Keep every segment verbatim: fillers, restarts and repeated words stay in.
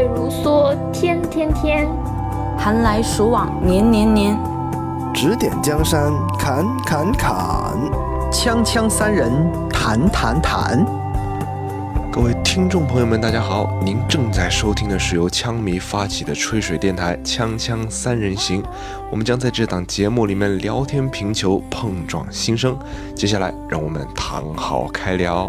如梭，天天天； 寒来暑往，年年年。 指点江山，侃侃侃； 锵锵三人，谈谈谈。 各位听众朋友们，大家好，您正在收听的是由枪迷发起的吹水电台《锵锵三人行》，我们将在这档节目里面聊天评球，碰撞心声。接下来，让我们躺好开聊。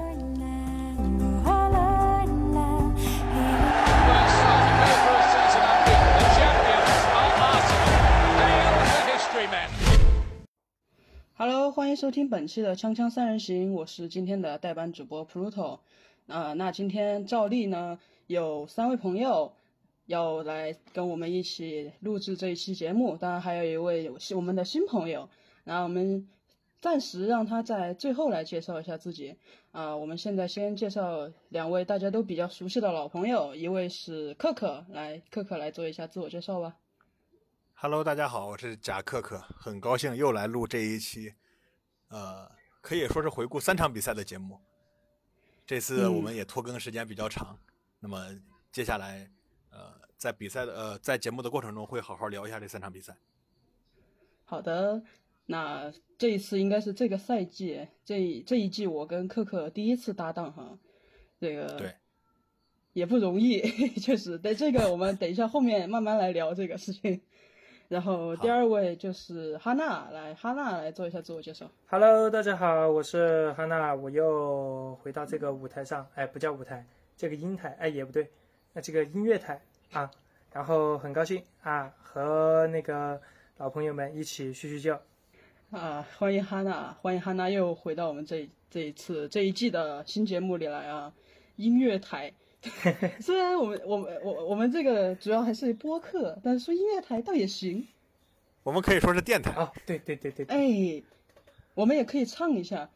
Hello， 欢迎收听本期的锵锵三人行，我是今天的代班主播 Pluto。呃，那今天照例呢，有三位朋友要来跟我们一起录制这一期节目，当然还有一位我们的新朋友。那我们暂时让他在最后来介绍一下自己。啊、呃，我们现在先介绍两位大家都比较熟悉的老朋友，一位是克克，来，克克来做一下自我介绍吧。 Hello， 大家好，我是贾克克，很高兴又来录这一期，呃，可以说是回顾三场比赛的节目。这次我们也拖更时间比较长，嗯、那么接下来，呃，在比赛的呃在节目的过程中会好好聊一下这三场比赛。 好的，那这一次应该是这个赛季这这一季我跟克克第一次搭档哈，这个对也不容易，确实。对这个我们等一下后面慢慢来聊这个事情。然后第二位就是哈娜，来哈娜来做一下自我介绍。 Hello， 大家好，我是哈娜，我又回到这个舞台上，哎，不叫舞台，这个音台，哎，也不对，那这个音乐台啊，然后很高兴啊，和那个老朋友们一起叙叙旧。 啊，欢迎哈娜，欢迎哈娜又回到我们这这一次这一季的新节目里来啊，音乐台。虽然我们我们我我们这个主要还是播客，但是说音乐台倒也行。 我们可以说是电台啊、哦，对对对对。 哎，我们也可以唱一下。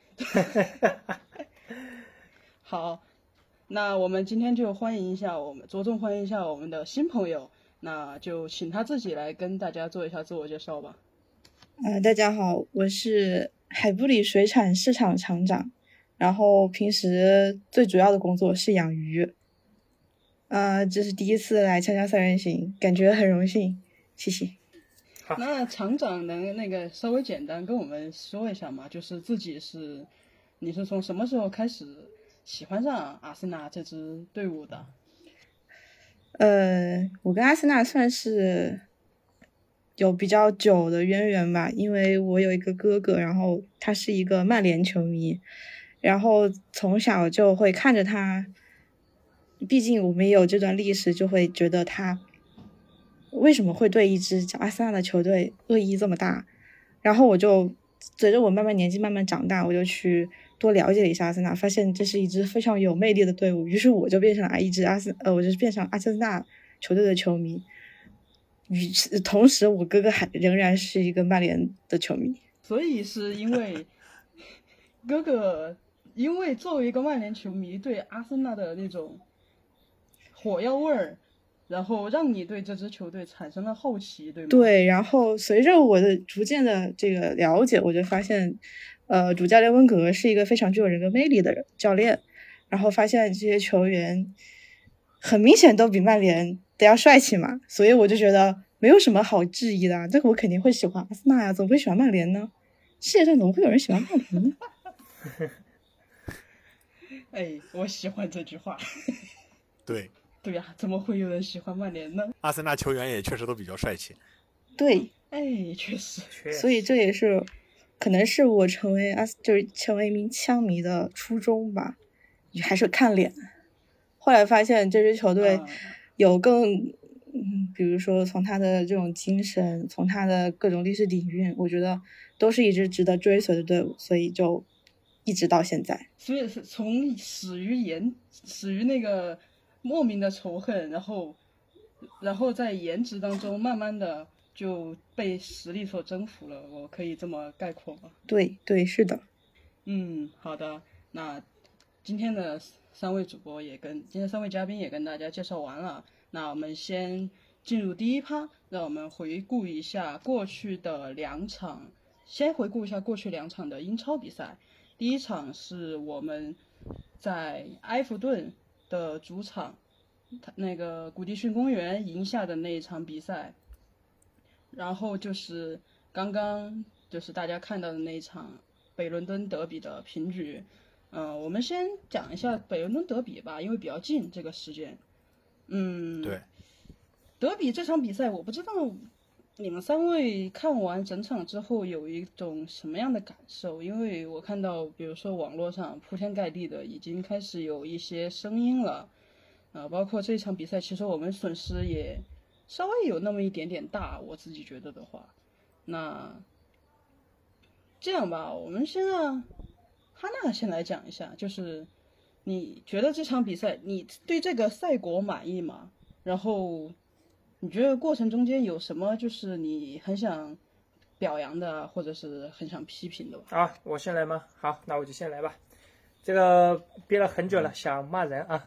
好，那我们今天就欢迎一下我们着重欢迎一下我们的新朋友，那就请他自己来跟大家做一下自我介绍吧。 呃，大家好，我是海布里水产市场厂长，然后平时最主要的工作是养鱼。呃，这是第一次来锵锵三人行，感觉很荣幸，谢谢。 那厂长能那个稍微简单跟我们说一下吗？就是自己是，你是从什么时候开始喜欢上阿森纳这支队伍的？ 呃，我跟阿森纳算是有比较久的渊源吧，因为我有一个哥哥，然后他是一个曼联球迷，然后从小就会看着他。毕竟我们也有这段历史，就会觉得他为什么会对一支叫阿森纳的球队恶意这么大。然后我就随着我慢慢年纪慢慢长大，我就去多了解了一下阿森纳，发现这是一支非常有魅力的队伍。于是我就变成了一支阿森呃，我就变成阿森纳球队的球迷。与此同时，我哥哥还仍然是一个曼联的球迷。 所以是因为哥哥因为作为一个曼联球迷对阿森纳的那种火药味儿，然后让你对这支球队产生了好奇，对吗？ 对，然后随着我的逐渐的这个了解，我就发现，呃，主教练温格是一个非常具有人格魅力的教练，然后发现这些球员很明显都比曼联的要帅气嘛，所以我就觉得没有什么好质疑的，这个我肯定会喜欢阿森纳呀，怎么会喜欢曼联呢？世界上怎么会有人喜欢曼联呢？ 哎，我喜欢这句话。 对。 对呀、啊，怎么会有人喜欢曼联呢？ 阿森纳球员也确实都比较帅气。 对， 哎，确实， 所以这也是可能是我成为阿就是成为一名枪迷的初衷吧，还是看脸。后来发现这支球队有更，嗯，比如说从他的这种精神，从他的各种历史底蕴，我觉得都是一支值得追随的队伍，所以就一直到现在。 所以是从始于颜，始于那个。莫名的仇恨，然后然后在颜值当中慢慢的就被实力所征服了，我可以这么概括吗？ 对对，是的。 嗯，好的，那今天的三位主播也跟今天三位嘉宾也跟大家介绍完了，那我们先进入第一趴，让我们回顾一下过去的两场，先回顾一下过去两场的英超比赛。第一场是我们在埃弗顿的主场那个古迪逊公园赢下的那一场比赛，然后就是刚刚就是大家看到的那一场北伦敦德比的平局。嗯、呃，我们先讲一下北伦敦德比吧，因为比较近这个时间。嗯， 对， 德比这场比赛，我不知道你们三位看完整场之后有一种什么样的感受？因为我看到，比如说网络上铺天盖地的已经开始有一些声音了，呃，包括这场比赛，其实我们损失也稍微有那么一点点大，我自己觉得的话，那这样吧，我们先让哈娜先来讲一下，就是你觉得这场比赛，你对这个赛果满意吗？然后你觉得过程中间有什么就是你很想表扬的，或者是很想批评的吧？ 啊，我先来吗？好，那我就先来吧。这个憋了很久了，想骂人啊。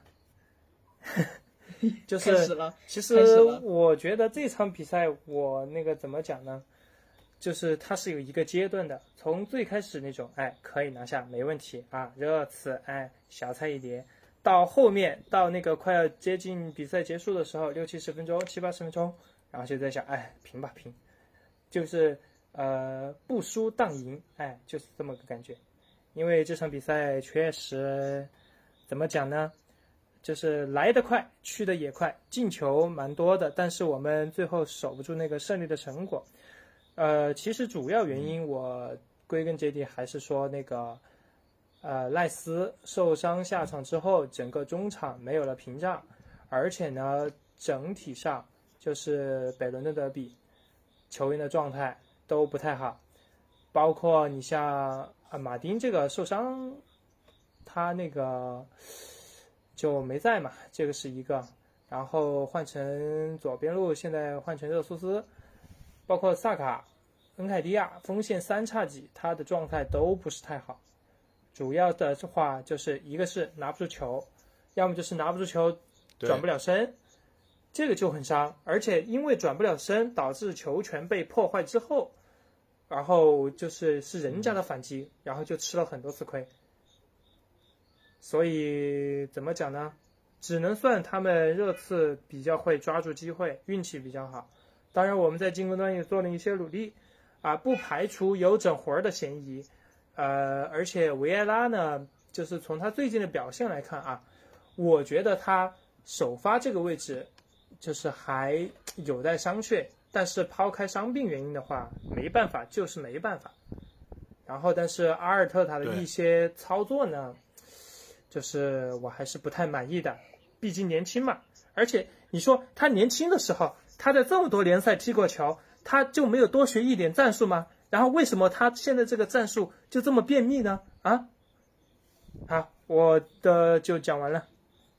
就是开始了其实我觉得这场比赛我那个怎么讲呢？就是它是有一个阶段的，从最开始那种哎可以拿下没问题啊，热刺哎小菜一碟，到后面到那个快要接近比赛结束的时候，六七十分钟七八十分钟，然后就在想哎平吧平，就是呃不输当赢，哎就是这么个感觉。因为这场比赛确实怎么讲呢，就是来得快去得也快，进球蛮多的，但是我们最后守不住那个胜利的成果。呃，其实主要原因我归根结底还是说那个，呃，赖斯受伤下场之后，整个中场没有了屏障，而且呢，整体上就是北伦敦德比球员的状态都不太好，包括你像啊马丁这个受伤，他那个就没在嘛，这个是一个，然后换成左边路，现在换成热苏斯。包括萨卡、恩凯迪亚锋线三叉戟，他的状态都不是太好。主要的话就是一个是拿不出球，要么就是拿不出球转不了身，这个就很伤。而且因为转不了身，导致球权被破坏之后，然后就是是人家的反击，然后就吃了很多次亏。所以怎么讲呢？只能算他们热刺比较会抓住机会，运气比较好。当然我们在进攻端也做了一些努力啊，不排除有整活的嫌疑。呃，而且维埃拉呢，就是从他最近的表现来看啊，我觉得他首发这个位置就是还有待商榷，但是抛开伤病原因的话，没办法就是没办法。然后但是阿尔特塔的一些操作呢，就是我还是不太满意的，毕竟年轻嘛。而且你说他年轻的时候，他在这么多联赛踢过球，他就没有多学一点战术吗？然后为什么他现在这个战术就这么便秘呢？啊，好，我的就讲完了。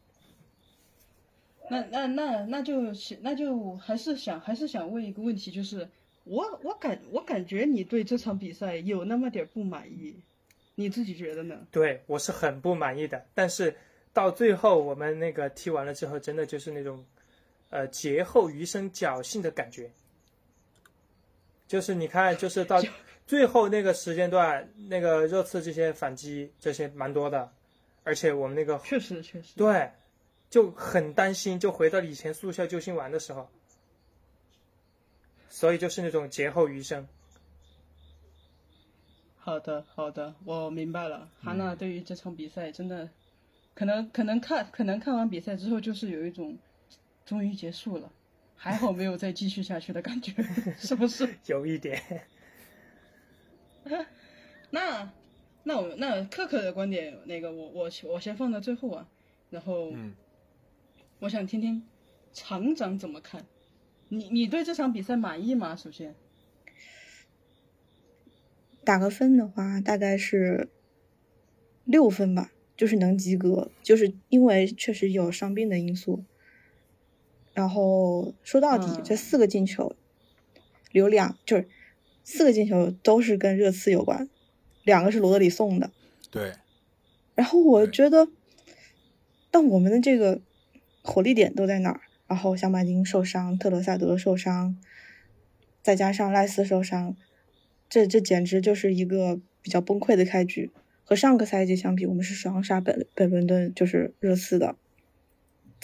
那那那那就那就还是想还是想问一个问题，就是我我感我感觉你对这场比赛有那么点不满意，你自己觉得呢？ 对，我是很不满意的，但是到最后我们那个踢完了之后，真的就是那种。呃，劫后余生侥幸的感觉，就是你看，就是到最后那个时间段，那个热刺这些反击这些蛮多的，而且我们那个确实确实对，就很担心，就回到以前速效救心丸的时候，所以就是那种劫后余生。 好的好的，我明白了。哈娜对于这场比赛真的，可能可能看可能看完比赛之后，就是有一种。终于结束了，还好没有再继续下去的感觉，是不是？ 有一点。 那那我那克克的观点，那个我我我先放到最后啊，然后， 嗯， 我想听听厂长怎么看。你你对这场比赛满意吗？首先， 打个分的话，大概是六分吧，就是能及格，就是因为确实有伤病的因素。然后说到底， 嗯、 这四个进球，有两就是四个进球都是跟热刺有关，两个是罗德里送的。 对。 然后我觉得，但我们的这个火力点都在哪儿？然后小马丁受伤，特罗萨德受伤，再加上赖斯受伤，这这简直就是一个比较崩溃的开局。和上个赛季相比，我们是双杀本本伦敦就是热刺的，在。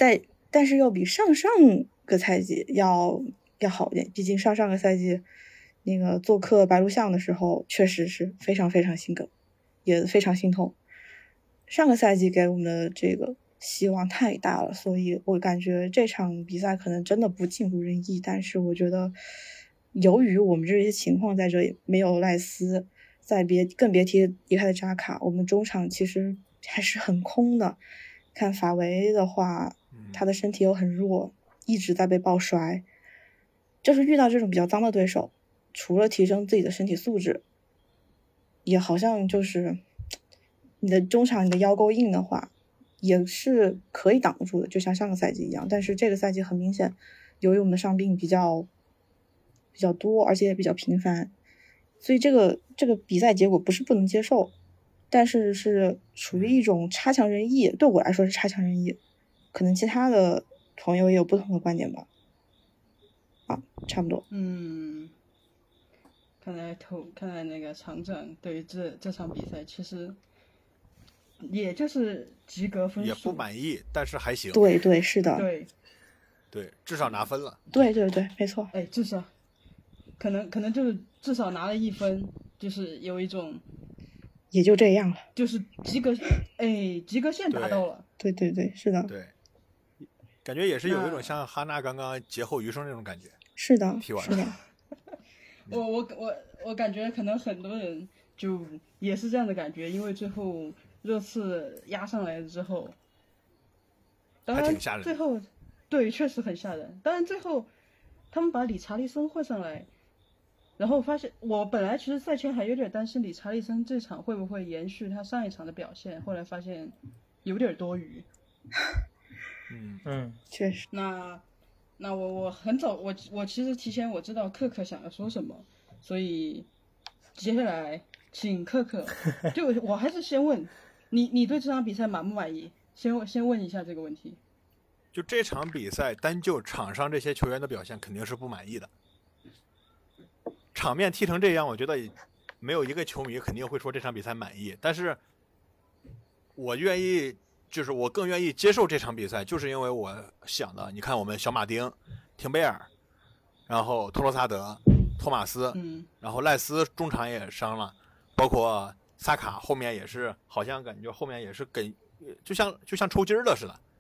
但是又比上上个赛季要要好一点。毕竟上上个赛季那个做客白鹿巷的时候，确实是非常非常心梗，也非常心痛。上个赛季给我们的这个希望太大了，所以我感觉这场比赛可能真的不尽如人意。但是我觉得，由于我们这些情况在这里，没有赖斯，再别更别提离开的扎卡，我们中场其实还是很空的。看法维的话，他的身体又很弱，一直在被抱摔。就是遇到这种比较脏的对手，除了提升自己的身体素质，也好像就是你的中场你的腰够硬的话，也是可以挡得住的，就像上个赛季一样。但是这个赛季很明显，由于我们的伤病比较比较多，而且也比较频繁，所以这个这个比赛结果不是不能接受，但是是属于一种差强人意。对我来说是差强人意，可能其他的朋友也有不同的观点吧。啊，差不多。 嗯，看来头看来那个厂长对于这这场比赛其实也就是及格分数， 也不满意，但是还行。 对对，是的。 对对，至少拿分了。 对对对，没错。 哎，至少可能可能就是至少拿了一分，就是有一种也就这样了， 就是及格，哎，及格线达到了。 对对对，是的。 对，感觉也是有一种像哈娜刚刚劫后余生那种感觉。 是的， 踢完是的。 我我我我感觉可能很多人就也是这样的感觉，因为最后热刺压上来了之后，当然最后对确实很吓人。当然最后他们把理查利森换上来，然后发现我本来其实赛前还有点担心理查利森这场会不会延续他上一场的表现，后来发现有点多余。 嗯嗯， 确实。 那那我我很早我我其实提前我知道克克想要说什么，所以接下来请克克，就我还是先问你，你对这场比赛满不满意？先先问一下这个问题。 就这场比赛，单就场上这些球员的表现，肯定是不满意的。场面踢成这样，我觉得没有一个球迷肯定会说这场比赛满意。但是，我愿意，就是我更愿意接受这场比赛，就是因为我想的，你看我们小马丁、廷贝尔，然后托罗萨德、托马斯， 嗯， 然后赖斯中场也伤了，包括萨卡后面也是，好像感觉后面也是给，就像就像抽筋儿的似的。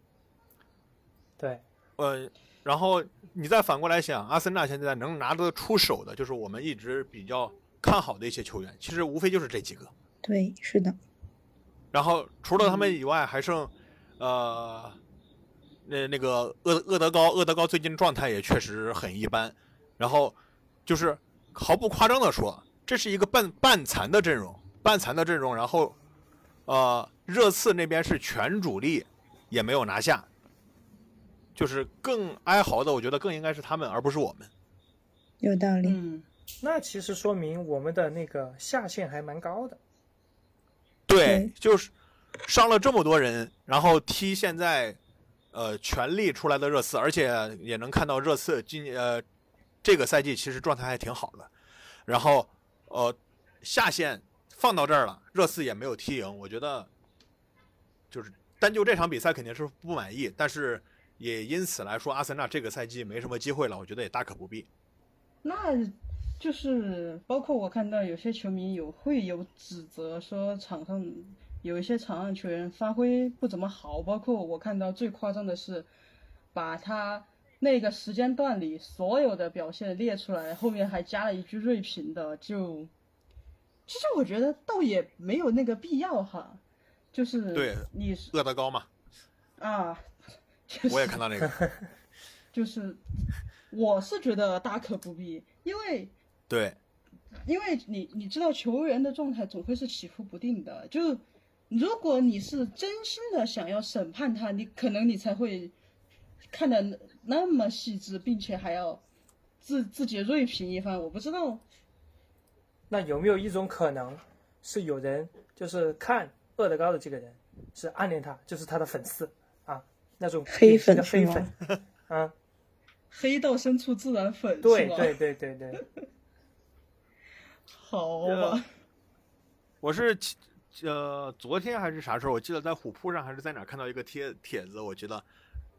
对， 呃，然后你再反过来想，阿森纳现在能拿得出手的，就是我们一直比较看好的一些球员，其实无非就是这几个。 对，是的。 然后除了他们以外，还剩，呃，那那个厄厄德高，厄德高最近状态也确实很一般。然后就是毫不夸张的说，这是一个半半残的阵容，半残的阵容。然后，呃，热刺那边是全主力，也没有拿下。就是更哀嚎的，我觉得更应该是他们，而不是我们。 有道理。 嗯， 那其实说明我们的那个下限还蛮高的。 对，就是伤了这么多人，然后踢现在呃全力出来的热刺，而且也能看到热刺今呃这个赛季其实状态还挺好的。然后呃下线放到这儿了，热刺也没有踢赢，我觉得就是单就这场比赛肯定是不满意，但是也因此来说，阿森纳这个赛季没什么机会了，我觉得也大可不必。 那就是包括我看到有些球迷有会有指责说场上有一些场上球员发挥不怎么好，包括我看到最夸张的是把他那个时间段里所有的表现列出来，后面还加了一句锐评的，就其实我觉得倒也没有那个必要哈，就是对你厄德高嘛啊。就是、 我也看到那个， 就是我是觉得大可不必，因为对， 因为你你知道球员的状态总会是起伏不定的，就如果你是真心的想要审判他，你可能你才会看得那么细致，并且还要自自己锐评一番。我不知道， 那有没有一种可能是有人就是看厄德高的这个人是暗恋他，就是他的粉丝啊？那种黑粉黑粉啊， 黑到深处自然粉， 对对对对对， 好吧。 我是呃昨天还是啥时候，我记得在虎扑上还是在哪看到一个帖帖子，我觉得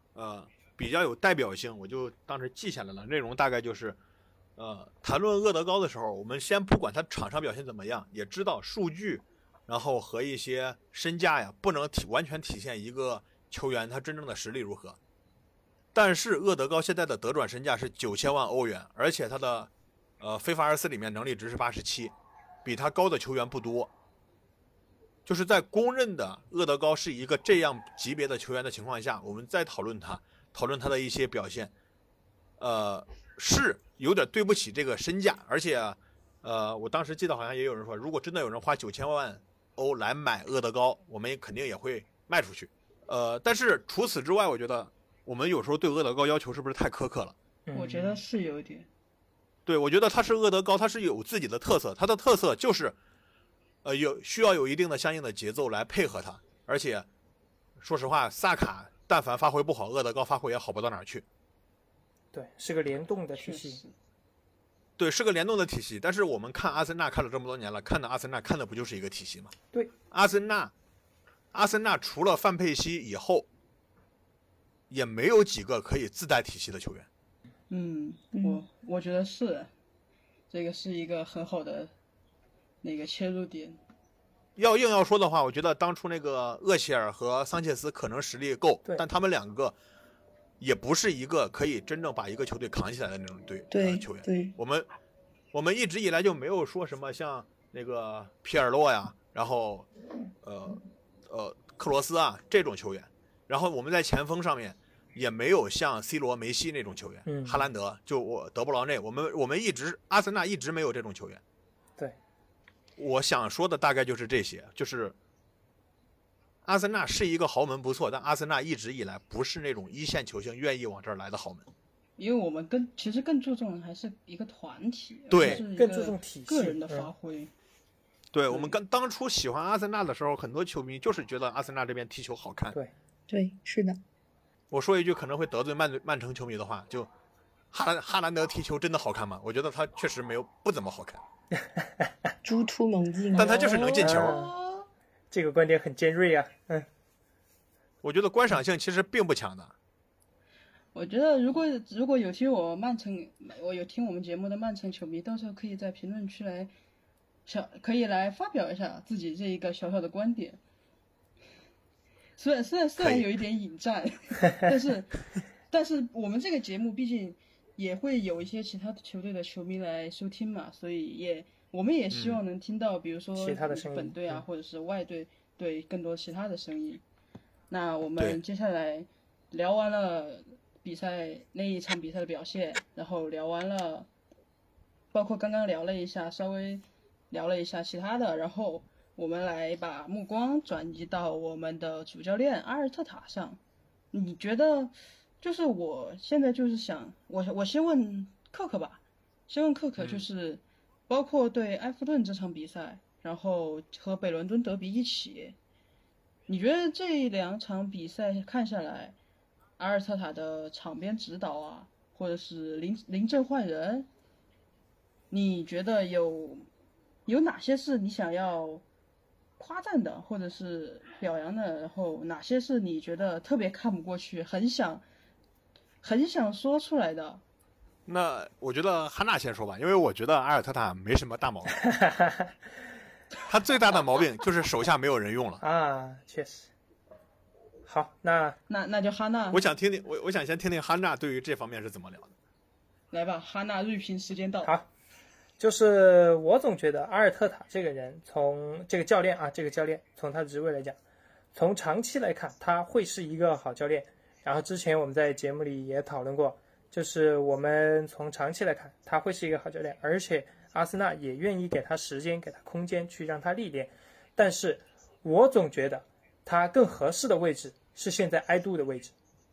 呃比较有代表性，我就当时记下来了。内容大概就是，呃，谈论厄德高的时候，我们先不管他场上表现怎么样，也知道数据，然后和一些身价呀，不能体完全体现一个球员他真正的实力如何。但是厄德高现在的得转身价是九千万欧元，而且他的呃非法二四里面能力值是八十七，比他高的球员不多。就是在公认的厄德高是一个这样级别的球员的情况下，我们再讨论他，讨论他的一些表现，呃，是有点对不起这个身价。而且，呃，我当时记得好像也有人说，如果真的有人花九千万欧来买厄德高，我们肯定也会卖出去。呃，但是除此之外，我觉得我们有时候对厄德高要求是不是太苛刻了？ 我觉得是有一点。 对，我觉得他是厄德高，他是有自己的特色，他的特色就是，呃，有需要有一定的相应的节奏来配合他。而且，说实话，萨卡但凡发挥不好，厄德高发挥也好不到哪儿去。 对，是个联动的体系。 对，是个联动的体系。但是我们看阿森纳看了这么多年了，看的阿森纳看的不就是一个体系吗？ 对， 阿森纳，阿森纳除了范佩西以后，也没有几个可以自带体系的球员。 嗯，我我觉得是，这个是一个很好的那个切入点。 要硬要说的话，我觉得当初那个厄齐尔和桑切斯可能实力够，但他们两个也不是一个可以真正把一个球队扛起来的那种队对、 呃、球员。 对， 我们我们一直以来就没有说什么像那个皮尔洛呀，然后呃呃克罗斯啊这种球员，然后我们在前锋上面也没有像 C 罗、梅西那种球员， 嗯、 哈兰德就我德布劳内，我们我们一直阿森纳一直没有这种球员。 对。 我想说的大概就是这些，就是阿森纳是一个豪门不错，但阿森纳一直以来不是那种一线球星愿意往这儿来的豪门。 因为我们更其实更注重的还是一个团体， 对， 更注重体系个人的发挥。 嗯、对，我们刚当初喜欢阿森纳的时候，很多球迷就是觉得阿森纳这边踢球好看。 对， 对，是的。 我说一句可能会得罪曼曼城球迷的话，就哈兰哈兰德踢球真的好看吗？我觉得他确实没有不怎么好看。 猪突猛进， 但他就是能进球、 哦、这个观点很尖锐啊。嗯， 我觉得观赏性其实并不强的。 我觉得如果如果有听我曼城我有听我们节目的曼城球迷，到时候可以在评论区来小可以来发表一下自己这一个小小的观点。虽然虽然虽然有一点引战，但是但是我们这个节目毕竟也会有一些其他的球队的球迷来收听嘛，所以也我们也希望能听到、嗯、比如说本队啊、嗯、或者是外队对更多其他的声音。那我们接下来聊完了比赛那一场比赛的表现，然后聊完了包括刚刚聊了一下稍微聊了一下其他的，然后我们来把目光转移到我们的主教练阿尔特塔上。你觉得就是我现在就是想我我先问克克吧，先问克克就是包括对埃弗顿这场比赛、嗯、然后和北伦敦德比一起，你觉得这两场比赛看下来，阿尔特塔的场边指导啊，或者是临临阵换人，你觉得有有哪些是你想要夸赞的或者是表扬的，然后哪些是你觉得特别看不过去，很想很想说出来的？ 那我觉得哈娜先说吧，因为我觉得阿尔特塔没什么大毛病。他最大的毛病就是手下没有人用了啊，确实。好，那那那就哈娜， 我想听听，我我想先听听哈娜对于这方面是怎么聊的。 来吧，哈娜锐评时间到。 好，就是我总觉得阿尔特塔这个人，从这个教练啊，这个教练从他的职位来讲，从长期来看，他会是一个好教练。然后之前我们在节目里也讨论过，就是我们从长期来看，他会是一个好教练，而且阿森纳也愿意给他时间，给他空间去让他历练。但是我总觉得他更合适的位置是现在埃杜的位置，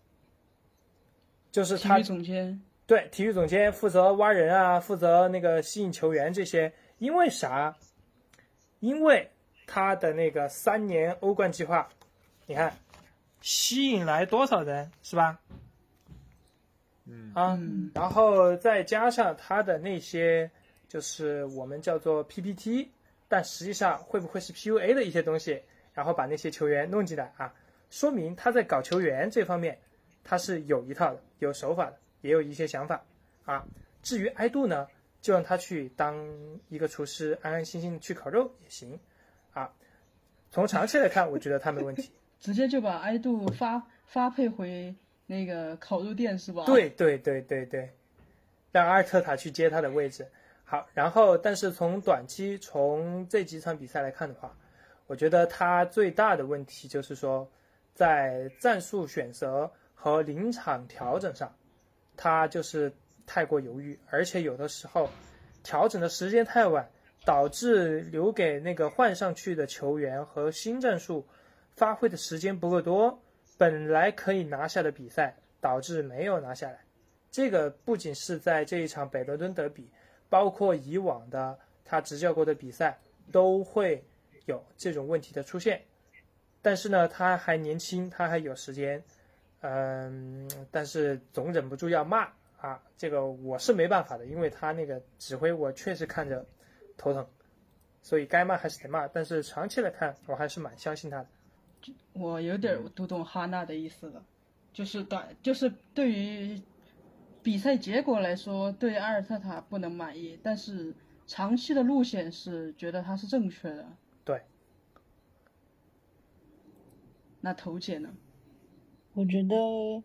就是他体育总监， 对，体育总监负责挖人啊，负责那个吸引球员这些。因为啥？因为他的那个三年欧冠计划，你看吸引来多少人，是吧？ 嗯啊，然后再加上他的那些就是我们叫做 P P T， 但实际上会不会是 P U A 的一些东西，然后把那些球员弄进来啊？说明他在搞球员这方面他是有一套的，有手法的，也有一些想法啊。至于爱杜呢，就让他去当一个厨师，安安心心去烤肉也行啊。从长期来看，我觉得他没问题。 直接就把爱杜发发配回那个烤肉店是吧？ 对对对对对，让阿尔特塔去接他的位置。好，然后但是从短期从这几场比赛来看的话，我觉得他最大的问题就是说，在战术选择和临场调整上，他就是太过犹豫，而且有的时候调整的时间太晚，导致留给那个换上去的球员和新战术发挥的时间不够多，本来可以拿下的比赛导致没有拿下来。这个不仅是在这一场北伦敦德比，包括以往的他执教过的比赛都会有这种问题的出现。但是呢，他还年轻，他还有时间，嗯，但是总忍不住要骂啊，这个我是没办法的，因为他那个指挥我确实看着头疼，所以该骂还是得骂。但是长期来看，我还是蛮相信他的。 我有点读懂哈娜的意思了，就是短，就是对于比赛结果来说，对阿尔特塔不能满意，但是长期的路线是觉得他是正确的。 对。 那头姐呢？ 我觉得，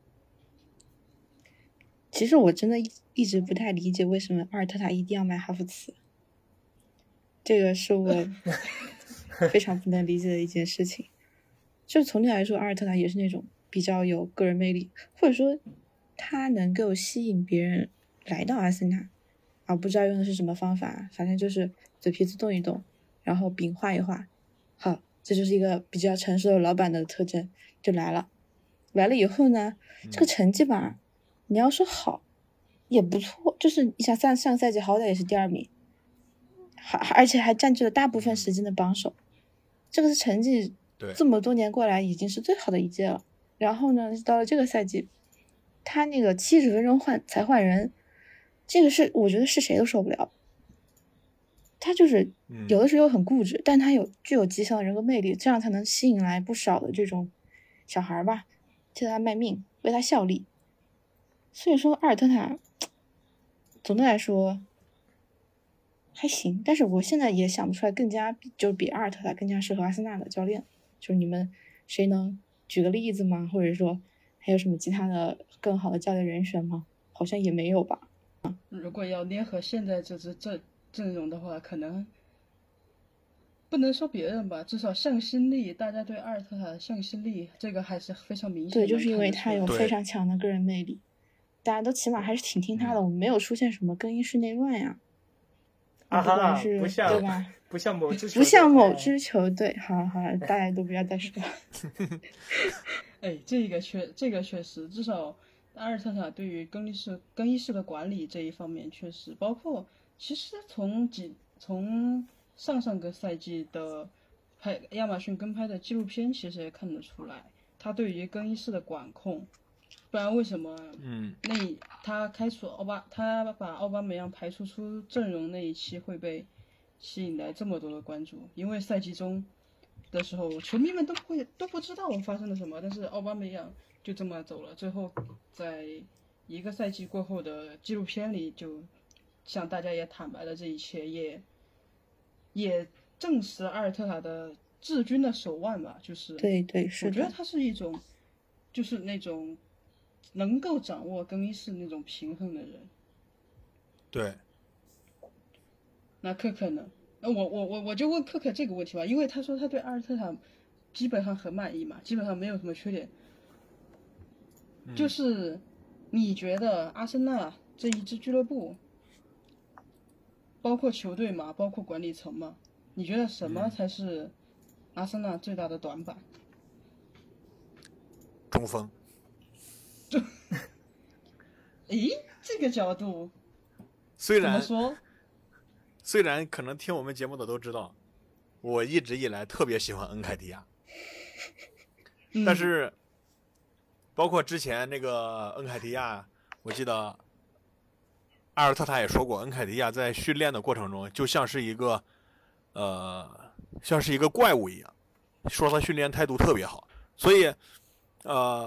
其实我真的一一直不太理解为什么阿尔特塔一定要买哈弗茨，这个是我非常不能理解的一件事情。就总体来说，阿尔特塔也是那种比较有个人魅力，或者说他能够吸引别人来到阿森纳啊，不知道用的是什么方法，反正就是嘴皮子动一动，然后饼画一画，好，这就是一个比较成熟的老板的特征，就来了。来了以后呢，这个成绩吧，你要说好也不错，就是你想上上赛季好歹也是第二名，还而且还占据了大部分时间的榜首，这个是成绩这么多年过来已经是最好的一届了。然后呢，到了这个赛季，他那个七十分钟换才换人，这个是我觉得是谁都受不了。他就是有的时候很固执，嗯、但他有具有极强的人格魅力，这样才能吸引来不少的这种小孩吧，替他卖命，为他效力。所以说，阿尔特塔总的来说还行，但是我现在也想不出来更加就是比阿尔特塔更加适合阿森纳的教练。就是你们谁能举个例子吗？或者说还有什么其他的更好的教练人选吗？好像也没有吧。 如果要捏合现在这支阵阵容的话，可能不能说别人吧，至少向心力，大家对阿尔特塔的向心力这个还是非常明显的。 对，就是因为他有非常强的个人魅力，大家都起码还是挺听他的，我们没有出现什么更衣室内乱呀。 啊哈， 是不像对吧？ 不像某支不像某支球队。好了好了，大家都不要再说。 哎，这个确这个确实，至少阿尔特塔对于更衣室更衣室的管理这一方面确实，包括其实从几从上上个赛季的拍亚马逊跟拍的纪录片，其实也看得出来，他对于更衣室的管控。不然为什么？嗯，那他开除奥巴，他把奥巴梅扬排除出阵容那一期会被吸引来这么多的关注？因为赛季中的时候，球迷们都不会都不知道发生了什么，但是奥巴梅扬就这么走了。最后在一个赛季过后的纪录片里，就向大家也坦白了这一切，也也证实阿尔特塔的治军的手腕吧，就是对对是的， 我觉得他是一种，就是那种。能够掌握更衣室那种平衡的人。 对。 那克克呢？那我我我我就问克克这个问题吧，因为他说他对阿尔特塔基本上很满意嘛，基本上没有什么缺点。嗯、就是你觉得阿森纳这一支俱乐部，包括球队嘛，包括管理层嘛，你觉得什么才是阿森纳最大的短板？ 中锋。 咦，这个角度， 虽然怎么说？ 虽然可能听我们节目的都知道，我一直以来特别喜欢恩凯迪亚，嗯、但是包括之前那个恩凯迪亚，我记得阿尔特塔也说过，恩凯迪亚在训练的过程中就像是一个呃，像是一个怪物一样，说他训练态度特别好，所以呃。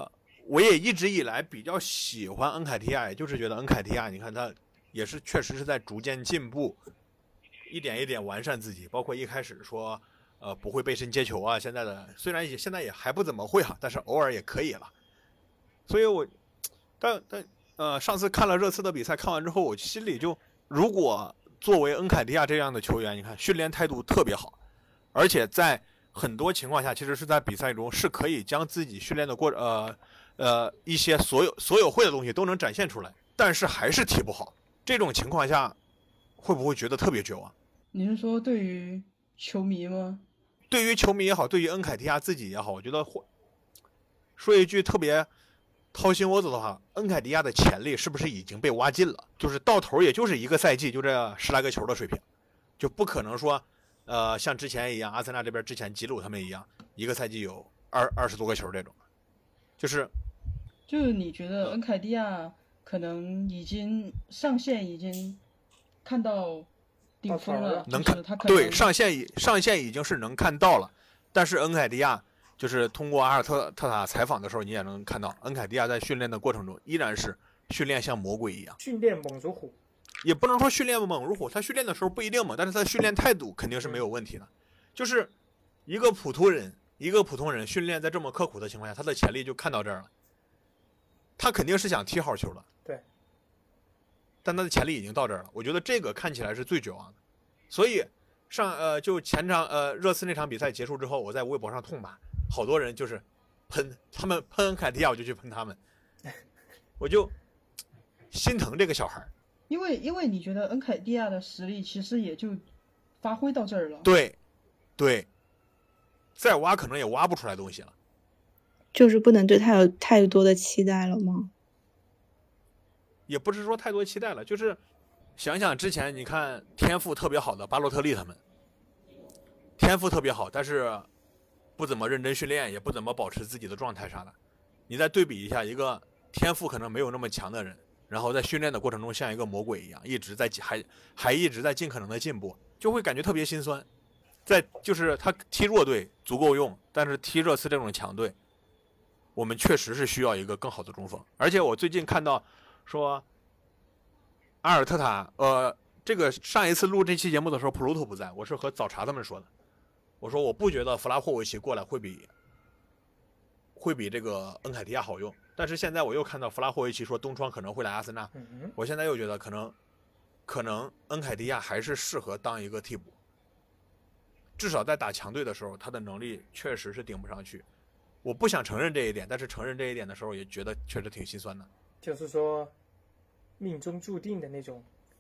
我也一直以来比较喜欢恩凯蒂亚，也就是觉得恩凯蒂亚，你看他也是确实是在逐渐进步，一点一点完善自己。包括一开始说，呃，不会背身接球啊，现在的虽然也现在也还不怎么会哈、啊，但是偶尔也可以了。所以我，但但呃，上次看了热刺的比赛，看完之后，我心里就，如果作为恩凯蒂亚这样的球员，你看训练态度特别好，而且在很多情况下，其实是在比赛中是可以将自己训练的过呃呃一些所有所有会的东西都能展现出来，但是还是踢不好。这种情况下，会不会觉得特别绝望？ 你是说对于球迷吗？ 对于球迷也好，对于恩凯蒂亚自己也好，我觉得会说一句特别掏心窝子的话，恩凯蒂亚的潜力是不是已经被挖尽了？就是到头也就是一个赛季就这十来个球的水平，就不可能说，呃，像之前一样，阿森纳这边之前吉鲁他们一样，一个赛季有二二十多个球这种，就是， 就是你觉得恩凯蒂亚可能已经上限已经看到顶峰了， 能看、 就是、他可能对上限已上限已经是能看到了，但是恩凯蒂亚。就是通过阿尔特特塔采访的时候，你也能看到恩凯蒂亚在训练的过程中依然是训练像魔鬼一样， 训练猛如虎， 也不能说训练猛如虎，他训练的时候不一定猛，但是他训练态度肯定是没有问题的。就是一个普通人，一个普通人训练在这么刻苦的情况下，他的潜力就看到这儿了。他肯定是想踢好球的， 对， 但他的潜力已经到这儿了。我觉得这个看起来是最绝望的。所以上呃就前场呃热刺那场比赛结束之后，我在微博上痛骂。好多人就是喷他们喷恩凯蒂亚，我就去喷他们，我就心疼这个小孩。 因为因为你觉得恩凯蒂亚的实力其实也就发挥到这儿了。 对，对，再挖可能也挖不出来东西了。 就是不能对他有太多的期待了吗？ 也不是说太多期待了，就是想想之前你看天赋特别好的巴洛特利他们，天赋特别好，但是不怎么认真训练，也不怎么保持自己的状态啥的。你再对比一下，一个天赋可能没有那么强的人，然后在训练的过程中像一个魔鬼一样，一直在还还一直在尽可能的进步，就会感觉特别心酸。在就是他踢弱队足够用，但是踢热刺这种强队，我们确实是需要一个更好的中锋。而且我最近看到说，阿尔特塔，呃，这个上一次录这期节目的时候，普鲁图不在，我是和早茶他们说的。我说我不觉得弗拉霍维奇过来会比会比这个恩凯蒂亚好用，但是现在我又看到弗拉霍维奇说冬窗可能会来阿森纳， 嗯、 我现在又觉得可能可能恩凯蒂亚还是适合当一个替补，至少在打强队的时候他的能力确实是顶不上去。我不想承认这一点，但是承认这一点的时候也觉得确实挺心酸的。 就是说命中注定的那种。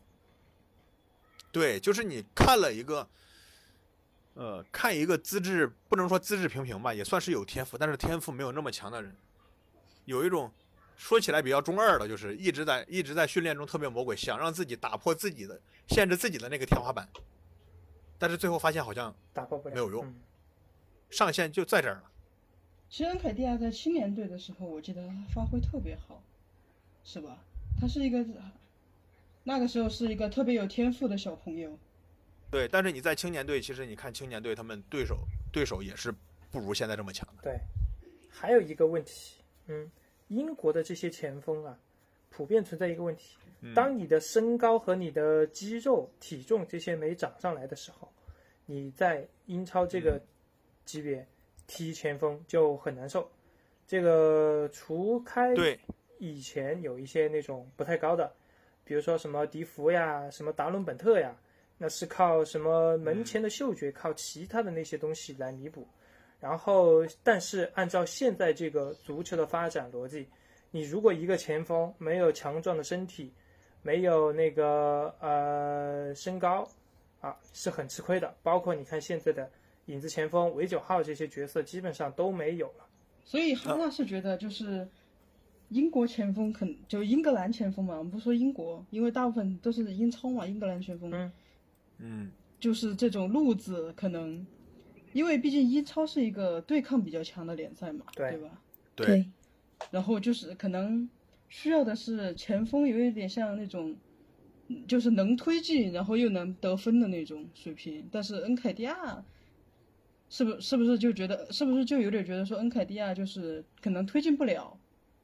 对，就是你看了一个呃，看一个资质不能说资质平平吧，也算是有天赋，但是天赋没有那么强的人，有一种说起来比较中二的，就是一直在一直在训练中特别魔鬼，想让自己打破自己的限制自己的那个天花板，但是最后发现好像打破不了， 没有用， 嗯、 上限就在这儿了。 其实恩凯蒂亚在青年队的时候，我记得他发挥特别好，是吧？他是一个那个时候是一个特别有天赋的小朋友。 对，但是你在青年队，其实你看青年队他们对手对手也是不如现在这么强的。 对，还有一个问题，嗯，英国的这些前锋啊，普遍存在一个问题， 嗯、 当你的身高和你的肌肉、体重这些没涨上来的时候，你在英超这个级别踢前锋就很难受。这个除开以前有一些那种不太高的，比如说什么迪福呀、什么达伦本特呀。那是靠什么门前的嗅觉，靠其他的那些东西来弥补。然后，但是按照现在这个足球的发展逻辑，你如果一个前锋没有强壮的身体，没有那个呃身高啊，是很吃亏的。包括你看现在的影子前锋、伪九号这些角色，基本上都没有了。 所以哈纳是觉得就是英国前锋肯就英格兰前锋嘛，我们不说英国，因为大部分都是英超嘛，英格兰前锋。 嗯。 嗯， 就是这种路子可能，因为毕竟英超是一个对抗比较强的联赛嘛， 对, 对吧？ 对。 然后就是可能需要的是前锋有一点像那种，就是能推进然后又能得分的那种水平。但是恩凯蒂亚是不是是不是就觉得是不是就有点觉得说恩凯蒂亚就是可能推进不了，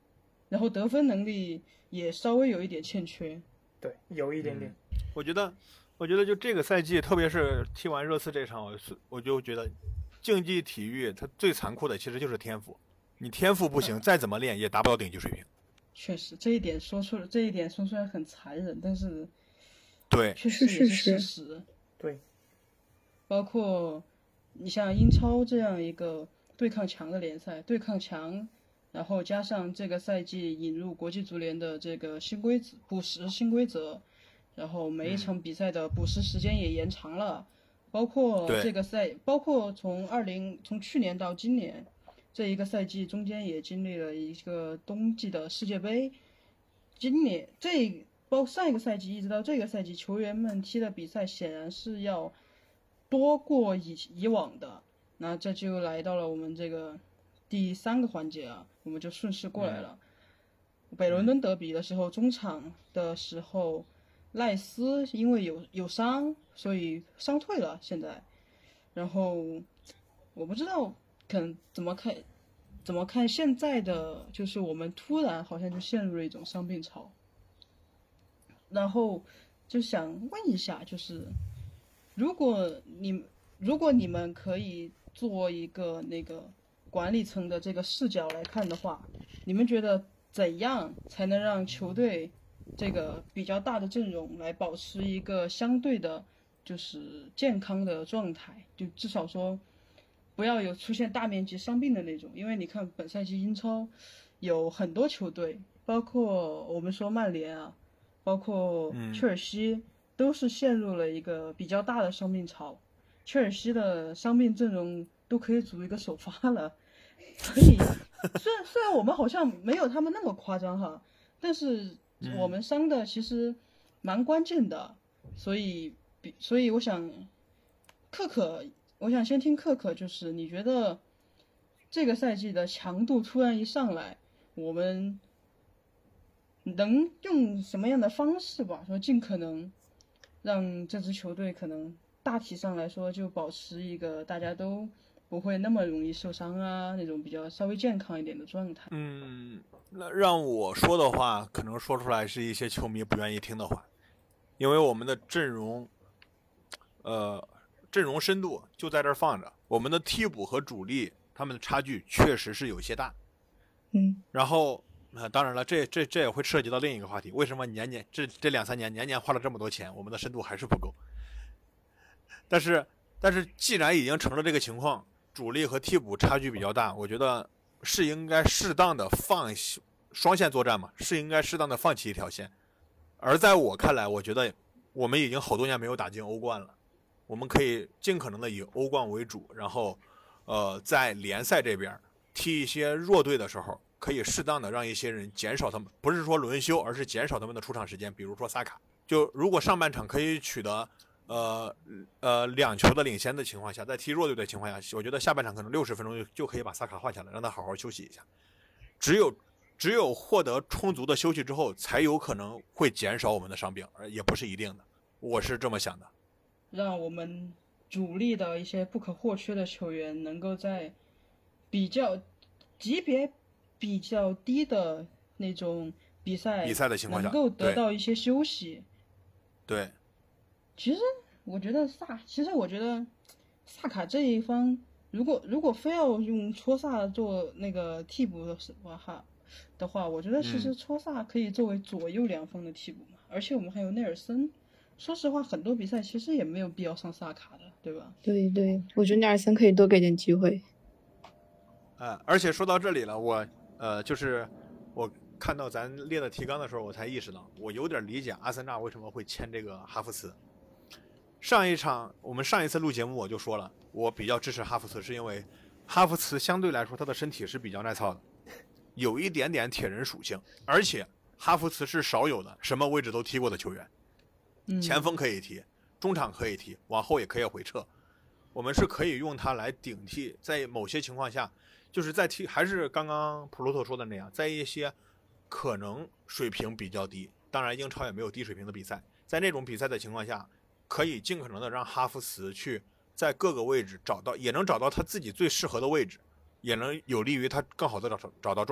然后得分能力也稍微有一点欠缺。 对，有一点点。 嗯、我觉得，我觉得就这个赛季，特别是踢完热刺这场，我我就觉得，竞技体育它最残酷的其实就是天赋。你天赋不行，再怎么练也达不到顶级水平。 确实，这一点说出这一点说出来很残忍，但是对， 确实也是事实。 对， 包括你像英超这样一个对抗强的联赛，对抗强，然后加上这个赛季引入国际足联的这个新规则补时新规则，然后每一场比赛的补时时间也延长了，包括这个赛，包括从二零从去年到今年。这一个赛季中间也经历了一个冬季的世界杯，今年这包上一个赛季一直到这个赛季，球员们踢的比赛显然是要多过以以往的。那这就来到了我们这个第三个环节啊，我们就顺势过来了。嗯、北伦敦德比的时候，中场的时候，赖斯因为有有伤，所以伤退了。现在，然后我不知道。可能怎么看，怎么看现在的就是我们突然好像就陷入了一种伤病潮，然后就想问一下，就是如果你如果你们可以做一个那个管理层的这个视角来看的话，你们觉得怎样才能让球队这个比较大的阵容来保持一个相对的，就是健康的状态，就至少说。不要有出现大面积伤病的那种，因为你看本赛季英超有很多球队，包括我们说曼联啊，包括切尔西，嗯、都是陷入了一个比较大的伤病潮。切尔西的伤病阵容都可以组一个首发了，所以虽然虽然我们好像没有他们那么夸张哈，但是我们伤的其实蛮关键的，所以所以我想克可。我想先听克可，就是你觉得这个赛季的强度突然一上来，我们能用什么样的方式吧，说尽可能让这支球队可能大体上来说就保持一个大家都不会那么容易受伤啊，那种比较稍微健康一点的状态。 嗯，那让我说的话，可能说出来是一些球迷不愿意听的话，因为我们的阵容，呃。阵容深度就在这儿放着，我们的替补和主力他们的差距确实是有些大。 嗯， 然后呃，当然了，这这这也会涉及到另一个话题，为什么年年这这两三年年年花了这么多钱，我们的深度还是不够？但是但是既然已经成了这个情况，主力和替补差距比较大，我觉得是应该适当的放双线作战嘛，是应该适当的放弃一条线。而在我看来，我觉得我们已经好多年没有打进欧冠了。我们可以尽可能的以欧冠为主，然后，呃，在联赛这边踢一些弱队的时候，可以适当的让一些人减少他们，不是说轮休，而是减少他们的出场时间。比如说萨卡，就如果上半场可以取得呃呃两球的领先的情况下，在踢弱队的情况下，我觉得下半场可能六十分钟就就可以把萨卡换下来，让他好好休息一下。只有只有获得充足的休息之后，才有可能会减少我们的伤病，而也不是一定的。我是这么想的。 让我们主力的一些不可或缺的球员能够在比较级别比较低的那种比赛比赛的情况下能够得到一些休息。 对， 其实我觉得萨，其实我觉得萨卡这一方，如果如果非要用戳萨做那个替补的话的话，我觉得其实戳萨可以作为左右两方的替补嘛，嗯、而且我们还有内尔森。说实话，很多比赛其实也没有必要上萨卡的，对吧？ 对对，我觉得内尔森可以多给点机会。 呃，而且说到这里了，我呃，就是我看到咱列的提纲的时候，我才意识到，我有点理解阿森纳为什么会签这个哈弗茨。上一场我们上一次录节目我就说了，我比较支持哈弗茨，是因为哈弗茨相对来说他的身体是比较耐操的，有一点点铁人属性，而且哈弗茨是少有的什么位置都踢过的球员。前锋可以踢，中场可以踢，往后也可以回撤，我们是可以用它来顶替，在某些情况下，就是在踢，还是刚刚普鲁托说的那样，在一些可能水平比较低，当然英超也没有低水平的比赛，在那种比赛的情况下，可以尽可能的让哈弗茨去在各个位置找到，也能找到他自己最适合的位置，也能有利于他更好的找找到状态。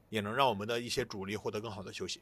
也能让我们的一些主力获得更好的休息。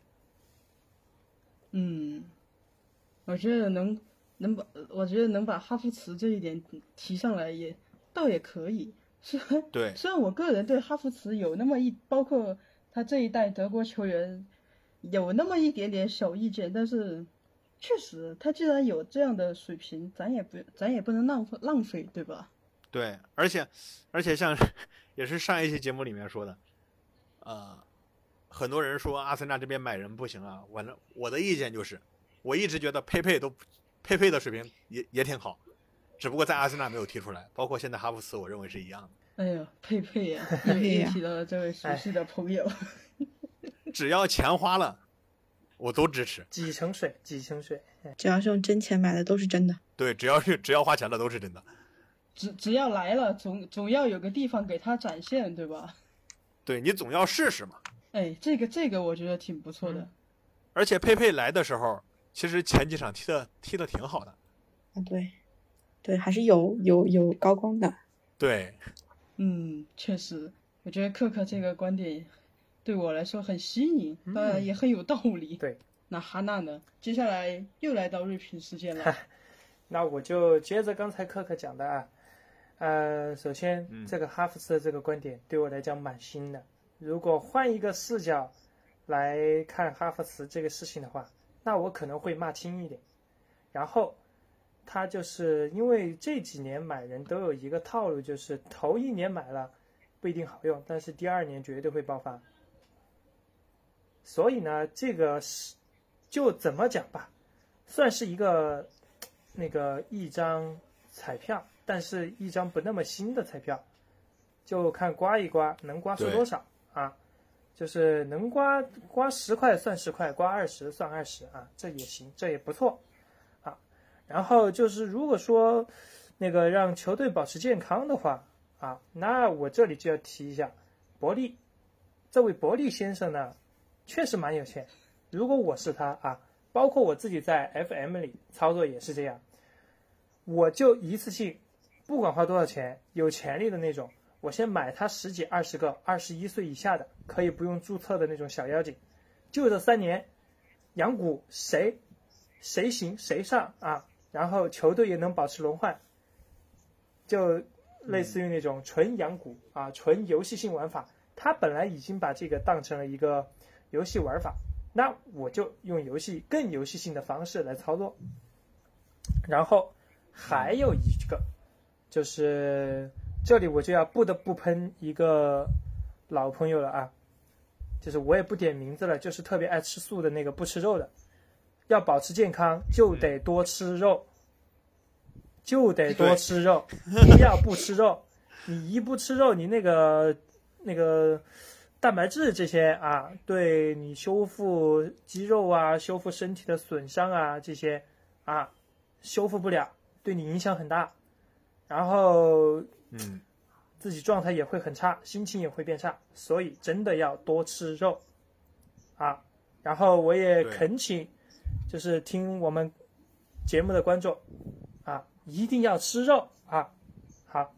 嗯，我觉得能能把，我觉得能把哈弗茨这一点提上来也倒也可以。虽然对， 虽然我个人对哈弗茨有那么一，包括他这一代德国球员有那么一点点小意见，但是确实他既然有这样的水平，咱也不咱也不能浪费浪费，对吧？ 对，而且而且像也是上一期节目里面说的，呃，很多人说阿森纳这边买人不行啊，我呢我的意见就是，我一直觉得佩佩都佩佩的水平也也挺好，只不过在阿森纳没有踢出来，包括现在哈弗茨，我认为是一样的。 哎呀，佩佩呀，又又提到了这位熟悉的朋友。 只要钱花了，我都支持。 几成水，几成水， 只要是用真钱买的都是真的。 对，只要是只要花钱了都是真的。 只只要来了，总总要有个地方给他展现，对吧？ 对，你总要试试嘛。 哎，这个这个我觉得挺不错的。嗯、 而且佩佩来的时候，其实前几场踢的踢的挺好的。 啊，对，对，还是有有有高光的。 对， 嗯，确实，我觉得克克这个观点对我来说很新颖，当然也很有道理。 嗯、对， 那哈娜呢？接下来又来到锐评时间了。 那我就接着刚才克克讲的啊。呃，首先， 嗯、 这个哈弗茨的这个观点对我来讲蛮新的。如果换一个视角来看哈弗茨这个事情的话，那我可能会骂轻一点。然后，他就是因为这几年买人都有一个套路，就是头一年买了不一定好用，但是第二年绝对会爆发。所以呢，这个是就怎么讲吧，算是一个那个一张彩票。但是一张不那么新的彩票，就看刮一刮能刮出多少啊？就是能刮刮十块算十块，刮二十算二十啊，这也行，这也不错啊。然后就是如果说那个让球队保持健康的话啊，那我这里就要提一下伯利，这位伯利先生呢，确实蛮有钱。如果我是他啊，包括我自己在 F M 里操作也是这样，我就一次性。不管花多少钱，有潜力的那种，我先买他十几二十个二十一岁以下的，可以不用注册的那种小妖精，就这三年养股，谁谁行谁上啊，然后球队也能保持轮换，就类似于那种纯养股啊，纯游戏性玩法。他本来已经把这个当成了一个游戏玩法，那我就用游戏更游戏性的方式来操作。然后还有一个。就是这里我就要不得不喷一个老朋友了啊，就是我也不点名字了，就是特别爱吃素的那个不吃肉的，要保持健康就得多吃肉，就得多吃肉，你要不吃肉，你一不吃肉，你那个那个蛋白质这些啊，对你修复肌肉啊、修复身体的损伤啊这些啊，修复不了，对你影响很大。然后， 嗯， 自己状态也会很差，心情也会变差，所以真的要多吃肉，啊。然后我也恳请，就是听我们节目的观众，啊，一定要吃肉啊。好，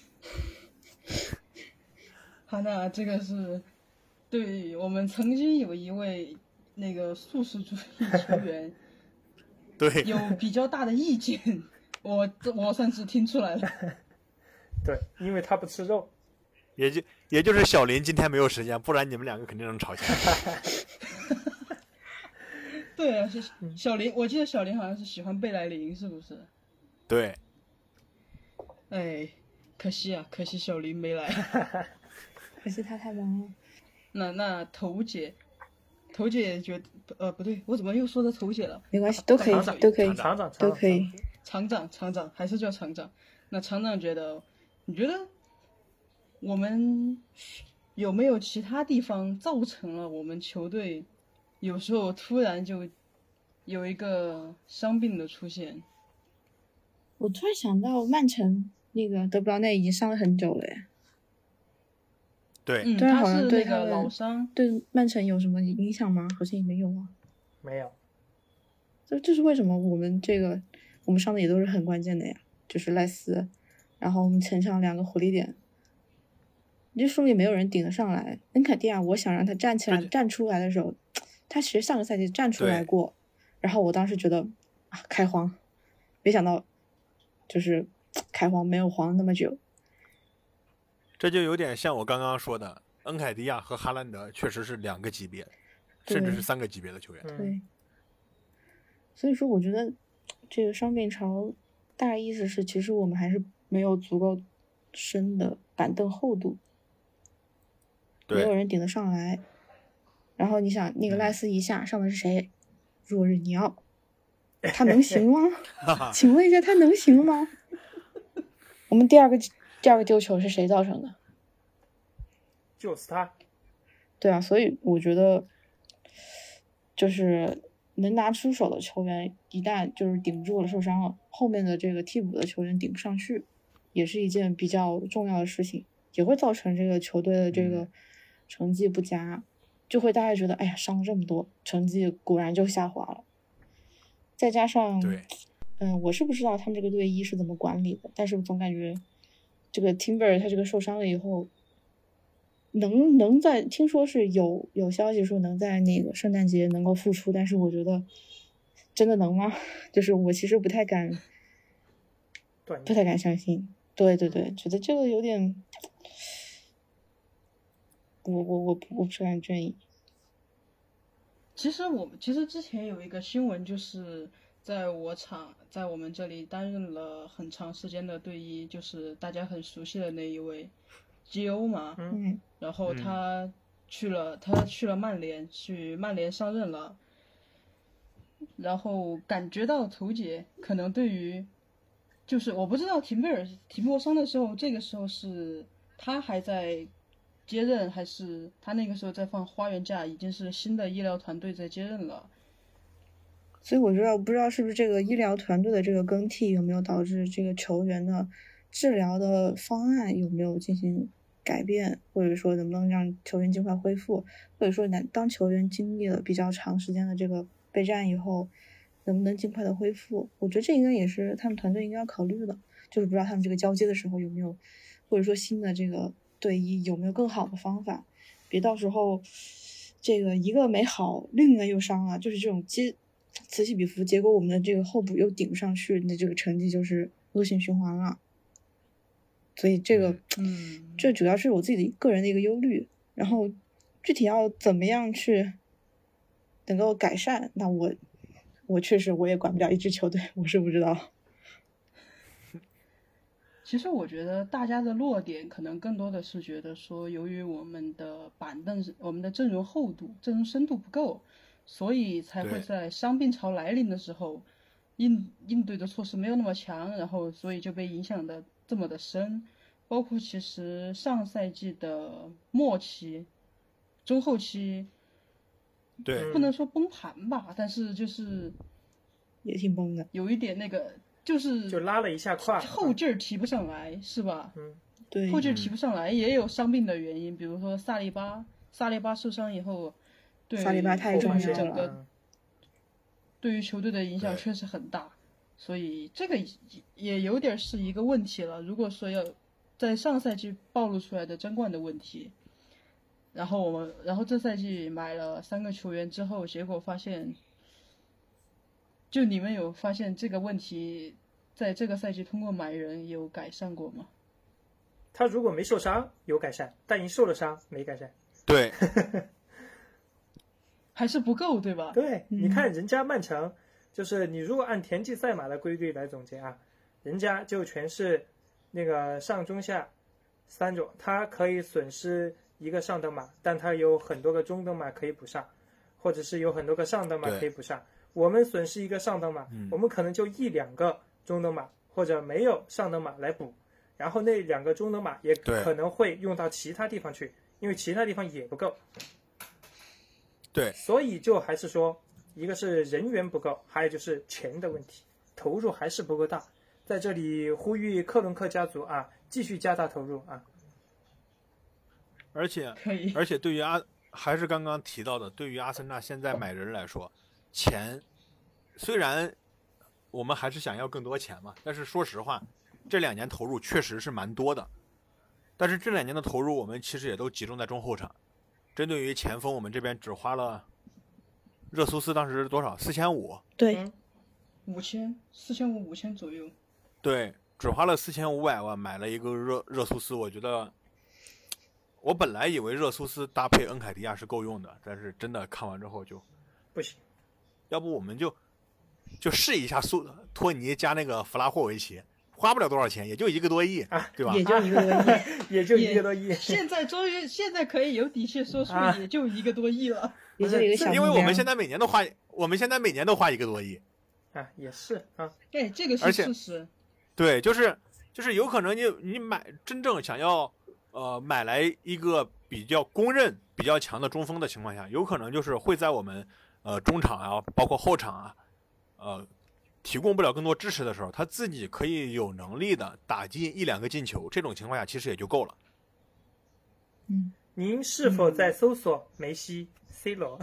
好，那这个是对我们曾经有一位那个素食主义球员， 对， 有比较大的意见。我我算是听出来了， 对，因为他不吃肉， 也就也就是小林今天没有时间，不然你们两个肯定能吵起来。 对啊，小林，我记得小林好像是喜欢贝莱林，是不是？ 对。 哎，可惜啊，可惜小林没来， 可惜他太忙了。 那那头姐，头姐觉得呃不对，我怎么又说的头姐了？ 没关系，都可以，都可以， 厂长都可以。 厂长，厂长还是叫厂长。那厂长觉得，你觉得我们有没有其他地方造成了我们球队有时候突然就有一个伤病的出现？ 我突然想到，曼城那个德布劳内已经伤了很久了耶。 对， 嗯， 他是对那个老伤， 对曼城有什么影响吗？好像也没有啊。 没有。 这这是为什么？我们这个。我们上的也都是很关键的呀，就是赖斯，然后我们前场两个火力点， 这说明没有人顶得上来。恩凯蒂亚，我想让他站起来站出来的时候，他其实上个赛季站出来过，然后我当时觉得啊开荒，没想到就是开荒没有黄那么久。 这就有点像我刚刚说的，恩凯迪亚和哈兰德确实是两个级别，甚至是三个级别的球员。 对，所以说我觉得这个伤病潮大意思是，其实我们还是没有足够深的板凳厚度，没有人顶得上来。然后你想，那个赖斯一下上的是谁？若日尼奥，他能行吗？请问一下，他能行吗？我们第二个第二个丢球是谁造成的？ 就是他。 对啊，所以我觉得就是能拿出手的球员，一旦就是顶住了受伤了，后面的这个替补的球员顶不上去，也是一件比较重要的事情，也会造成这个球队的这个成绩不佳，就会大家觉得，哎呀，伤了这么多，成绩果然就下滑了。再加上，嗯、呃，我是不知道他们这个队医是怎么管理的，但是我总感觉这个 Timber 他这个受伤了以后，能能在听说是有有消息说能在那个圣诞节能够复出，但是我觉得真的能吗？就是我其实不太敢，不太敢相信。对对对，觉得这个有点，我我我我不是很愿意。 其实我们其实之前有一个新闻，就是在我厂在我们这里担任了很长时间的队医，就是大家很熟悉的那一位 G O 嘛， 嗯， 然后他去了、嗯、他去了曼联，去曼联上任了，然后感觉到头姐可能对于，就是我不知道廷贝尔提莫伤的时候，这个时候是他还在接任，还是他那个时候在放花园假，已经是新的医疗团队在接任了。 所以我觉得我不知道是不是这个医疗团队的这个更替有没有导致这个球员的治疗的方案有没有进行改变，或者说能不能让球员尽快恢复，或者说当球员经历了比较长时间的这个备战以后，能不能尽快的恢复，我觉得这应该也是他们团队应该要考虑的，就是不知道他们这个交接的时候有没有，或者说新的这个队医有没有更好的方法，别到时候这个一个没好，另一个又伤了，就是这种接此起彼伏，结果我们的这个候补又顶不上去，那这个成绩就是恶性循环了。所以这个， 嗯， 这主要是我自己的个人的一个忧虑。然后具体要怎么样去能够改善，那我我确实我也管不了一支球队，我是不知道。 其实我觉得大家的落点可能更多的是觉得说，由于我们的板凳、我们的阵容厚度、阵容深度不够，所以才会在伤病潮来临的时候，应应对的措施没有那么强，然后所以就被影响的这么的深。包括其实上赛季的末期、中后期， 对， 不能说崩盘吧，但是就是也挺崩的， 有一点那个。就是就拉了一下胯， 后劲儿提不上来，是吧？ 嗯， 对， 后劲儿提不上来，也有伤病的原因，比如说萨利巴，萨利巴受伤以后，对萨利巴太重要了， 整个对于球队的影响确实很大，所以这个也有点是一个问题了。如果说要在上赛季暴露出来的争冠的问题，然后我们，然后这赛季买了三个球员之后，结果发现。就你们有发现这个问题在这个赛季通过买人有改善过吗？ 他如果没受伤有改善，但一受了伤没改善。 对， 还是不够，对吧？ 对，你看人家曼城，就是你如果按田忌赛马的规律来总结啊，人家就全是那个上中下三种，他可以损失一个上等马，但他有很多个中等马可以补上，或者是有很多个上等马可以补上。我们损失一个上等马、嗯、我们可能就一两个中等马或者没有上等马来补，然后那两个中等马也可能会用到其他地方去，因为其他地方也不够。 对， 所以就还是说一个是人员不够，还有就是钱的问题，投入还是不够大。在这里呼吁克伦克家族啊，继续加大投入啊。 而且可以， 而且对于阿还是刚刚提到的，对于阿森纳现在买人来说，钱虽然我们还是想要更多钱嘛，但是说实话，这两年投入确实是蛮多的。 但是这两年的投入，我们其实也都集中在中后场。针对于前锋，我们这边只花了热苏斯当时多少？四千五。 对， 五千、四千五、五千左右。 对，只花了四千五百万买了一个热热苏斯。我觉得，我本来以为热苏斯搭配恩凯迪亚是够用的，但是真的看完之后就不行。 要不我们就就试一下苏托尼加那个弗拉霍维奇。花不了多少钱，也就一个多亿啊，对吧？ 也就一个多亿， 也就一个多亿。 现在终于，现在可以有底气说出，也就一个多亿了。 也就一个小目标。 因为我们现在每年都花，我们现在每年都花一个多亿。 啊，也是啊。 对，这个是事实。 对，就是就是有可能你你买真正想要呃买来一个比较公认比较强的中锋的情况下，有可能就是会在我们呃中场啊，包括后场啊，呃。提供不了更多支持的时候，他自己可以有能力的打进一两个进球，这种情况下其实也就够了。 嗯， 您是否在搜索梅西、C 罗？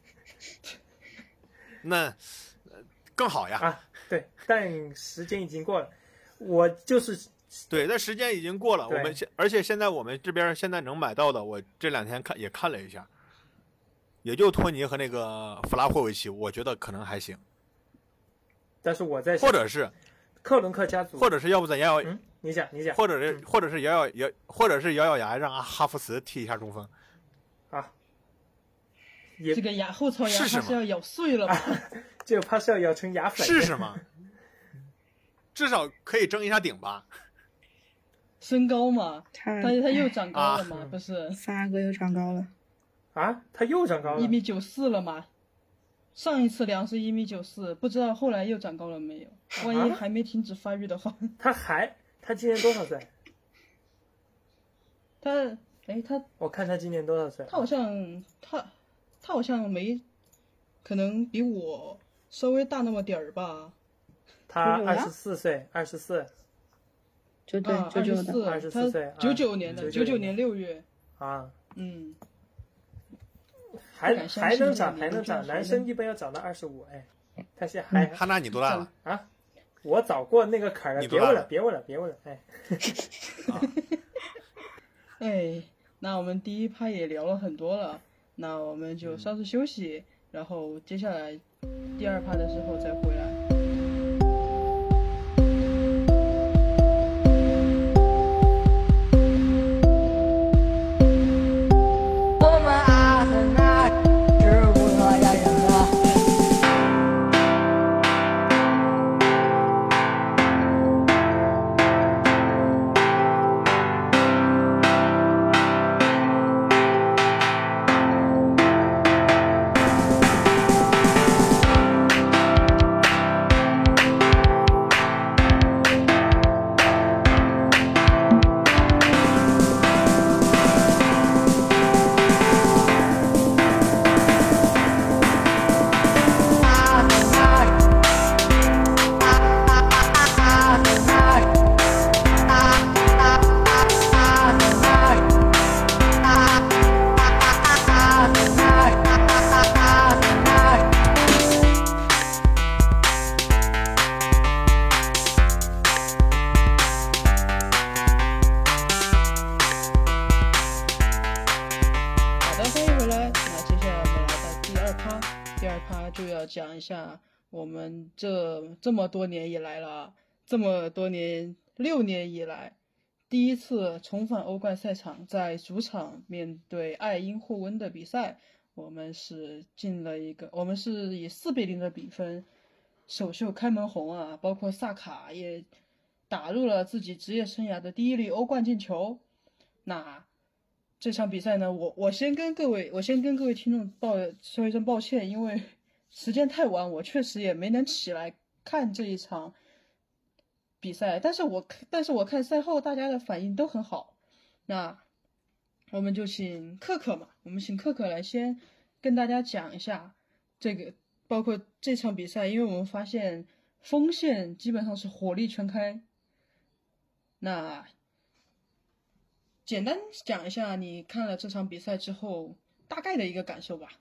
那、呃、更好呀！ 啊，对，但时间已经过了。我就是对，但时间已经过了。我们现而且现在我们这边现在能买到的，我这两天看也看了一下，也就托尼和那个弗拉霍维奇，我觉得可能还行。 但是我在或者是克伦克家族， 或者是要不咱咬咬， 嗯，你讲你讲， 或者是、嗯、或者是咬咬咬，或者是咬咬牙让阿哈弗茨踢一下中锋， 啊， 这个牙后槽牙怕是要咬碎了吧？啊、 这个怕是要咬成牙粉， 试试嘛，至少可以争一下顶吧。 身高嘛， 他他他又长高了嘛，啊、不是？ 三哥又长高了啊？他又长高了， 一米九四了嘛？上一次量是一米九四，不知道后来又长高了没有？万一还没停止发育的话， 啊、他还他今年多少岁？ 他哎他， 我看他今年多少岁？ 他好像他他好像没，可能比我稍微大那么点儿吧。 他二十四岁，二十四， 就对，九九的， 二十四岁， 九九年的，九九年六月啊， 嗯。 还还能长，还能长，男生一般要长到二十五，哎，他现在还。 哈娜，你多大了？ 啊，我早过那个坎了，别问了，别问了，别问了，哎。 啊、 哎，那我们第一趴也聊了很多了，那我们就稍事休息，嗯、然后接下来第二趴的时候再回来。讲一下我们这这么多年以来了，这么多年六年以来，第一次重返欧冠赛场，在主场面对爱因霍温的比赛，我们是进了一个，我们是以四比零的比分首秀开门红啊，包括萨卡也打入了自己职业生涯的第一粒欧冠进球。那这场比赛呢，我我先跟各位，我先跟各位听众报说一声抱歉，因为时间太晚，我确实也没能起来看这一场比赛，但是我但是我看赛后大家的反应都很好。那我们就请克克嘛，我们请克克来先跟大家讲一下这个，包括这场比赛，因为我们发现锋线基本上是火力全开。那简单讲一下你看了这场比赛之后大概的一个感受吧。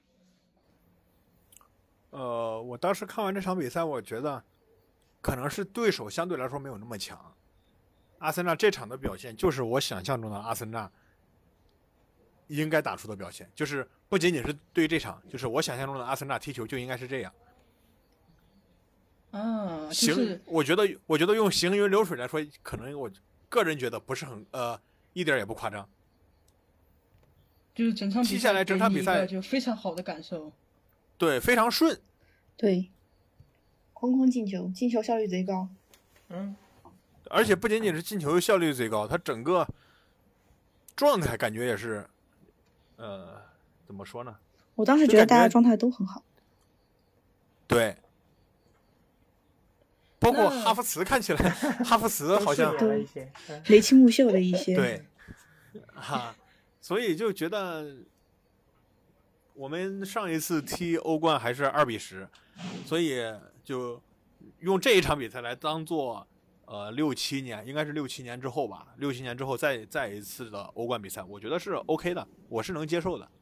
呃，我当时看完这场比赛，我觉得可能是对手相对来说没有那么强， 阿森纳这场的表现就是我想象中的阿森纳应该打出的表现，就是不仅仅是对于这场，就是我想象中的阿森纳踢球就应该是这样。 啊， 行， 就是、 我觉得，我觉得用行云流水来说，可能我个人觉得不是很呃，一点也不夸张。 就是整场比赛踢下来，整场比赛就非常好的感受。 对，非常顺。 对，哐哐进球，进球效率贼高。 嗯， 而且不仅仅是进球效率贼高，他整个状态感觉也是，呃，怎么说呢？ 我当时觉得大家状态都很好。 对。包括哈弗茨看起来，哈弗茨好像对眉清目秀的一些。 对，哈、啊，所以就觉得我们上一次踢欧冠还是二比十，所以就用这一场比赛来当做呃六七年，应该是六七年之后吧，六七年之后再再一次的欧冠比赛，我觉得是 OK 的，我是能接受的。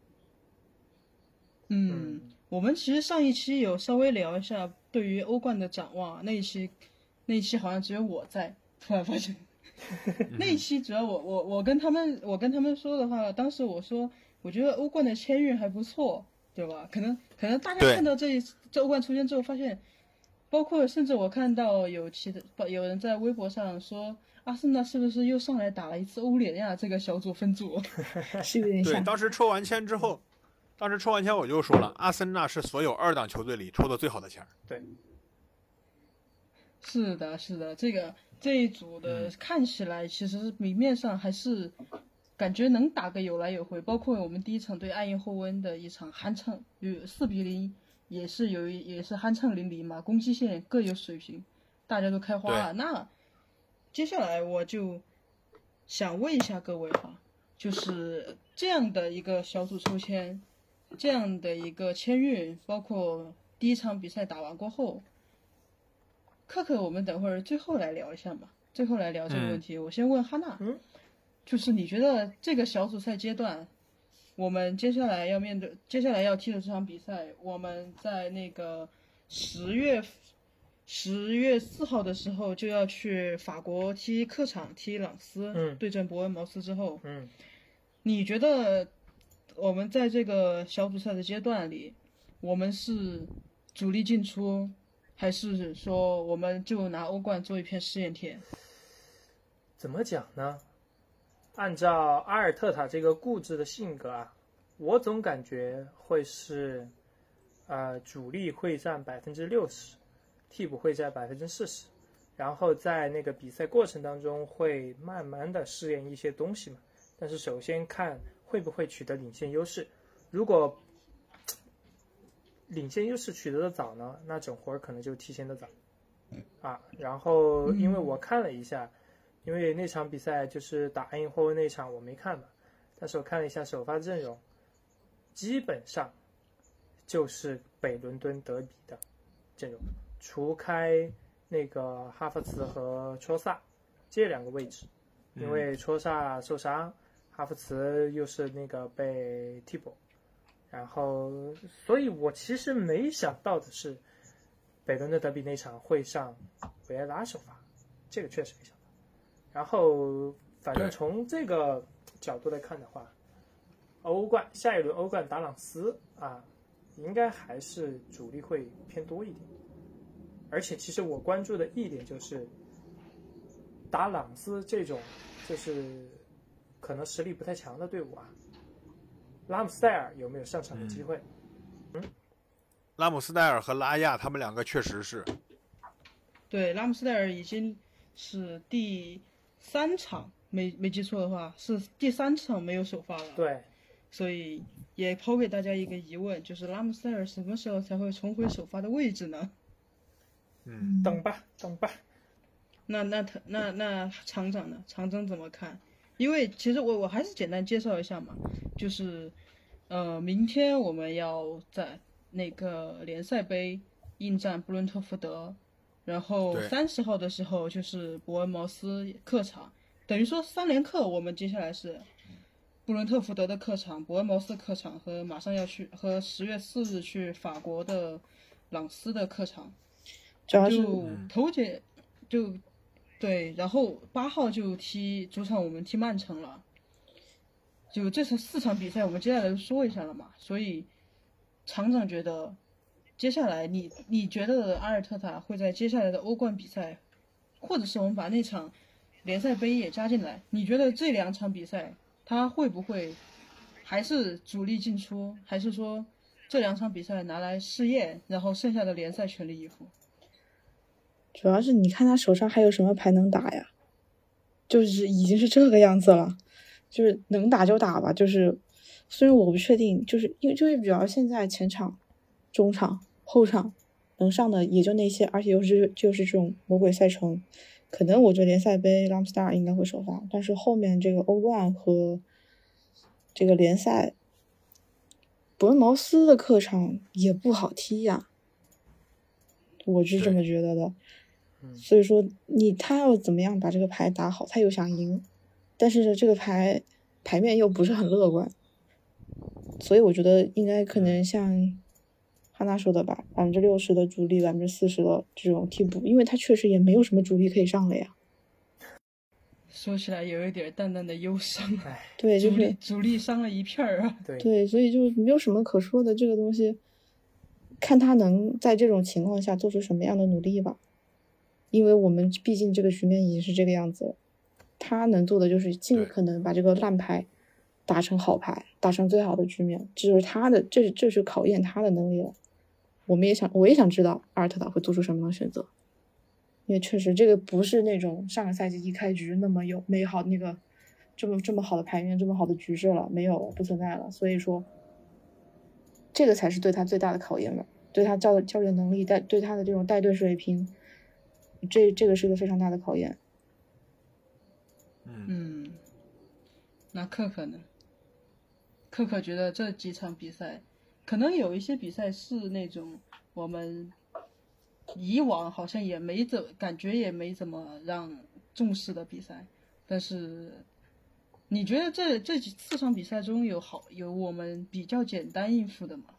嗯，我们其实上一期有稍微聊一下对于欧冠的展望，那一期那一期好像只有我在，突然发现那一期主要我我我跟他们我跟他们说的话，当时我说我觉得欧冠的签运还不错，对吧？可能可能大家看到这这欧冠出现之后，发现包括甚至我看到有其的有人在微博上说，阿森纳是不是又上来打了一次欧联呀？这个小组分组是有点像。 对，当时抽完签之后。当时抽完签我就说了，阿森纳是所有二档球队里抽的最好的签。 对， 是的，是的，这个这一组的看起来其实明面上还是感觉能打个有来有回，包括我们第一场对爱因霍温的一场酣畅，有四比零，也是有也是酣畅淋漓嘛，攻击线各有水平，大家都开花了。那接下来我就想问一下各位哈，就是这样的一个小组抽签。这样的一个签运，包括第一场比赛打完过后，克克，我们等会儿最后来聊一下嘛。最后来聊这个问题，嗯、我先问哈娜， 嗯， 就是你觉得这个小组赛阶段，我们接下来要面对，接下来要踢的这场比赛，我们在那个十月十月四号的时候就要去法国踢客场踢朗斯， 嗯， 对阵伯恩茅斯之后， 嗯， 你觉得？我们在这个小组赛的阶段里，我们是主力进出，还是说我们就拿欧冠做一片试验田？ 怎么讲呢？按照阿尔特塔这个固执的性格啊，我总感觉会是，呃，主力会占百分之六十，替补会占百分之四十，然后在那个比赛过程当中会慢慢的试验一些东西嘛。但是首先看。会不会取得领先优势？如果领先优势取得的早呢，那整活可能就提前的早啊。然后因为我看了一下，因为那场比赛就是打爱因霍温那场我没看嘛，但是我看了一下首发阵容，基本上就是北伦敦德比的阵容，除开那个哈弗茨和戳萨这两个位置，因为戳萨受伤。哈弗茨又是那个被替补，然后，所以我其实没想到的是，北伦敦德比那场会上维埃拉首发，这个确实没想到。然后，反正从这个角度来看的话，欧冠下一轮欧冠打朗斯啊，应该还是主力会偏多一点。而且，其实我关注的一点就是，打朗斯这种就是。可能实力不太强的队伍啊，拉姆斯戴尔有没有上场的机会？ 嗯，拉姆斯戴尔和拉亚他们两个确实是。 对，拉姆斯戴尔已经是第三场，没没记错的话是第三场没有首发了。 对， 所以也抛给大家一个疑问，就是拉姆斯戴尔什么时候才会重回首发的位置呢？ 嗯，等吧，等吧。 那那他那那厂长呢？厂长怎么看？因为其实我我还是简单介绍一下嘛，就是，呃，明天我们要在那个联赛杯应战布伦特福德，然后三十号的时候就是伯恩茅斯客场，等于说三连客。我们接下来是布伦特福德的客场、伯恩茅斯客场和马上要去和十月四日去法国的朗斯的客场。 主要是就头节就。 对，然后八号就踢主场，我们踢曼城了。就这是四场比赛，我们接下来说一下了嘛。所以厂长觉得，接下来你你觉得阿尔特塔会在接下来的欧冠比赛，或者是我们把那场联赛杯也加进来，你觉得这两场比赛他会不会还是主力进出，还是说这两场比赛拿来试验，然后剩下的联赛全力以赴？ 主要是你看他手上还有什么牌能打呀？就是已经是这个样子了，就是能打就打吧。就是虽然我不确定，就是因为就是主要现在前场、中场、后场能上的也就那些，而且又是就是这种魔鬼赛程，可能我觉得联赛杯 Lamstar 应该会首发，但是后面这个欧冠和这个联赛，伯恩茅斯的客场也不好踢呀，我是这么觉得的。所以说你他要怎么样把这个牌打好，他又想赢，但是这个牌牌面又不是很乐观，所以我觉得应该可能像哈娜说的吧，百分之六十的主力，百分之四十的这种替补，因为他确实也没有什么主力可以上了呀。 说起来有一点淡淡的忧伤， 对，就是主力主力伤了一片儿啊。 对对，所以就没有什么可说的，这个东西看他能在这种情况下做出什么样的努力吧。因为我们毕竟这个局面已经是这个样子了，他能做的就是尽可能把这个烂牌打成好牌，打成最好的局面，这就是他的，这这是考验他的能力了。我们也想，我也想知道阿尔特塔会做出什么样的选择，因为确实这个不是那种上个赛季一开局那么有美好那个这么这么好的牌面，这么好的局势了，没有不存在了。所以说，这个才是对他最大的考验吧，对他教教练能力，带对他的这种带队水平。这这个是个非常大的考验。 嗯，那克克呢？克克觉得这几场比赛，可能有一些比赛是那种我们以往好像也没怎感觉也没怎么让重视的比赛，但是你觉得这这四场比赛中有好有我们比较简单应付的吗？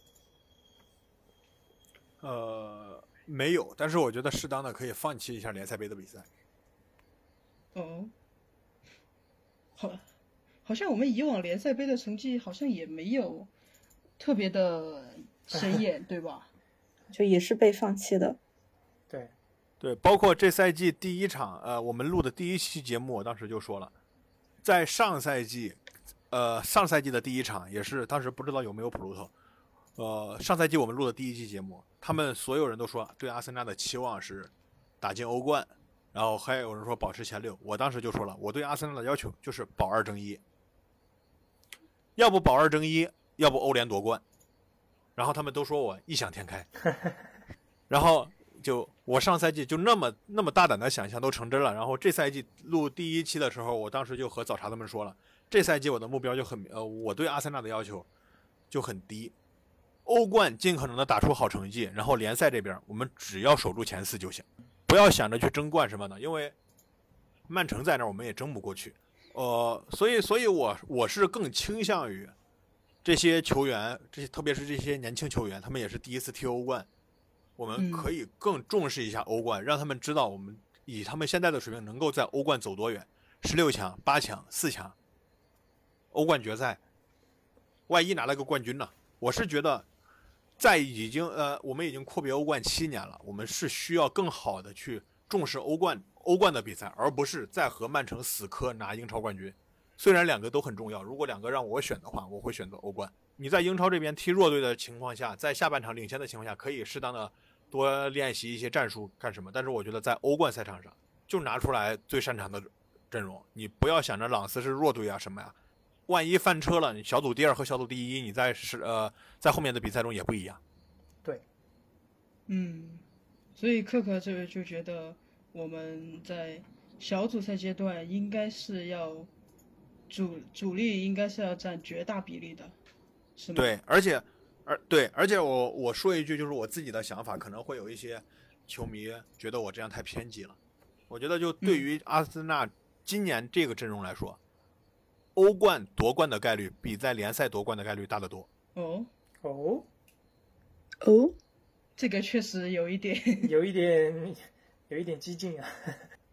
呃。没有，但是我觉得适当的可以放弃一下联赛杯的比赛。 哦，好，好像我们以往联赛杯的成绩好像也没有特别的显眼，对吧？ 就也是被放弃的。 对， 对，包括这赛季第一场，呃，我们录的第一期节目，我当时就说了，在上赛季，呃，上赛季的第一场也是当时不知道有没有普鲁特。呃，上赛季我们录的第一期节目，他们所有人都说对阿森纳的期望是打进欧冠，然后还有人说保持前六。我当时就说了，我对阿森纳的要求就是保二争一，要不保二争一，要不欧联夺冠。然后他们都说我异想天开，然后就我上赛季就那么那么大胆的想象都成真了。然后这赛季录第一期的时候，我当时就和早茶他们说了，这赛季我的目标就很呃，我对阿森纳的要求就很低。欧冠尽可能的打出好成绩，然后联赛这边我们只要守住前四就行，不要想着去争冠什么的，因为曼城在那儿我们也争不过去。呃，所以所以我我是更倾向于这些球员，这些特别是这些年轻球员，他们也是第一次踢欧冠，我们可以更重视一下欧冠，让他们知道我们以他们现在的水平能够在欧冠走多远，十六强、八强、四强、欧冠决赛，万一拿了个冠军呢？我是觉得。在已经呃，我们已经阔别欧冠七年了，我们是需要更好的去重视欧冠欧冠的比赛，而不是再和曼城死磕拿英超冠军。虽然两个都很重要，如果两个让我选的话，我会选择欧冠。你在英超这边踢弱队的情况下，在下半场领先的情况下，可以适当的多练习一些战术干什么？但是我觉得在欧冠赛场上，就拿出来最擅长的阵容，你不要想着朗斯是弱队啊什么呀。万一翻车了，你小组第二和小组第一，你在是呃在后面的比赛中也不一样。 对， 嗯，所以克克这个就觉得我们在小组赛阶段应该是要主主力应该是要占绝大比例的，是吗？ 对，而且而对，而且我我说一句就是我自己的想法，可能会有一些球迷觉得我这样太偏激了。我觉得就对于阿森纳今年这个阵容来说。嗯欧冠夺冠的概率比在联赛夺冠的概率大得多。 哦哦哦， 这个确实有一点， 有一点，有一点激进啊。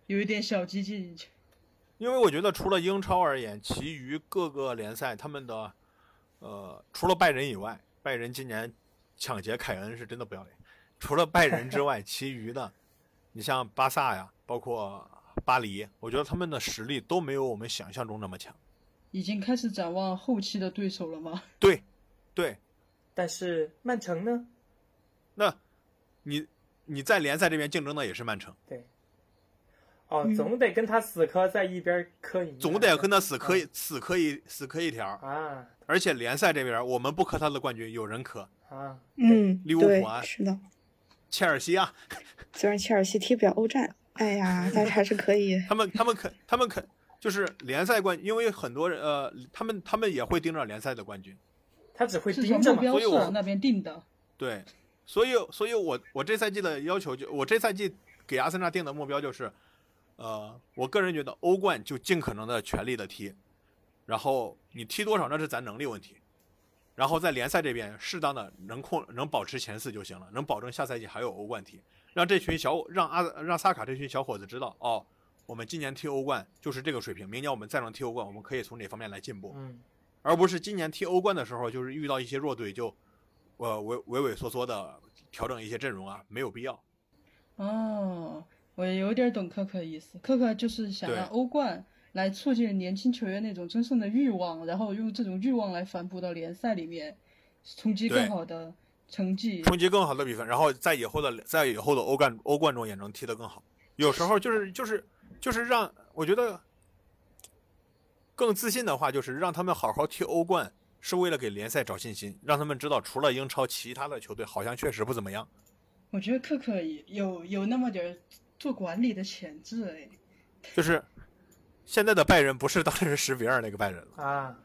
有一点小激进。 因为我觉得除了英超而言，其余各个联赛他们的，呃，除了拜仁以外，拜仁今年抢劫凯恩是真的不要脸。除了拜仁之外，其余的，你像巴萨呀，包括巴黎，我觉得他们的实力都没有我们想象中那么强。 已经开始展望后期的对手了吗？ 对，对。 但是曼城呢？ 那，你你在联赛这边竞争的也是曼城。 对。哦，总得跟他死磕在一边磕一， 总得跟他死磕、嗯、死磕一死磕一条啊！ 而且联赛这边我们不磕他的冠军，有人磕啊。 嗯， 利物浦啊， 是的。 切尔西啊， 虽然切尔西踢不了欧战，哎呀，但是还是可以。 他们他们肯他们肯就是联赛冠，因为很多人呃，他们他们也会盯着联赛的冠军， 他只会盯着嘛， 所以我那边定的。 对，所以所以我我这赛季的要求就，我这赛季给阿森纳定的目标就是。呃，我个人觉得欧冠就尽可能的全力的踢，然后你踢多少那是咱能力问题，然后在联赛这边适当的能控能保持前四就行了，能保证下赛季还有欧冠踢，让这群小让阿让萨卡这群小伙子知道哦，我们今年踢欧冠就是这个水平，明年我们再能踢欧冠，我们可以从哪方面来进步， 嗯， 而不是今年踢欧冠的时候就是遇到一些弱队就呃畏畏畏缩缩的调整一些阵容啊，没有必要。 哦。我也有点懂科科意思，科科就是想让欧冠来促进年轻球员那种争胜的欲望，然后用这种欲望来反哺到联赛里面，冲击更好的成绩， 冲击更好的比分，然后在以后的在以后的欧冠欧冠中也能踢得更好。有时候就是就是就是让我觉得更自信的话，就是让他们好好踢欧冠，是为了给联赛找信心，让他们知道除了英超，其他的球队好像确实不怎么样。 我觉得科科有有那么点做管理的潜质哎， 就是现在的拜仁不是当时十比二那个拜仁了啊。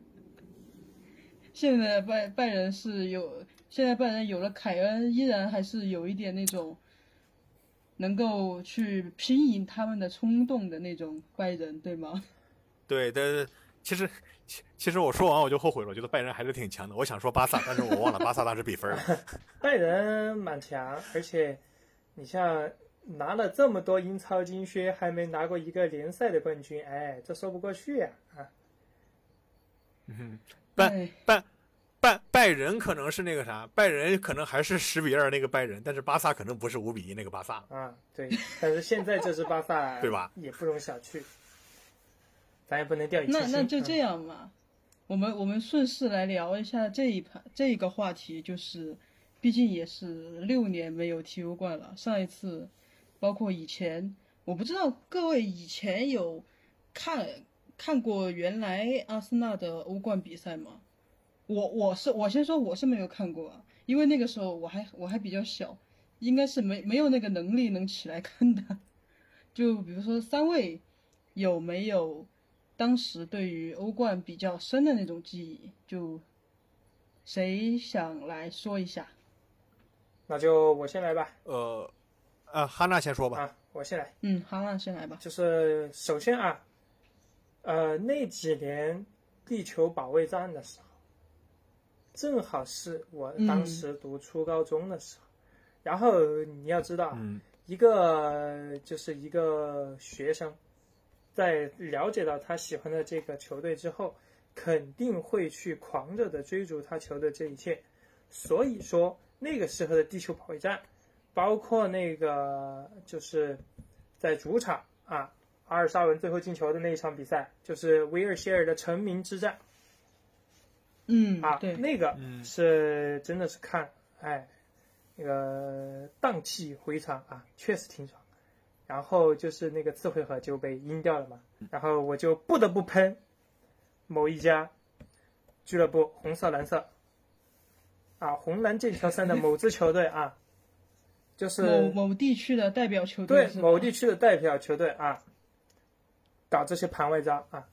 现在拜拜仁是有，现在拜仁有了凯恩，依然还是有一点那种能够去拼赢他们的冲动的那种拜仁，对吗？ 对，但其实其实我说完我就后悔了，我觉得拜仁还是挺强的。我想说巴萨，但是我忘了巴萨当时比分了。 拜仁蛮强，而且你像。拿了这么多英超金靴，还没拿过一个联赛的冠军，哎，这说不过去呀！啊， 嗯，拜拜拜拜仁可能是那个啥，拜仁可能还是十比二那个拜仁，但是巴萨可能不是五比一那个巴萨啊。对，但是现在这支巴萨， 对吧？ 也不容小觑，咱也不能掉以轻心。 那那就这样嘛，嗯、我们我们顺势来聊一下这一盘这一个话题，就是毕竟也是六年没有踢欧冠了，上一次。包括以前，我不知道各位以前有看看过原来阿森纳的欧冠比赛吗？我我是我先说我是没有看过啊，因为那个时候我还我还比较小，应该是没没有那个能力能起来看的。就比如说三位有没有当时对于欧冠比较深的那种记忆？就谁想来说一下？ 那就我先来吧。 呃。啊，哈娜先说吧。 啊，我先来。 嗯，哈娜先来吧。 就是首先啊，呃，那几年地球保卫战的时候，正好是我当时读初高中的时候。嗯、然后你要知道， 嗯、 一个就是一个学生，在了解到他喜欢的这个球队之后，肯定会去狂热的追逐他球队这一切。所以说，那个时候的地球保卫战。包括那个就是在主场啊，阿尔沙文最后进球的那一场比赛，就是威尔希尔的成名之战。 嗯， 啊， 对， 那个是真的是看，哎，那个荡气回肠啊，确实挺爽。然后就是那个次回合就被阴掉了嘛，然后我就不得不喷某一家俱乐部，红色蓝色啊，红蓝剑桥三的某支球队啊。就是某某地区的代表球队， 对某地区的代表球队啊，搞这些盘外招啊，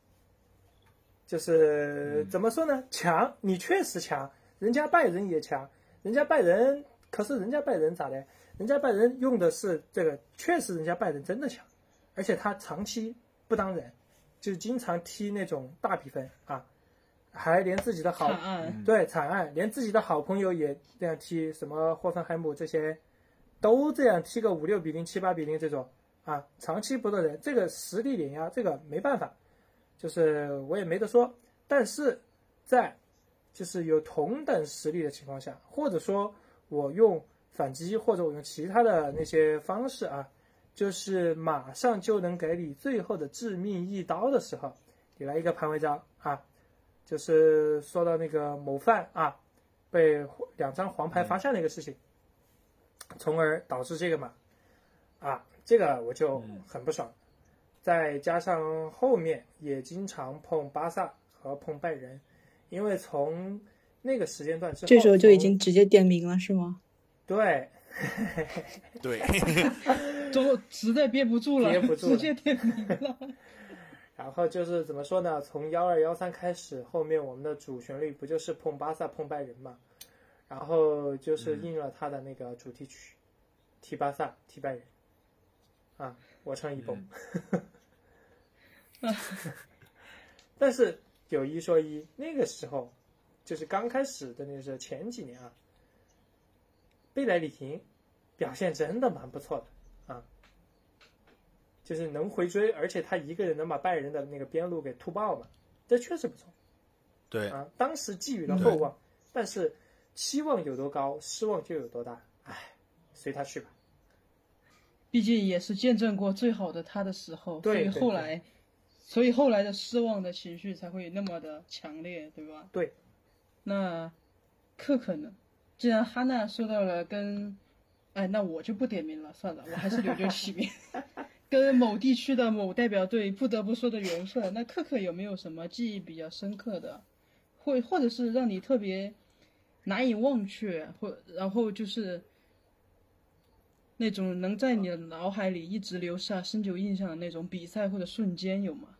就是怎么说呢？强，你确实强，人家拜仁也强，人家拜仁，可是人家拜仁咋的？人家拜仁用的是这个，确实人家拜仁真的强，而且他长期不当人，就经常踢那种大比分啊，还连自己的好惨案， 对惨案，连自己的好朋友也这样踢，什么霍芬海姆这些。都这样踢个五六比零、七八比零这种， 啊，长期不得人，这个实力碾压，这个没办法，就是我也没得说。但是在就是有同等实力的情况下，或者说我用反击，或者我用其他的那些方式啊，就是马上就能给你最后的致命一刀的时候，你来一个盘尾招啊，就是说到那个某犯啊被两张黄牌罚下那个事情，从而导致这个马啊，这个我就很不爽。再加上后面也经常碰巴萨和碰拜仁，因为从那个时间段之后， 这时候就已经直接点名了是吗？ 对对都实在憋不住了， 憋不住了直接点名了。 然后就是怎么说呢，从幺二幺三开始，后面我们的主旋律不就是碰巴萨碰拜仁嘛，然后就是应了他的那个主题曲，踢巴萨踢拜仁啊，我唱一崩。 嗯但是有一说一，那个时候就是刚开始的那个时候，前几年啊，贝莱里廷表现真的蛮不错的啊，就是能回追，而且他一个人能把拜仁的那个边路给突爆嘛，这确实不错。 对啊，当时寄予了厚望，但是期望有多高，失望就有多大，唉，随他去吧。 毕竟也是见证过最好的他的时候， 对， 所以后来，所以后来的失望的情绪才会那么的强烈，对吧？ 对。 那克克呢？既然哈娜说到了跟，哎，那我就不点名了，算了，我还是留着起名。跟某地区的某代表队不得不说的缘分，那克克有没有什么记忆比较深刻的，或或者是让你特别难以忘却，或然后就是那种能在你的脑海里一直留下深久印象的那种比赛或者瞬间有吗？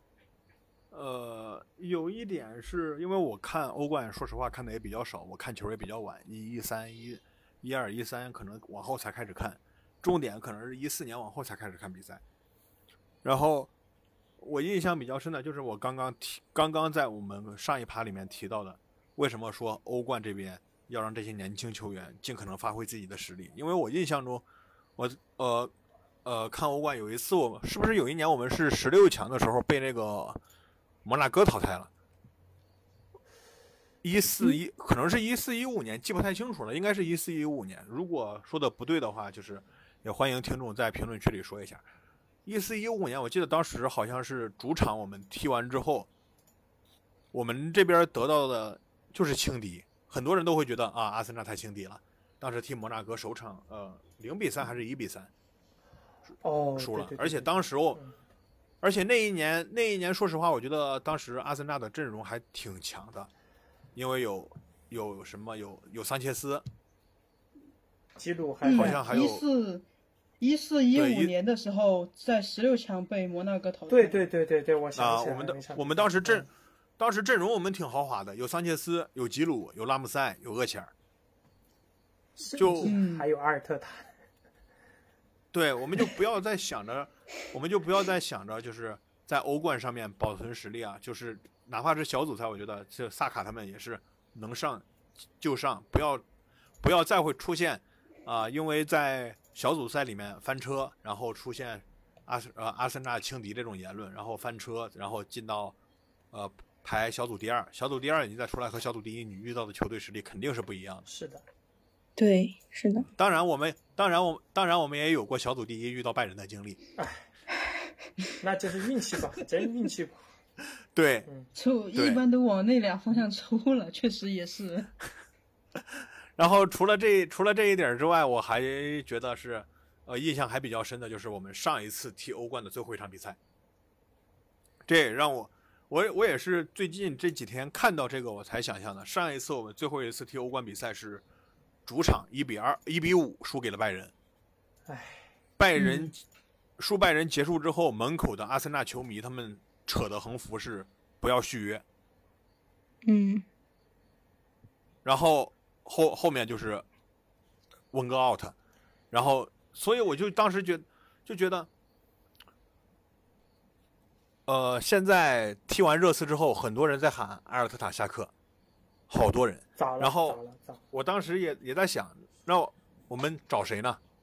呃，有一点是因为我看欧冠，说实话看的也比较少，我看球也比较晚，一一三一一二一三可能往后才开始看，重点可能是一四年往后才开始看比赛。然后我印象比较深的就是我刚刚提，刚刚在我们上一趴里面提到的，为什么说欧冠这边要让这些年轻球员尽可能发挥自己的实力？因为我印象中，我呃呃看欧冠有一次，我们是不是有一年我们是十六强的时候被那个摩纳哥淘汰了？一四一可能是一四一五年，记不太清楚了，应该是一四一五年。如果说的不对的话，就是也欢迎听众在评论区里说一下。一四一五年，我记得当时好像是主场，我们踢完之后，我们这边得到的就是轻敌，很多人都会觉得啊，阿森纳太轻敌了。当时踢摩纳哥首场，呃，零比三还是一比三， 哦， 输了。 对对对对而且当时我，嗯、而且那一年那一年，说实话，我觉得当时阿森纳的阵容还挺强的，因为有有什么有有桑切斯， 记录还好像还有。 一四一四一五年的时候，在十六强被摩纳哥淘汰。 对对对对对，我想起来了。 啊，我们的我们当时阵，当时阵容我们挺豪华的，有桑切斯，有吉鲁，有拉姆塞，有厄齐尔，就还有阿尔特塔。 对，我们就不要再想着，我们就不要再想着，就是在欧冠上面保存实力啊，就是哪怕是小组赛，我觉得这萨卡他们也是能上就上，不要不要再会出现啊、呃，因为在小组赛里面翻车，然后出现阿呃阿森纳轻敌这种言论，然后翻车，然后进到呃排小组第二，小组第二你再出来和小组第一，你遇到的球队实力肯定是不一样的。 是的， 对，是的。 当然我们当然我当然我们也有过小组第一遇到拜仁的经历。 哎，那就是运气吧，真运气吧。 对， 抽一般都往那俩方向抽了，确实也是。 然后除了这除了这一点之外，我还觉得是，呃，印象还比较深的就是我们上一次踢欧冠的最后一场比赛。这也让我，我我也是最近这几天看到这个我才想象的。上一次我们最后一次踢欧冠比赛是主场一比二、一比五输给了拜仁。 唉， 拜仁、嗯、输拜仁结束之后，门口的阿森纳球迷他们扯的横幅是不要续约。 嗯。 然后。后后面就是温格 out， 然后所以我就当时觉就觉得，呃，现在踢完热刺之后，很多人在喊阿尔特塔下课，好多人。然后我当时也也在想，那我们找谁呢？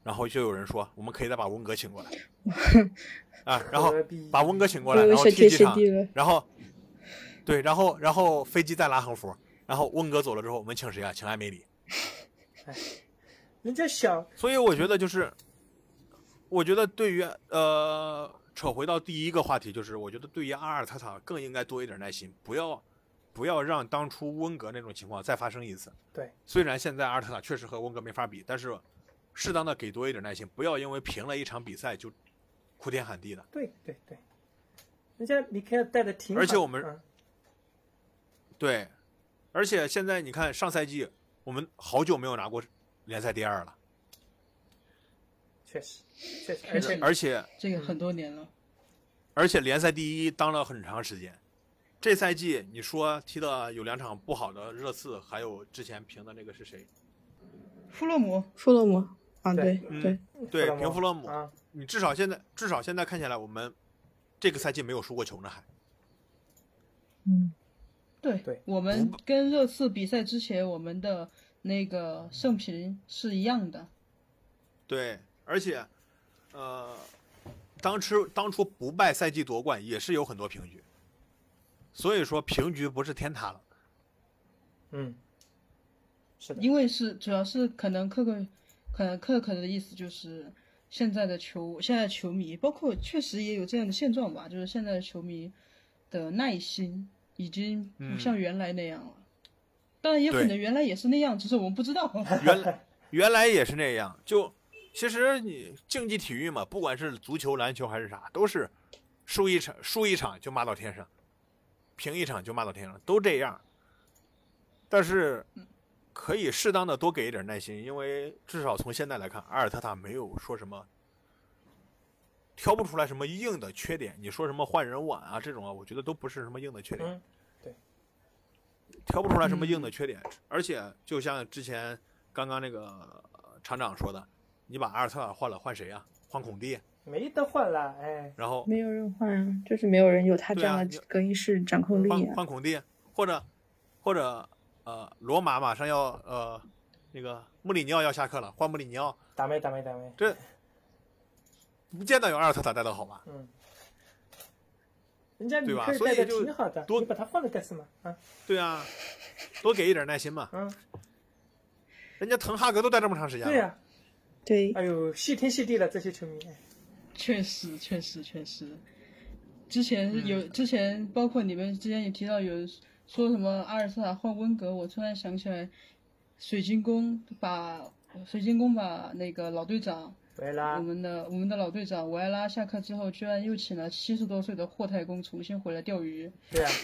然后就有人说我们可以再把温格请过来啊，然后把温格请过来，然后踢几场，然后对，然后然后飞机再拉横幅，然后温格走了之后，我们请谁啊？请艾梅里。 哎，人家小， 所以我觉得就是，我觉得对于呃，扯回到第一个话题，就是我觉得对于阿尔特塔更应该多一点耐心，不要不要让当初温格那种情况再发生一次。 对， 虽然现在阿尔特塔确实和温格没法比，但是适当的给多一点耐心，不要因为平了一场比赛就哭天喊地的。 对对对，人家米凯尔带的挺好， 而且我们、 嗯、 对，而且现在你看上赛季我们好久没有拿过联赛第二了。 确实，确实，而且而且这个很多年了， 而且联赛第一当了很长时间。这赛季你说踢的有两场不好的热刺，还有之前平的那个是谁？ 富勒姆， 富勒姆啊，对对对对，平富勒姆啊， 你至少现在至少现在看起来，我们这个赛季没有输过球呢，还。 嗯， 对对， 我们跟热刺比赛之前，我们的那个胜平是一样的。 对，而且，呃，当初当初不败赛季夺冠也是有很多平局，所以说平局不是天塌了。 嗯，是的， 因为是主要是可能克克，可能克克的意思就是现在的球现在的球迷，包括确实也有这样的现状吧，就是现在的球迷的耐心已经不像原来那样了。嗯、当然也可能原来也是那样，只是我们不知道。 原来原来也是那样，就。其实你竞技体育嘛，不管是足球、篮球还是啥，都是输一场输一场就骂到天上，平一场就骂到天上，都这样。但是可以适当的多给一点耐心，因为至少从现在来看，阿尔特塔没有说什么挑不出来什么硬的缺点。你说什么换人晚啊这种啊，我觉得都不是什么硬的缺点。 嗯，对， 挑不出来什么硬的缺点。嗯、而且就像之前刚刚那个厂长说的。你把阿尔特塔换了，换谁啊？换孔蒂？ 没得换了，哎。 然后没有人换啊，就是没有人有他这样的更衣室掌控力啊。换换孔蒂，或者或者呃，罗马马上要呃那个穆里尼奥要下课了，换穆里尼奥。 打没打没打没。 这不见得有阿尔特塔带的好吧？ 嗯。人家米克尔带的挺好的， 你把他换了干什么啊？ 对啊，多给一点耐心嘛。 嗯。 人家滕哈格都待这么长时间了。 对呀、啊。 对， 哎呦，谢天谢地了，这些球迷。 确实，确实，确实。之前有，嗯、之前包括你们之前也提到有说什么阿尔特塔换温格，我突然想起来，水晶宫把水晶宫把那个老队长， 维拉， 我们的我们的老队长维埃拉下课之后，居然又请了七十多岁的霍太公重新回来钓鱼。 对啊。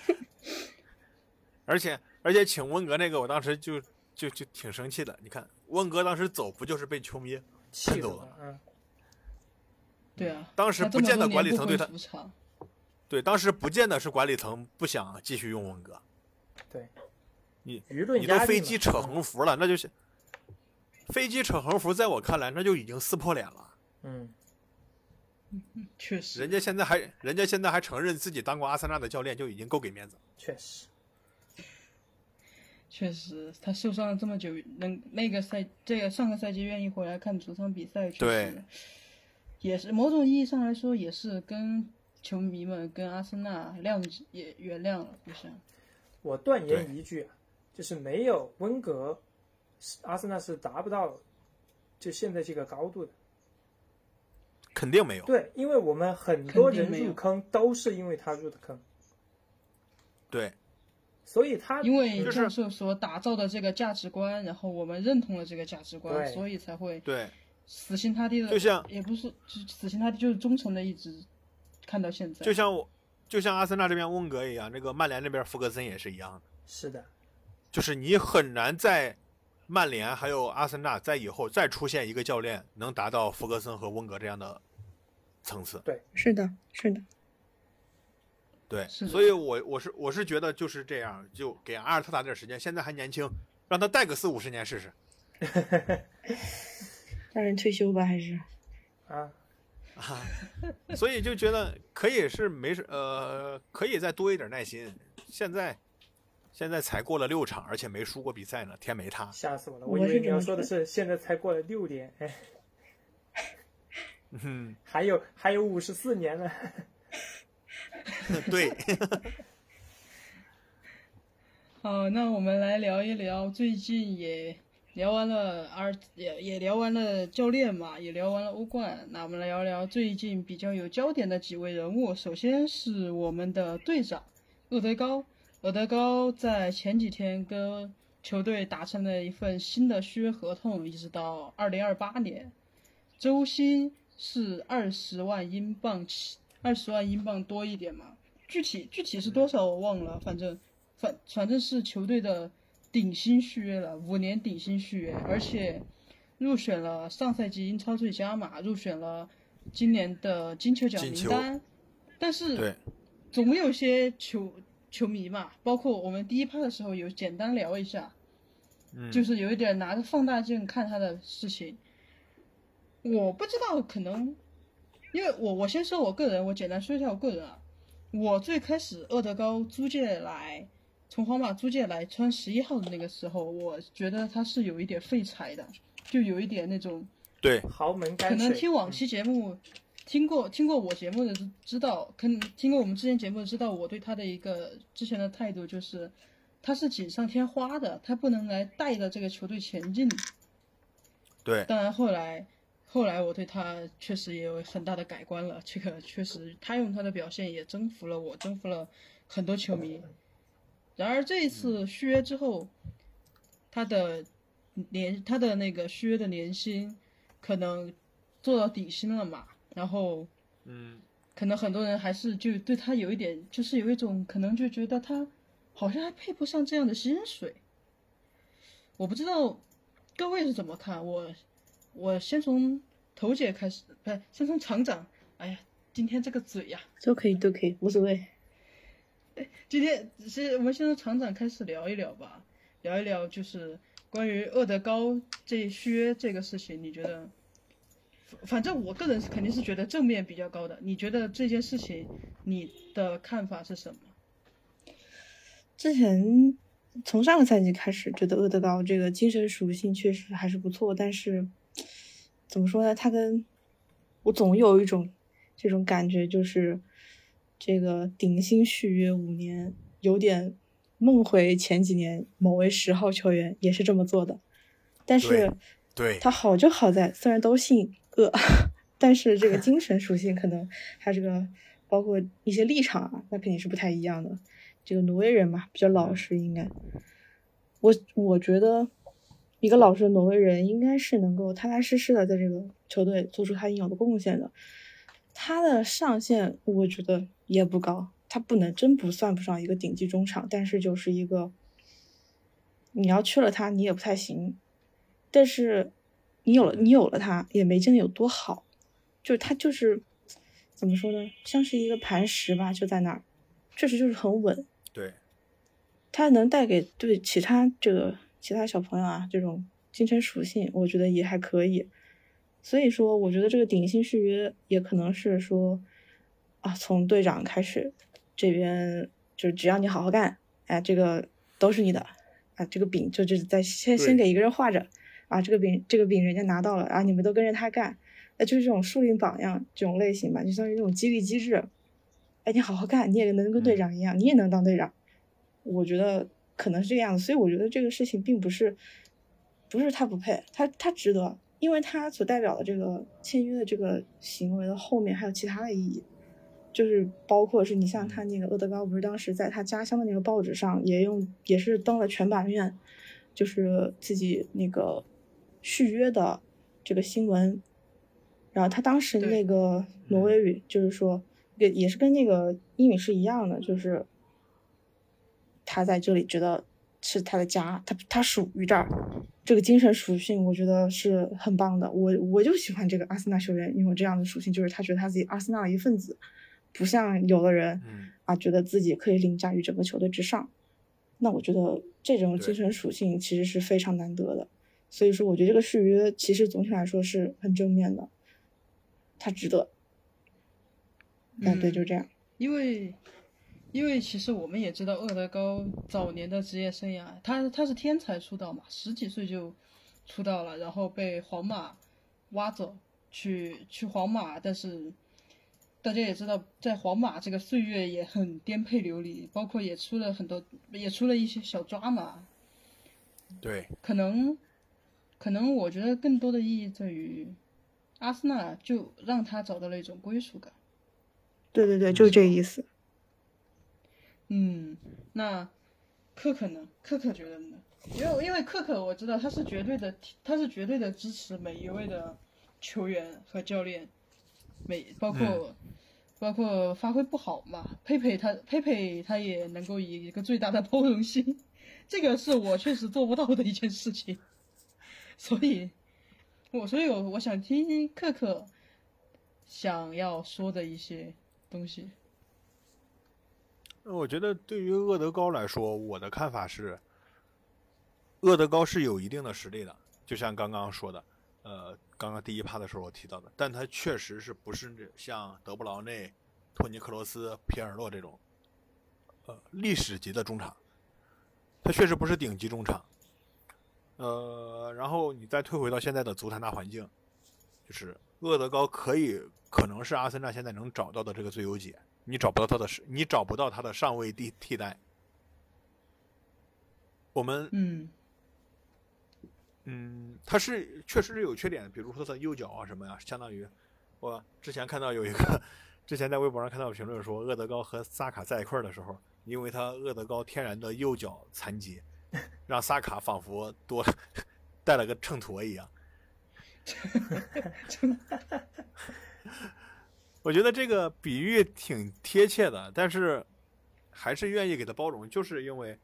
而且而且请温格那个，我当时就。就就挺生气的，你看温格当时走不就是被球迷气走了？ 嗯， 对啊， 当时不见得管理层对他， 他对，当时不见得是管理层不想继续用温格。 对， 你舆论你都飞机扯横幅了，那就是飞机扯横幅，在我看来那就已经撕破脸了。 嗯， 确实， 人家现在还人家现在还承认自己当过阿森纳的教练，就已经够给面子。 确实。 确实，他受伤了这么久，能那个赛这个上个赛季愿意回来看主场比赛，确实也是某种意义上来说，也是跟球迷们跟阿森纳谅解也原谅了，不像。 我断言一句啊，就是没有温格，阿森纳是达不到就现在这个高度的。 肯定没有。 对，因为我们很多人入坑都是因为他入的坑。 对。 所以他因为教授所打造的这个价值观，然后我们认同了这个价值观，所以才会对死心塌地的， 就像也不是死心塌地，就是忠诚的一直看到现在。 就像我，就像阿森纳这边温格一样，这个曼联这边福格森也是一样的。 是的， 就是你很难在曼联还有阿森纳在以后再出现一个教练能达到福格森和温格这样的层次。 对， 是的，是的。 对，所以我我是我是觉得就是这样，就给阿尔特塔点时间，现在还年轻，让他带个四五十年试试。 让人退休吧，还是啊啊，所以就觉得可以是没事，呃，可以再多一点耐心。现在现在才过了六场，而且没输过比赛呢，天没塌。 吓死我了！我以为你要说的是现在才过了六点，哎。 嗯， 还有还有五十四年呢。 对。 好，那我们来聊一聊，最近也聊完了 R， 也也聊完了教练嘛，也聊完了欧冠。那我们来聊聊最近比较有焦点的几位人物。首先是我们的队长厄德高，厄德高在前几天跟球队达成了一份新的续约合同，一直到二零二八年，周薪是二十万英镑起，二十万英镑多一点嘛，具体具体是多少我忘了，反正反反正是球队的顶薪续约了，五年顶薪续约，而且入选了上赛季英超最佳嘛，入选了今年的金球奖名单。但是总有些球球迷嘛，包括我们第一趴的时候有简单聊一下， 嗯， 就是有一点拿着放大镜看他的事情。我不知道，可能因为我我先说我个人，我简单说一下我个人啊。我最开始厄德高租借来，从皇马租借来穿十一号的那个时候，我觉得他是有一点废柴的，就有一点那种对豪门干水。可能听往期节目，嗯、听过听过我节目的知道，可能听过我们之前节目的知道，我对他的一个之前的态度就是，他是锦上添花的，他不能来带着这个球队前进。 对。 当然后来。后来我对他确实也有很大的改观了，这个确实他用他的表现也征服了我，征服了很多球迷。然而这一次续约之后，他的年他的那个续约的年薪可能做到底薪了嘛，然后嗯， 可能很多人还是就对他有一点，就是有一种可能就觉得他好像还配不上这样的薪水。我不知道各位是怎么看，我。我先从头姐开始，不是先从厂长。哎呀，今天这个嘴呀， 都可以，都可以，无所谓。 今天是我们先从厂长开始聊一聊吧，聊一聊就是关于厄德高这续约这个事情，你觉得？反正我个人肯定是觉得正面比较高的。你觉得这件事情你的看法是什么？ 之前从上个赛季开始，觉得厄德高这个精神属性确实还是不错，但是。怎么说呢？他跟我总有一种这种感觉，就是这个顶薪续约五年，有点梦回前几年某位十号球员也是这么做的。但是， 对他好就好在，虽然都姓厄，但是这个精神属性可能还这个包括一些立场啊，那肯定是不太一样的。这个挪威人嘛，比较老实，应该我我觉得。一个老实的挪威人应该是能够踏踏实实的在这个球队做出他应有的贡献的。他的上限我觉得也不高，他不能真不算不上一个顶级中场，但是就是一个你要缺了他你也不太行，但是你有了你有了他也没真的有多好，就是他就是怎么说呢，像是一个磐石吧，就在那儿，确实就是很稳。 对， 他能带给对其他这个。其他小朋友啊，这种精神属性我觉得也还可以，所以说我觉得这个顶薪续约也可能是说啊，从队长开始这边就是只要你好好干，哎，这个都是你的啊，这个饼就就是在先先给一个人画着啊，这个饼这个饼人家拿到了啊，你们都跟着他干，哎，就是这种树立榜样这种类型吧，就像于这种激励机制，哎，你好好干，你也能跟队长一样，你也能当队长，我觉得。可能是这个样子，所以我觉得这个事情并不是，不是他不配，他他值得，因为他所代表的这个签约的这个行为的后面还有其他的意义，就是包括是你像他那个厄德高，不是当时在他家乡的那个报纸上也用也是登了全版面，就是自己那个续约的这个新闻，然后他当时那个挪威语就是说，也也是跟那个英语是一样的，就是。他在这里觉得是他的家，他他属于这儿，这个精神属性我觉得是很棒的。我我就喜欢这个阿森纳球员拥有这样的属性，就是他觉得他自己阿森纳的一份子，不像有的人啊觉得自己可以凌驾于整个球队之上。那我觉得这种精神属性其实是非常难得的，所以说我觉得这个续约其实总体来说是很正面的，他值得。嗯，对，就这样。 因为。因为其实我们也知道厄德高早年的职业生涯，他他是天才出道嘛，十几岁就出道了，然后被皇马挖走， 去去皇马，但是大家也知道，在皇马这个岁月也很颠沛流离，包括也出了很多，也出了一些小抓马。 对， 可能可能我觉得更多的意义在于，阿森纳就让他找到了一种归属感。 对对对，就是这个意思。 嗯，那克克呢？克克觉得呢？因为因为克克我知道他是绝对的，他是绝对的支持每一位的球员和教练，每包括、嗯、包括发挥不好嘛，佩佩他佩佩他也能够以一个最大的包容心，这个是我确实做不到的一件事情，所以我所以我我想听听克克想要说的一些东西。 我觉得对于厄德高来说，我的看法是，厄德高是有一定的实力的，就像刚刚说的，呃，刚刚第一趴的时候我提到的，但他确实是不是像德布劳内、托尼克罗斯、皮尔洛这种，呃，历史级的中场，他确实不是顶级中场。呃，然后你再退回到现在的足坛大环境，就是厄德高可以可能是阿森纳现在能找到的这个最优解。你找不到他的，你找不到他的上位替替代。我们， 嗯， 嗯，他是确实是有缺点，比如说他的右脚啊什么呀，相当于我之前看到有一个，之前在微博上看到评论说，厄德高和萨卡在一块儿的时候，因为他厄德高天然的右脚残疾，让萨卡仿佛多带了个秤砣一样。我觉得这个比喻挺贴切的，但是还是愿意给他包容，就是因为，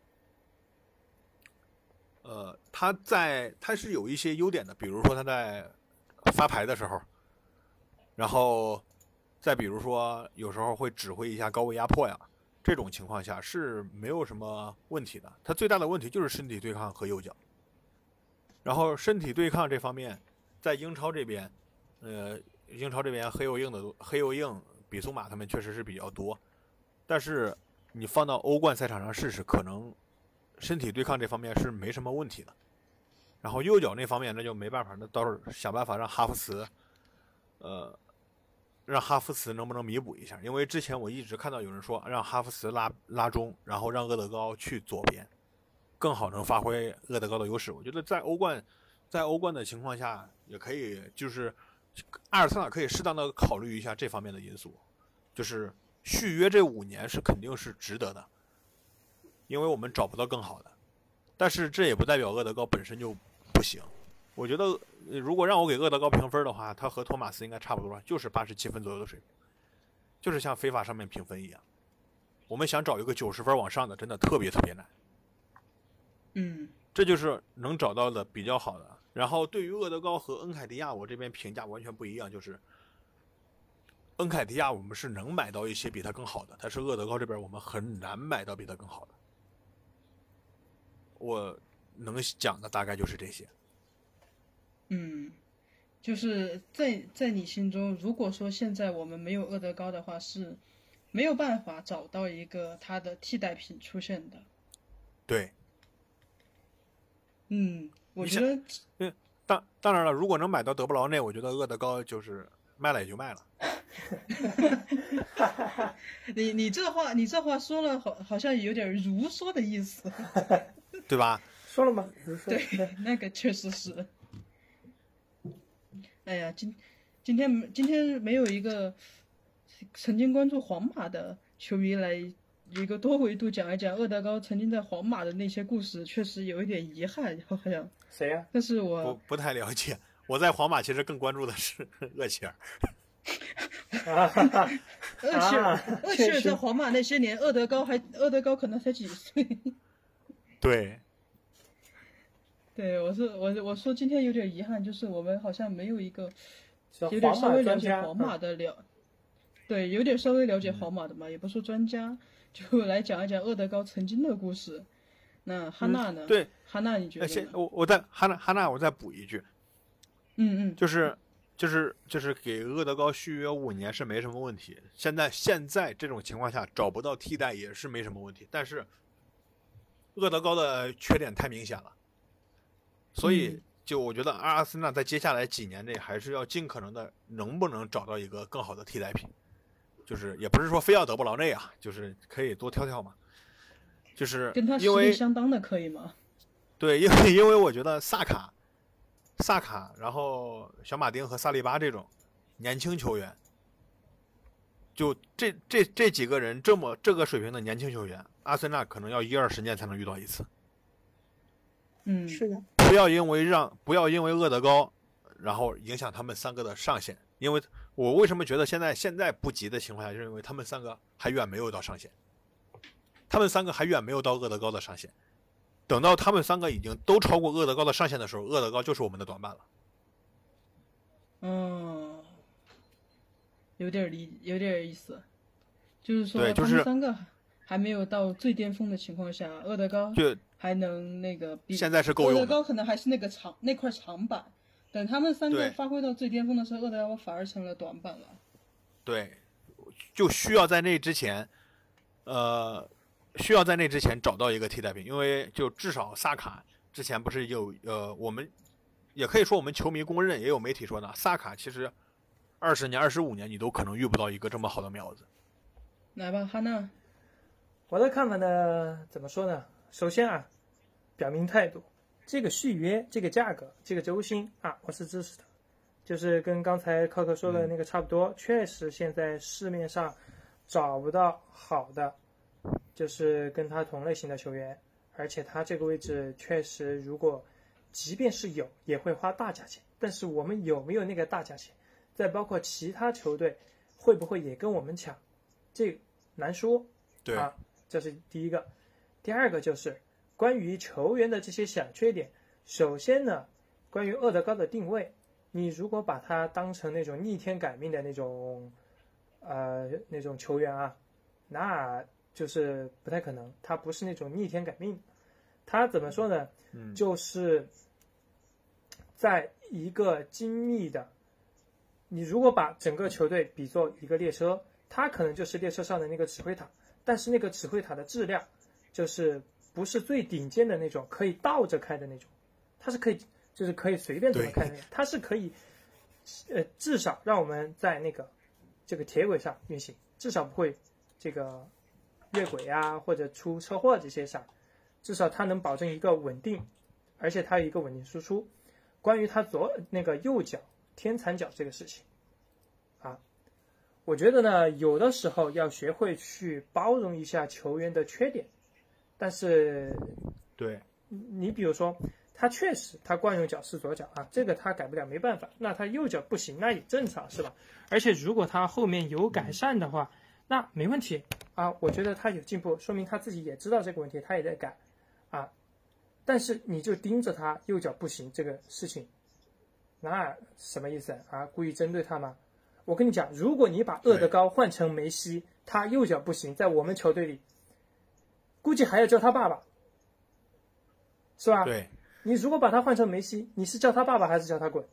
呃，他在他是有一些优点的，比如说他在发牌的时候，然后再比如说有时候会指挥一下高位压迫呀，这种情况下是没有什么问题的。他最大的问题就是身体对抗和右脚，然后身体对抗这方面，在英超这边，呃。英超这边黑又硬的黑又硬，比苏马他们确实是比较多，但是你放到欧冠赛场上试试，可能身体对抗这方面是没什么问题的。然后右脚那方面那就没办法，那到时候想办法让哈弗茨，呃，让哈弗茨能不能弥补一下？因为之前我一直看到有人说让哈弗茨拉拉中，然后让厄德高去左边，更好能发挥厄德高的优势。我觉得在欧冠，在欧冠的情况下也可以，就是。阿尔特塔可以适当的考虑一下这方面的因素，就是续约这五年是肯定是值得的，因为我们找不到更好的，但是这也不代表厄德高本身就不行。我觉得如果让我给厄德高评分的话，他和托马斯应该差不多，就是八十七分左右的水平，就是像非法上面评分一样，我们想找一个九十分往上的真的特别特别难。 嗯， 这就是能找到的比较好的。然后对于厄德高和恩凯迪亚，我这边评价完全不一样，就是恩凯迪亚我们是能买到一些比他更好的，但是厄德高这边我们很难买到比他更好的。我能讲的大概就是这些。 嗯，就是在在你心中，如果说现在我们没有厄德高的话，是没有办法找到一个他的替代品出现的。 对。 嗯。我觉得， 嗯，当当然了，如果能买到德布劳内，我觉得厄德高就是卖了也就卖了。 你你这话你这话说了，好好像有点如说的意思， 对吧？ 说了吗？如说。 对，那个确实是。哎呀，今今天今天没有一个曾经关注皇马的球迷来一个多维度讲一讲厄德高曾经在皇马的那些故事，确实有一点遗憾，好像。 谁呀、啊？ 但是我不不太了解。我在皇马其实更关注的是厄齐尔。 厄齐尔，厄齐尔在皇马那些年，厄德高还厄德高可能才几岁。 对。 对，我是我我说今天有点遗憾，就是我们好像没有一个有点稍微了解皇马的了，对，有点稍微了解皇马的嘛，也不说专家，就来讲一讲厄德高曾经的故事。那哈娜呢？ 嗯、对， 哈娜你觉得呢？ 我我再哈娜哈娜我再补一句， 嗯嗯， 就是就是就是给厄德高续约五年是没什么问题。现在现在这种情况下找不到替代也是没什么问题，但是厄德高的缺点太明显了，所以就我觉得阿森纳在接下来几年内还是要尽可能的，能不能找到一个更好的替代品，就是也不是说非要德布劳内啊，就是可以多挑挑嘛。就是跟他实力相当的可以吗？ 对，因为因为我觉得萨卡、萨卡，然后小马丁和萨利巴这种年轻球员，就这这这几个人这么这个水平的年轻球员，阿森纳可能要一二十年才能遇到一次。 嗯， 是的。 不要因为让不要因为厄德高，然后影响他们三个的上限。因为我为什么觉得现在现在不急的情况下，就是因为他们三个还远没有到上限，他们三个还远没有到厄德高的上限。等到他们三个已经都超过厄德高的上限的时候，厄德高就是我们的短板了。 嗯，有点理有点意思，就是说对，就是他们三个还没有到最巅峰的情况下，厄德高就还能那个比现在是够用的。 厄德高可能还是那个长那块长板，等他们三个对发挥到最巅峰的时候，厄德高反而成了短板了。 对，就需要在那之前，呃，需要在那之前找到一个替代品，因为就至少萨卡之前不是有呃，我们也可以说我们球迷公认，也有媒体说呢，萨卡其实二十年、二十五年你都可能遇不到一个这么好的苗子。 来吧，哈娜。 我的看法呢，怎么说呢？首先啊，表明态度，这个续约、这个价格、这个周薪啊，我是支持的。就是跟刚才克克说的那个差不多，嗯、确实现在市面上找不到好的，就是跟他同类型的球员，而且他这个位置确实，如果即便是有，也会花大价钱。但是我们有没有那个大价钱？再包括其他球队会不会也跟我们抢？这难说。 对啊，这是第一个。第二个就是关于球员的这些小缺点。首先呢，关于厄德高的定位，你如果把他当成那种逆天改命的那种呃那种球员啊，那就是不太可能。他不是那种逆天改命，他怎么说呢？ 嗯， 就是在一个精密的，你如果把整个球队比作一个列车，他可能就是列车上的那个指挥塔，但是那个指挥塔的质量就是不是最顶尖的那种，可以倒着开的那种，它是可以就是可以随便怎么开的，它是可以呃至少让我们在那个这个铁轨上运行，至少不会这个越轨啊或者出车祸这些上，至少它能保证一个稳定，而且它有一个稳定输出。关于它左那个右脚天残脚这个事情啊，我觉得呢，有的时候要学会去包容一下球员的缺点，但是对你比如说他确实他惯用脚是左脚啊，这个他改不了没办法，那他右脚不行那也正常是吧？而且如果他后面有改善的话，那没问题啊，我觉得他有进步，说明他自己也知道这个问题，他也在改啊。但是你就盯着他右脚不行这个事情，那什么意思啊？故意针对他吗？我跟你讲，如果你把厄德高换成梅西，他右脚不行，在我们球队里估计还要叫他爸爸，是吧？ 对， 你如果把他换成梅西，你是叫他爸爸还是叫他滚？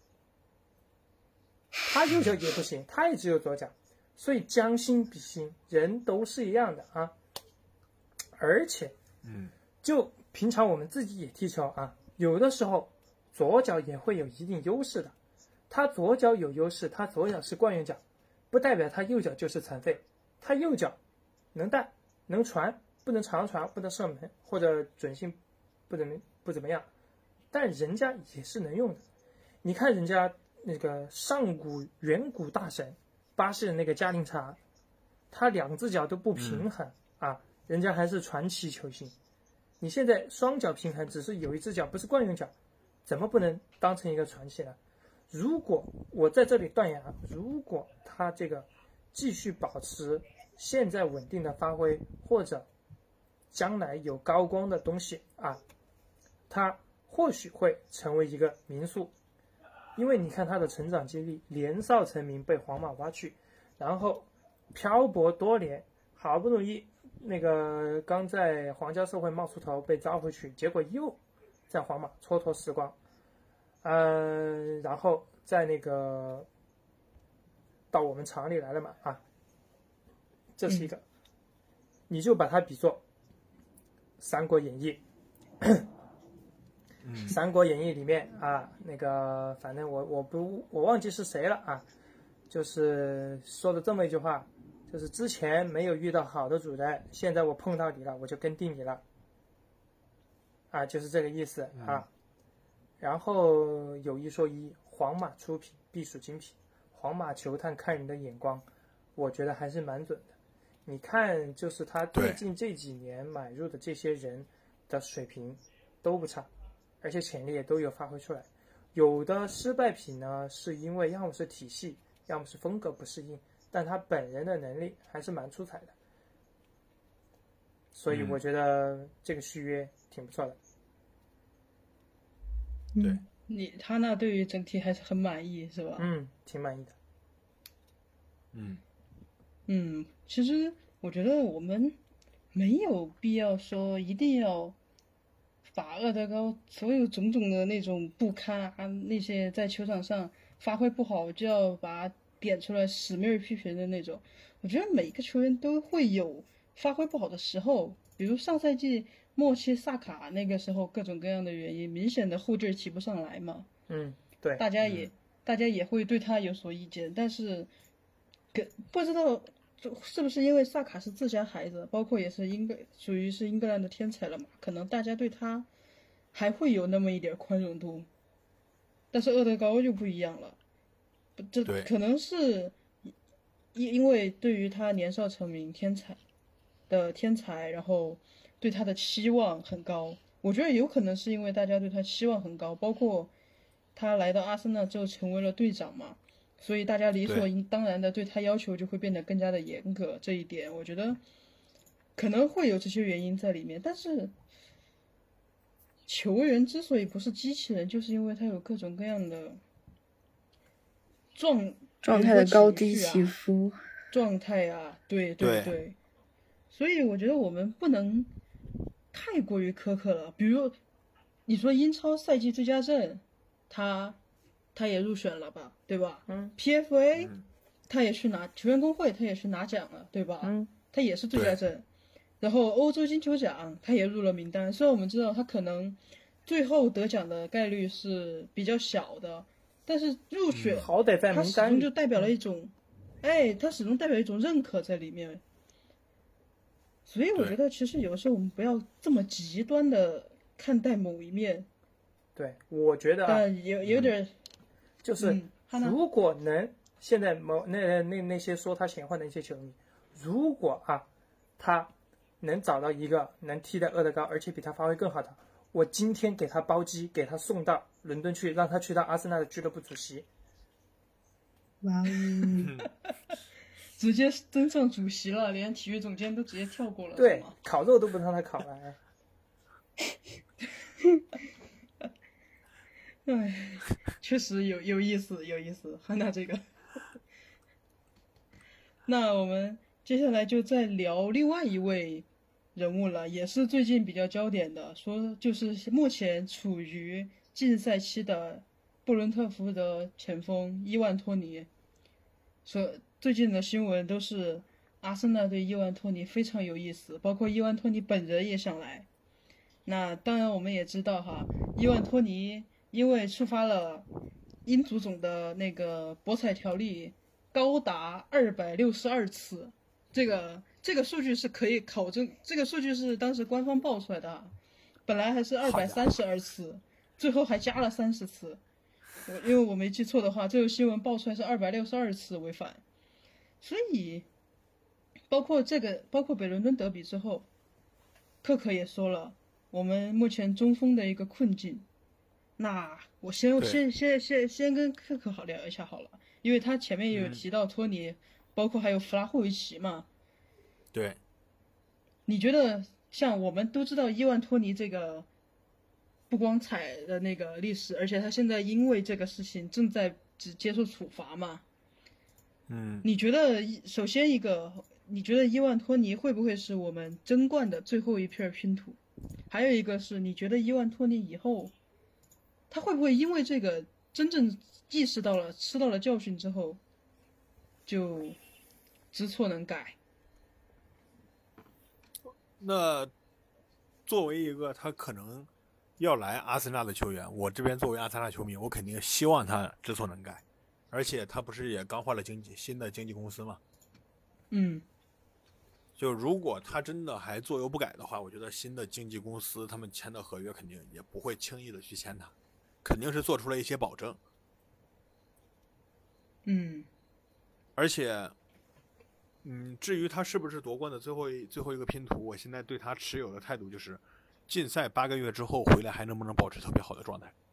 他右脚也不行，他也只有左脚，所以将心比心，人都是一样的啊。而且， 嗯， 就平常我们自己也踢球啊，有的时候左脚也会有一定优势的。他左脚有优势，他左脚是惯用脚，不代表他右脚就是残废。他右脚能带能传，不能长传，不能射门，或者准心不怎么不怎么样，但人家也是能用的。你看人家那个上古远古大神巴西的那个加林查，他两只脚都不平衡、嗯、啊，人家还是传奇球星。你现在双脚平衡，只是有一只脚不是惯用脚，怎么不能当成一个传奇呢？如果我在这里断言，如果他这个继续保持现在稳定的发挥，或者将来有高光的东西啊，他或许会成为一个名宿。因为你看他的成长经历，年少成名被皇马挖去，然后漂泊多年，好不容易那个刚在皇家社会冒出头被招回去，结果又在皇马蹉跎时光，嗯、呃，然后在那个到我们厂里来了嘛啊，这是一个，嗯、你就把它比作《三国演义》。 嗯， 三国演义》里面啊，那个反正我我不我忘记是谁了啊，就是说的这么一句话，就是之前没有遇到好的主人，现在我碰到你了，我就跟定你了，啊，就是这个意思啊。然后有一说一，黄马出品必属精品，黄马球探看人的眼光，我觉得还是蛮准的。你看，就是他最近这几年买入的这些人的水平都不差，而且潜力也都有发挥出来。有的失败品呢，是因为要么是体系，要么是风格不适应，但他本人的能力还是蛮出彩的。所以我觉得这个续约挺不错的。 对， 你他那对于整体还是很满意，是吧？ 嗯，挺满意的。 嗯嗯，其实我觉得我们没有必要说一定要把厄德高所有种种的那种不堪啊，那些在球场上发挥不好就要把它点出来使命批评的那种。我觉得每个球员都会有发挥不好的时候，比如上赛季末期萨卡那个时候各种各样的原因，明显的后劲提不上来嘛。 嗯，对， 大家也、嗯、大家也会对他有所意见，但是不知道是不是因为萨卡是自家孩子，包括也是英格属于是英格兰的天才了嘛，可能大家对他还会有那么一点宽容度。但是厄德高就不一样了，这可能是因因为对于他年少成名天才的天才，然后对他的期望很高。我觉得有可能是因为大家对他期望很高，包括他来到阿森纳之后成为了队长嘛，所以大家理所应当然的对他要求就会变得更加的严格。这一点我觉得可能会有这些原因在里面。但是球员之所以不是机器人，就是因为他有各种各样的状状态的高低起伏， 状态啊，对对 对, 对。所以我觉得我们不能太过于苛刻了。比如你说英超赛季最佳阵，他他也入选了吧，对吧？ 嗯。 P F A、嗯、他也去拿球员工会，他也去拿奖了，对吧？ 嗯。 他也是最佳阵。然后欧洲金球奖他也入了名单，虽然我们知道他可能最后得奖的概率是比较小的，但是入选、嗯、 好歹在名单， 他始终就代表了一种，哎，他始终代表一种认可在里面。所以我觉得其实有时候我们不要这么极端的看待某一面。 对，我觉得啊，有有点、嗯， 就是、嗯、如果能现在某那那那些说他闲话的那些球迷，如果啊他能找到一个能替代厄德高，而且比他发挥更好的，我今天给他包机，给他送到伦敦去，让他去到阿森纳的俱乐部主席。 哇哦！ 直接登上主席了，连体育总监都直接跳过了。 对，烤肉都不让他烤了。 哎，确实有有意思，有意思。汉娜这个，那我们接下来就再聊另外一位人物了，也是最近比较焦点的，说就是目前处于禁赛期的布伦特福德前锋伊万托尼。说最近的新闻都是阿森纳对伊万托尼非常有意思，包括伊万托尼本人也想来。那当然我们也知道哈，伊万托尼因为触发了英足总的那个博彩条例高达二百六十二次，这个这个数据是可以考证，这个数据是当时官方报出来的，本来还是二百三十二次，最后还加了三十次。我因为我没记错的话，这个新闻爆出来是二百六十二次违反。所以包括这个包括北伦敦德比之后，克克也说了我们目前中锋的一个困境。那我先先先先先跟克克好聊一下好了，因为他前面也有提到托尼、嗯、包括还有弗拉霍维奇嘛。 对， 你觉得像我们都知道伊万托尼这个不光彩的那个历史，而且他现在因为这个事情正在只接受处罚嘛？ 嗯， 你觉得首先一个，你觉得伊万托尼会不会是我们争冠的最后一片拼图？还有一个是，你觉得伊万托尼以后，他会不会因为这个真正意识到了、吃到了教训之后，就知错能改？ 那作为一个他可能要来阿森纳的球员，我这边作为阿森纳球迷，我肯定希望他知错能改。而且他不是也刚换了经纪新的经纪公司吗？ 嗯， 就如果他真的还做优不改的话，我觉得新的经纪公司他们签的合约肯定也不会轻易的去签他，肯定是做出了一些保证。 嗯， 而且，嗯，至于他是不是夺冠的最后一最后一个拼图，我现在对他持有的态度就是，禁赛八个月之后回来还能不能保持特别好的状态。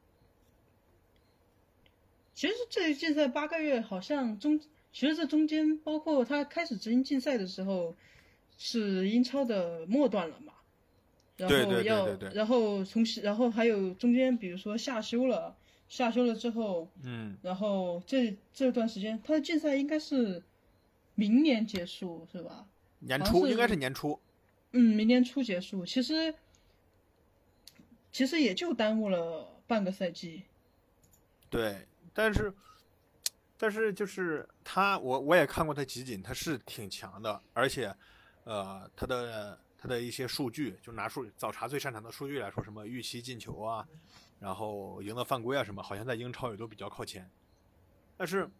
其实这禁赛八个月好像中，其实这中间包括他开始执行禁赛的时候，是英超的末段了嘛，然后要对对对对对然后从然后还有中间比如说夏休了，夏休了之后， 嗯， 然后这这段时间他的禁赛应该是明年结束是吧？ 年初应该是年初， 嗯，明年初结束，其实其实也就耽误了半个赛季。 对。但是，但是就是他，我我也看过他集锦，他是挺强的，而且，呃，他的他的一些数据，就拿数早茶最擅长的数据来说，什么预期进球啊，然后赢得犯规啊什么，好像在英超也都比较靠前。但是，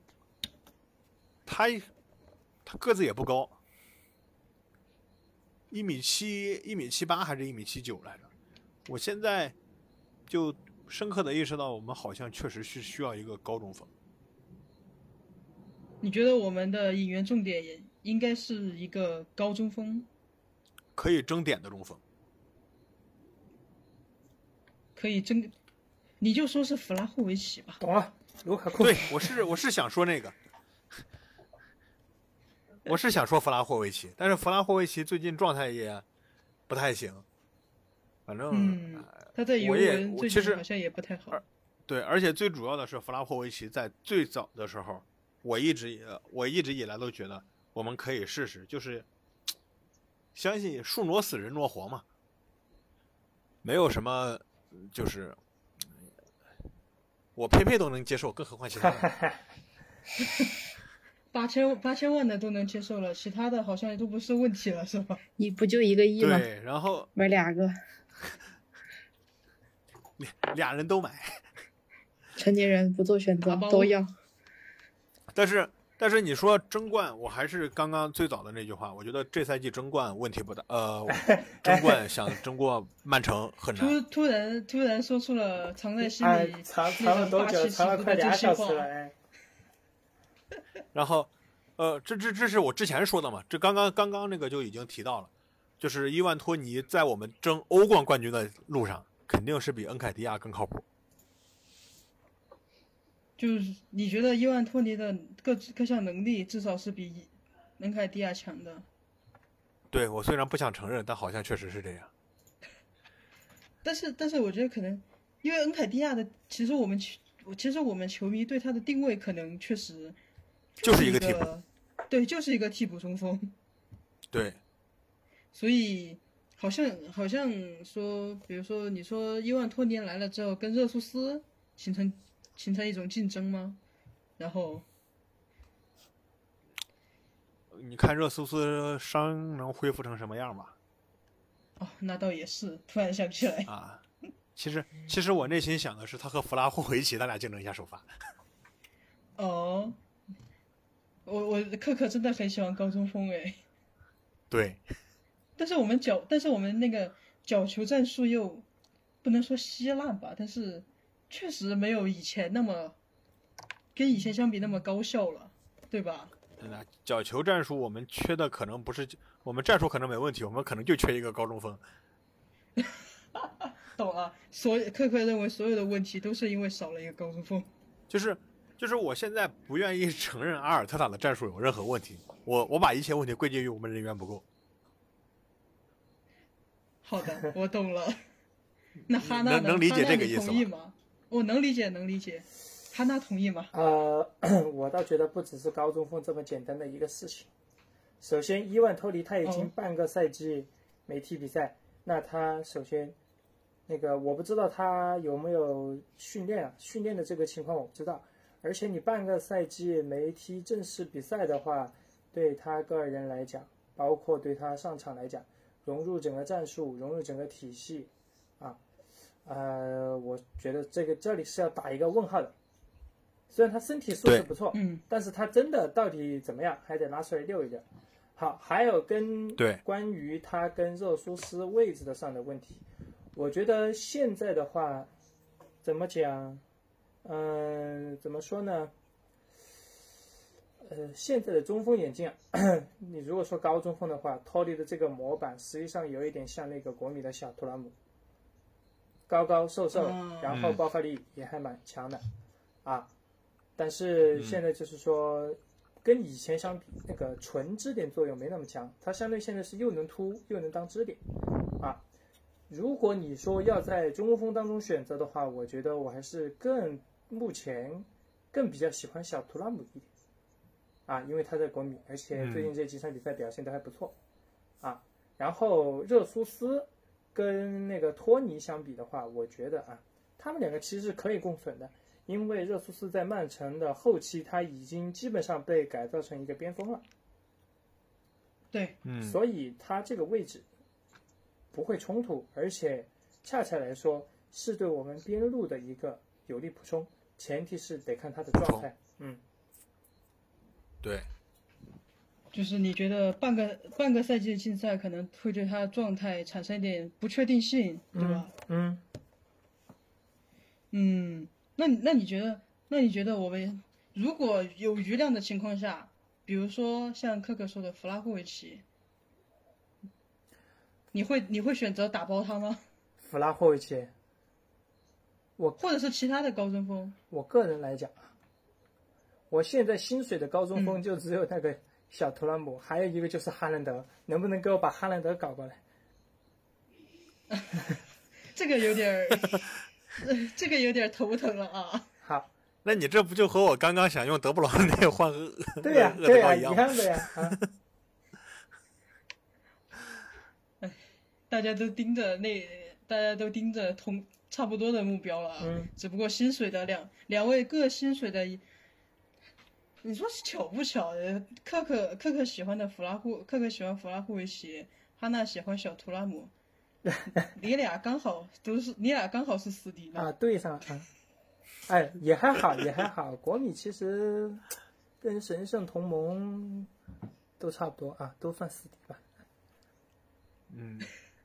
他他个子也不高，一米七一米七八还是一米七九来着？我现在就深刻的意识到，我们好像确实是需要一个高中锋。 你觉得我们的引援重点也应该是一个高中锋， 可以争点的中锋， 可以争，你就说是弗拉霍维奇吧。 懂了，卢卡库。 对，我是我是想说那个，我是想说弗拉霍维奇，但是弗拉霍维奇最近状态也不太行，反正。 嗯他在尤文最近好像也不太好。 对，而且最主要的是，弗拉霍维奇在最早的时候，我一直我一直以来都觉得我们可以试试，就是相信树挪死人挪活嘛，没有什么，就是我佩佩都能接受，更何况其他的。 八千八千万的都能接受了，其他的好像都不是问题了，是吧？ 你不就一个亿吗？ 对，然后买两个。 俩人都买， 成年人不做选择都要。 但是但是你说争冠，我还是刚刚最早的那句话，我觉得这赛季争冠问题不大，呃，争冠想争过曼城很难。 突突然突然说出了藏在心里， 哎、藏藏了多久？藏了快俩小时了，哎。 然后，呃，这这这是我之前说的嘛，这刚刚刚刚那个就已经提到了，就是伊万托尼在我们争欧冠冠军的路上。肯定是比恩凯迪亚更靠谱。 就是你觉得伊万托尼的各各项能力至少是比恩凯迪亚强的？ 对，我虽然不想承认，但好像确实是这样。 但是，但是我觉得可能，因为恩凯迪亚的，其实我们其实我们球迷对他的定位可能确实就是一个替补，对，就是一个替补中锋。 对， 所以。好像好像说，比如说你说伊万托尼来了之后，跟热苏斯形成形成一种竞争吗？然后， 你看热苏斯伤能恢复成什么样吧？ 哦，那倒也是，突然想起来啊。其实其实我内心想的是，他和弗拉霍维奇他俩竞争一下首发。 哦，我我克克真的很喜欢高中锋诶。 对。 但是我们角，但是我们那个角球战术又不能说稀烂吧，但是确实没有以前那么，跟以前相比那么高效了，对吧？ 那角球战术我们缺的可能不是，我们战术可能没问题，我们可能就缺一个高中锋。 懂了，所克克认为所有的问题都是因为少了一个高中锋。 就是就是我现在不愿意承认阿尔特塔的战术有任何问题，我我把一切问题归结于我们人员不够。 好的，我懂了。那哈娜能能理解这个意思吗？我能理解，能理解。哈娜同意吗？ 呃，我倒觉得不只是高中锋这么简单的一个事情。首先，伊万托尼他已经半个赛季没踢比赛，哦、那他首先那个我不知道他有没有训练啊，训练的这个情况我不知道。而且你半个赛季没踢正式比赛的话，对他个人来讲，包括对他上场来讲。融入整个战术，融入整个体系，啊， 呃，我觉得这个这里是要打一个问号的。虽然他身体素质不错， 嗯， 但是他真的到底怎么样，还得拿出来溜一溜。好，还有跟对关于他跟热苏斯位置的上的问题，我觉得现在的话，怎么讲？嗯、呃，怎么说呢？呃，现在的中锋眼镜啊，你如果说高中锋的话，托尼的这个模板实际上有一点像那个国米的小图拉姆，高高瘦瘦， 嗯、 然后爆发力也还蛮强的，啊，但是现在就是说。嗯跟以前相比，那个纯支点作用没那么强，它相对现在是又能突又能当支点，啊，如果你说要在中锋当中选择的话，我觉得我还是更目前更比较喜欢小图拉姆一点，啊，因为他在国米，而且最近这几场比赛表现都还不错，啊，然后热苏斯跟那个托尼相比的话，我觉得啊，他们两个其实是可以共存的。因为热苏斯在曼城的后期，他已经基本上被改造成一个边锋了， 对， 嗯， 所以他这个位置不会冲突，而且恰恰来说是对我们边路的一个有力补充，前提是得看他的状态。嗯， 对， 就是你觉得半个半个赛季的竞赛可能会对他的状态产生一点不确定性，对吧？ 嗯嗯。那你那你觉得，那你觉得我们如果有余量的情况下，比如说像克克说的弗拉霍维奇，你会你会选择打包他吗？ 弗拉霍维奇，我或者是其他的高中锋？ 我个人来讲，我现在薪水的高中锋就只有那个小图拉姆，嗯、还有一个就是哈兰德，能不能给我把哈兰德搞过来？ 这个有点。这个有点头疼了啊！ 好， 那你这不就和我刚刚想用德布劳内那个换厄对呀、啊、对呀、啊、一样的呀！啊， 哎，大家都盯着那，大家都盯着同差不多的目标了啊。 嗯。 只不过薪水的两两位各薪水的，你说是巧不巧？克克克克喜欢的弗拉霍，克克喜欢弗拉霍维奇，哈娜喜欢小图拉姆。你俩刚好都是，你俩刚好是死敌啊，对上啊，哎，也还好，也还好。国米其实跟神圣同盟都差不多啊，都算死敌吧。 嗯，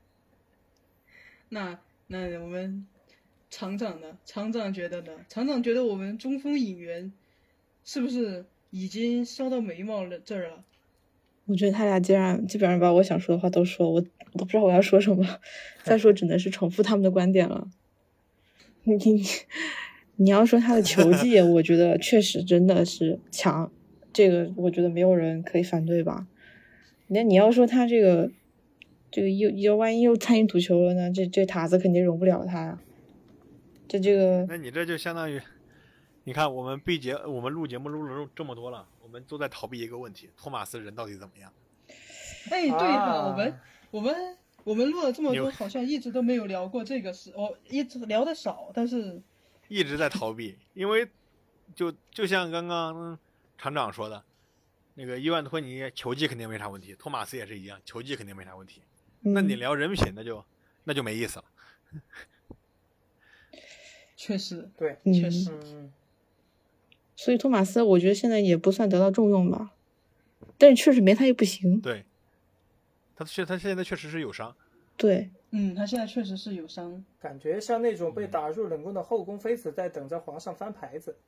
那那我们厂长呢？厂长觉得呢？厂长觉得我们中锋引援是不是已经烧到眉毛了这儿了？ 我觉得他俩基本上基本上把我想说的话都说，我都不知道我要说什么，再说只能是重复他们的观点了。你你你要说他的球技，我觉得确实真的是强，这个我觉得没有人可以反对吧。那你要说他这个这个又又万一又参与赌球了呢？这这塔子肯定容不了他呀。这这个， 那你这就相当于，你看我们 B 节我们录节目录了这么多了。我们都在逃避一个问题：托马斯人到底怎么样？ 哎，对哈、啊，我们我们我们录了这么多， 你好像一直都没有聊过这个事，哦，一直聊的少，但是一直在逃避，因为就就像刚刚厂长说的，那个伊万托尼球技肯定没啥问题，托马斯也是一样，球技肯定没啥问题。 嗯、 那你聊人品，那就那就没意思了。 确实， 对， 确实。 嗯所以托马斯我觉得现在也不算得到重用吧，但是确实没他也不行。 对，他确他现在确实是有伤。 对， 嗯，他现在确实是有伤， 感觉像那种被打入冷宫的后宫妃子在等着皇上翻牌子，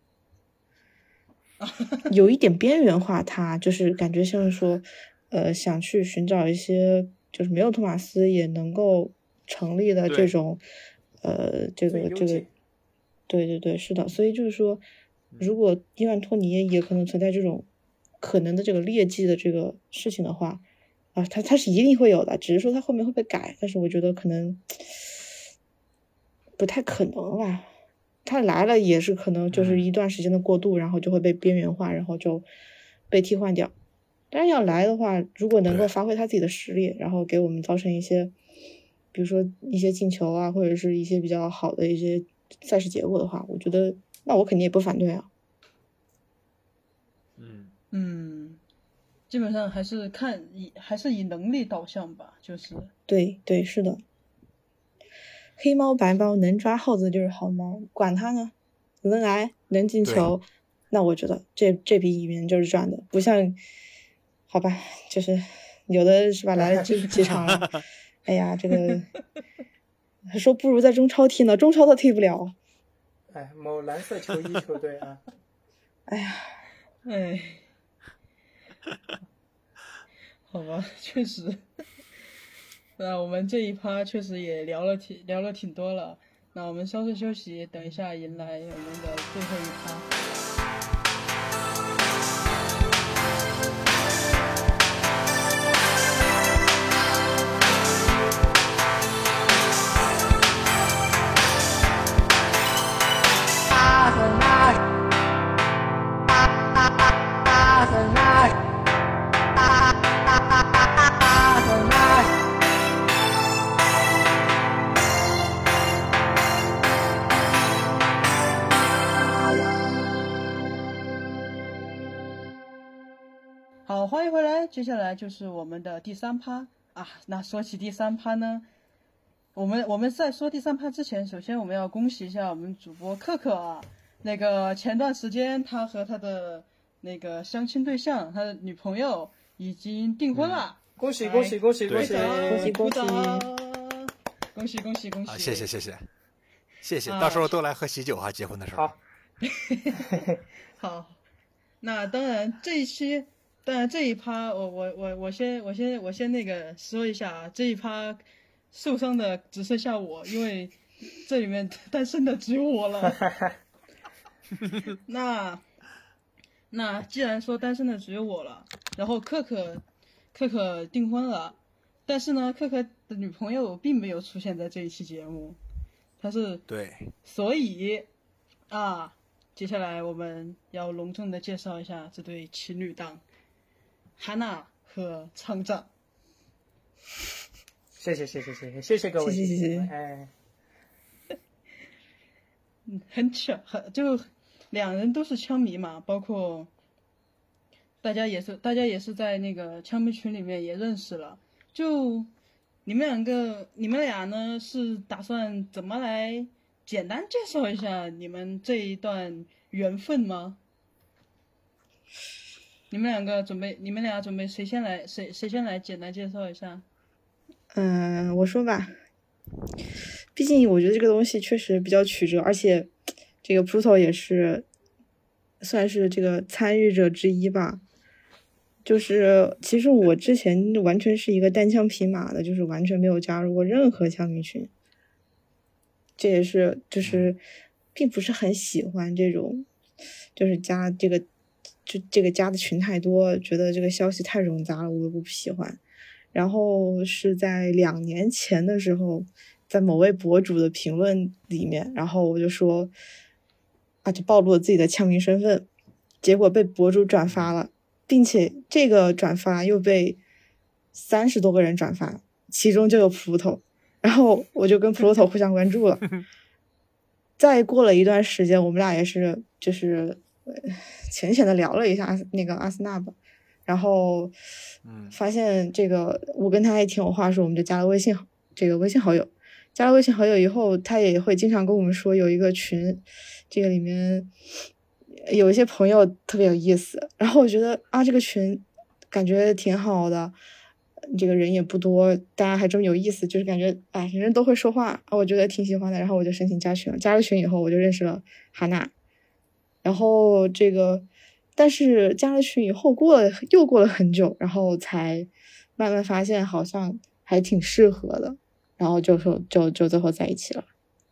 有一点边缘化他，就是感觉像是说，呃，想去寻找一些就是没有托马斯也能够成立的这种，呃，这个这个，对对对，是的，所以就是说。如果伊万托尼也可能存在这种可能的这个劣迹的这个事情的话，啊，他他是一定会有的，只是说他后面会不会改，但是我觉得可能不太可能吧。他来了也是可能就是一段时间的过渡，然后就会被边缘化，然后就被替换掉。当然要来的话，如果能够发挥他自己的实力，然后给我们造成一些，比如说一些进球啊，或者是一些比较好的一些赛事结果的话，我觉得。那我肯定也不反对啊。 嗯嗯，基本上还是看以还是以能力导向吧，就是。 对对是的。 黑猫白猫能抓耗子就是好猫，管它呢，能来能进球，那我觉得这这笔引援就是赚的，不像，好吧，就是有的是吧，来了几几场了，哎呀，这个说不如在中超踢呢，中超都踢不了。 哎，某蓝色球衣球队啊， 哎呀， 哎，好吧，确实。那我们这一趴确实也聊了挺聊了挺多了，那我们稍事休息，等一下迎来我们的最后一趴。好，欢迎回来，接下来就是我们的第三趴啊。那说起第三趴呢，我们我们在说第三趴之前，首先我们要恭喜一下我们主播可可啊，那个前段时间他和他的那个相亲对象，他的女朋友已经订婚了， 嗯、恭喜恭喜恭喜恭喜恭喜恭喜恭喜恭喜恭喜！ 啊，谢谢谢谢谢谢，到时候都来喝喜酒啊，结婚的时候。 好， 好，那当然这一期。当然这一趴我我我我先我先我先那个说一下啊，这一趴受伤的只剩下我，因为这里面单身的只有我了。那那既然说单身的只有我了，然后可可可可订婚了，但是呢，可可的女朋友并没有出现在这一期节目，她是对， 所以啊，接下来我们要隆重的介绍一下这对情侣档。哈娜和厂长， 谢谢谢谢谢谢谢谢各位， 谢谢谢谢。 哎， 嗯，很巧，很就两人都是枪迷嘛，包括大家也是，大家也是在那个枪迷群里面也认识了。就你们两个，你们俩呢是打算怎么来简单介绍一下你们这一段缘分吗？你们两个准备，你们俩准备谁先来？谁谁先来简单介绍一下？ 嗯，我说吧，毕竟我觉得这个东西确实比较曲折，而且这个 Pluto 也是算是这个参与者之一吧。就是其实我之前完全是一个单枪匹马的，就是完全没有加入过任何枪迷群。这也是就是并不是很喜欢这种，就是加这个。就这个加的群太多，觉得这个消息太冗杂了，我我不喜欢。然后是在两年前的时候，在某位博主的评论里面，然后我就说啊，就暴露了自己的枪迷身份，结果被博主转发了，并且这个转发又被三十多个人转发，其中就有 Pluto， 然后我就跟 Pluto 互相关注了。再过了一段时间，我们俩也是就是浅浅的聊了一下那个阿森纳吧，然后发现这个我跟他也挺有话说，我们就加了微信这个微信好友。加了微信好友以后，他也会经常跟我们说有一个群，这个里面有一些朋友特别有意思，然后我觉得啊这个群感觉挺好的，这个人也不多，大家还这么有意思，就是感觉哎人人都会说话啊，我觉得挺喜欢的，然后我就申请加群了。加了群以后，我就认识了哈娜。然后这个，但是加了群以后，过了又过了很久，然后才慢慢发现好像还挺适合的，然后就说就就最后在一起了。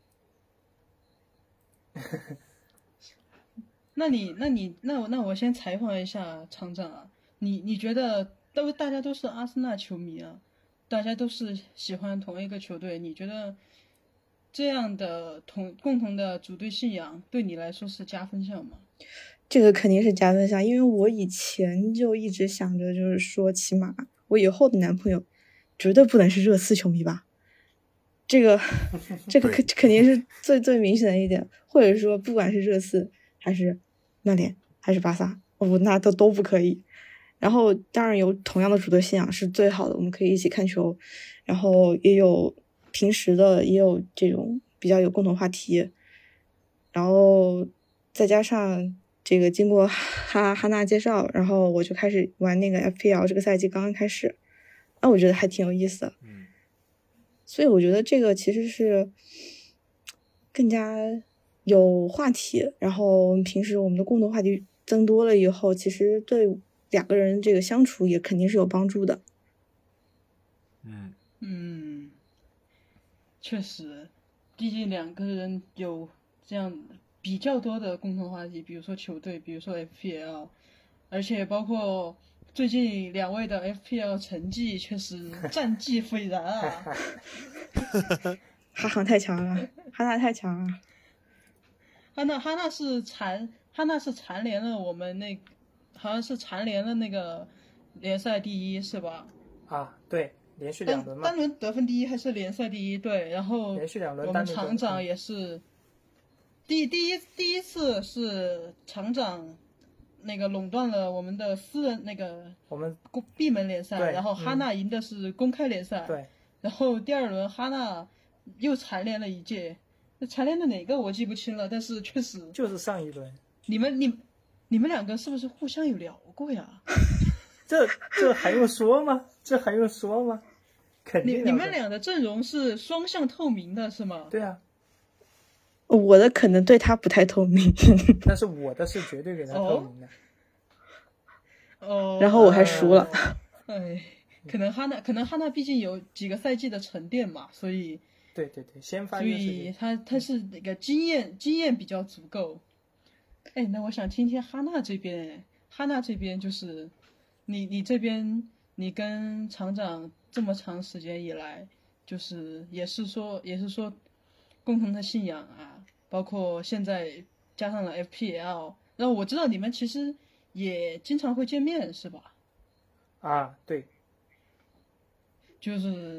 那你那你那我那我先采访一下厂长啊，你你觉得都大家都是阿森纳球迷啊，大家都是喜欢同一个球队，你觉得这样的同共同的主队信仰对你来说是加分项吗？ 这个肯定是加分项，因为我以前就一直想着，就是说起码我以后的男朋友绝对不能是热刺球迷吧，这个这个肯肯定是最最明显的一点，或者说不管是热刺还是曼联还是巴萨，我那都都不可以。然后当然有同样的主队信仰是最好的，我们可以一起看球，然后也有平时的也有这种比较有共同话题，然后再加上这个经过哈哈娜介绍，然后我就开始玩那个 F P L， 这个赛季刚刚开始，那我觉得还挺有意思的。 嗯， 所以我觉得这个其实是更加有话题，然后平时我们的共同话题增多了以后，其实对两个人这个相处也肯定是有帮助的。 嗯嗯，确实，毕竟两个人有这样比较多的共同话题，比如说球队，比如说 F P L， 而且包括最近两位的 F P L 成绩确实战绩斐然啊！ 哈哈太强了，哈娜太强了。 哈娜哈娜是蝉哈娜是蝉联了我们那好像是蝉联了那个联赛第一是吧？ 啊，对，连续两轮嘛。 单轮得分第一还是联赛第一？对，然后连续两轮我们厂长也是第第一第一次是厂长那个垄断了我们的私人那个我们闭门联赛，然后哈娜赢的是公开联赛。 对， 然后第二轮哈娜又蝉联了一届。那蝉联的哪个我记不清了，但是确实就是上一轮。 你们你你们两个是不是互相有聊过呀？ 这这还用说吗？这还用说吗？肯定。 你你们俩的阵容是双向透明的是吗？ 对啊。 我的可能对他不太透明， 但是我的是绝对给他透明的。 哦。 然后我还输了。 哎，可能哈娜可能哈娜毕竟有几个赛季的沉淀嘛，所以。 对对对，先发所以他他是那个经验经验比较足够。哎，那我想听听哈娜这边，哈娜这边就是你你这边你跟厂长这么长时间以来，就是也是说也是说共同的信仰啊，包括现在加上了 F P L， 然后我知道你们其实也经常会见面是吧？ 啊，对， 就是。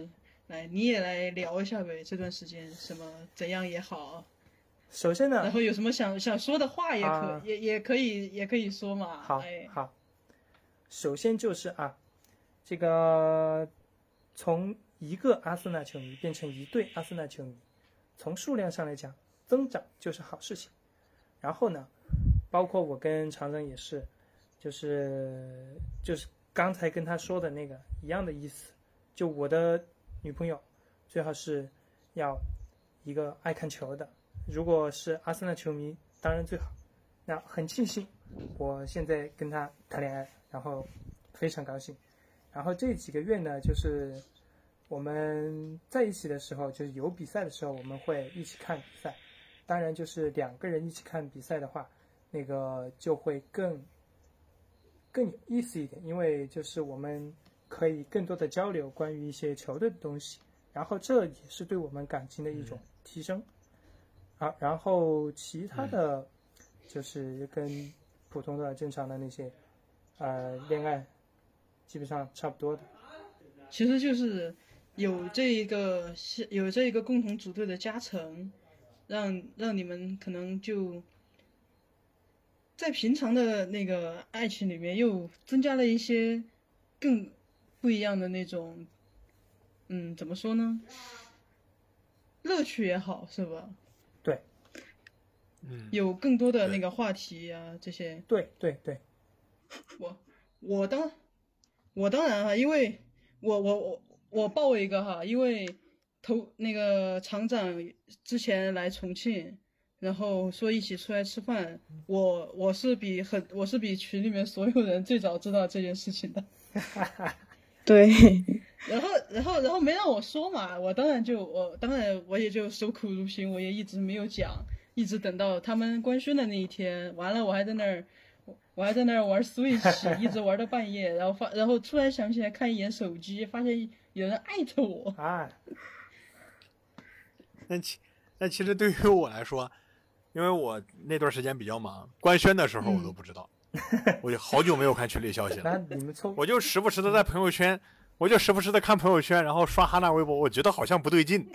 来，你也来聊一下呗，这段时间什么怎样也好。 首先呢， 然后有什么想想说的话也可、 啊、 也也可以也可以说嘛。 好， 哎、 好。首先就是啊，这个从一个阿森纳球迷变成一对阿森纳球迷，从数量上来讲，增长就是好事情。然后呢，包括我跟常常也是，就是就是刚才跟他说的那个一样的意思，就我的。女朋友最好是要一个爱看球的，如果是阿森纳球迷当然最好。那很庆幸我现在跟他谈恋爱，然后非常高兴。然后这几个月呢，就是我们在一起的时候，就是有比赛的时候我们会一起看比赛，当然就是两个人一起看比赛的话，那个就会更更有意思一点，因为就是我们可以更多的交流关于一些球队的东西，然后这也是对我们感情的一种提升。啊，然后其他的就是跟普通的正常的那些呃恋爱基本上差不多的。 其实就是有这一个有这一个共同组队的加成，让让你们可能就在平常的那个爱情里面又增加了一些更不一样的那种，嗯，怎么说呢？乐趣也好，是吧？ 对， 嗯， 有更多的那个话题啊，这些。 对对对。 我我当我当然哈，因为我我我我报一个哈，因为头那个厂长之前来重庆，然后说一起出来吃饭，我我是比很我是比群里面所有人最早知道这件事情的。 对， 然后，然后，然后没让我说嘛，我当然就，我当然我也就守苦如瓶，我也一直没有讲，一直等到他们官宣的那一天，完了我还在那儿，我还在那儿玩 Switch， 一直玩到半夜，然后发，然后突然想起来看一眼手机，发现有人艾特我啊。 那其那其实对于我来说，因为我那段时间比较忙，官宣的时候我都不知道。嗯我就好久没有看群里消息了， 你们我就时不时的在朋友圈，我就时不时的看朋友圈，然后刷哈娜微博，我觉得好像不对劲。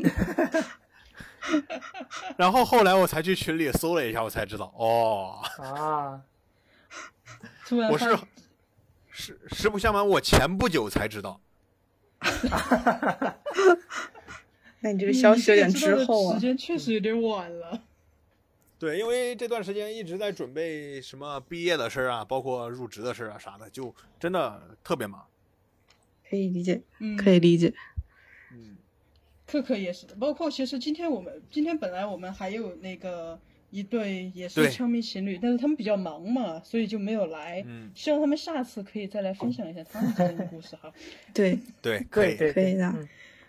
然后后来我才去群里搜了一下，我才知道，哦， 啊， 我是实实不相瞒，我前不久才知道。 那你这个消息有点滞后啊。 时间确实有点晚了。 对，因为这段时间一直在准备什么毕业的事啊，包括入职的事啊啥的，就真的特别忙。 可以理解， 嗯， 可以理解。 嗯，克克也是的，包括其实今天我们今天本来我们还有那个一对也是枪迷情侣，但是他们比较忙嘛，所以就没有来。嗯，希望他们下次可以再来分享一下他们之间的故事哈。 对对， 可以可以的。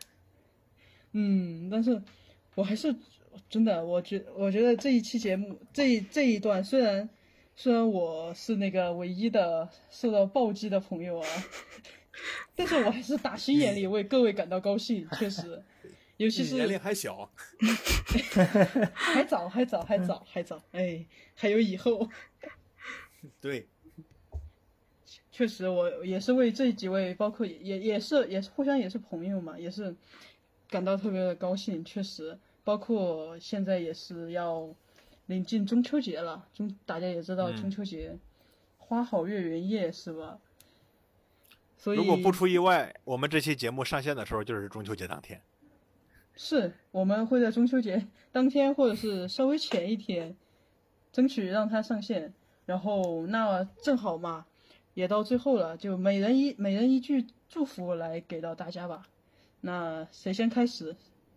嗯，但是我还是真的，我觉我觉得这一期节目这这一段虽然虽然我是那个唯一的受到暴击的朋友啊。但是我还是打心眼里为各位感到高兴，确实，尤其是年龄还小， 还早，还早，还早，还早，哎，还有以后。 对， 确实，我也是为这几位，包括也也是也是互相也是朋友嘛，也是感到特别的高兴。确实，包括现在也是要临近中秋节了，中大家也知道中秋节、嗯、花好月圆夜是吧？所以如果不出意外，我们这期节目上线的时候就是中秋节当天。 是，我们会在中秋节当天或者是稍微前一天争取让它上线，然后那正好嘛，也到最后了，就每人一每人一句祝福来给到大家吧。那谁先开始？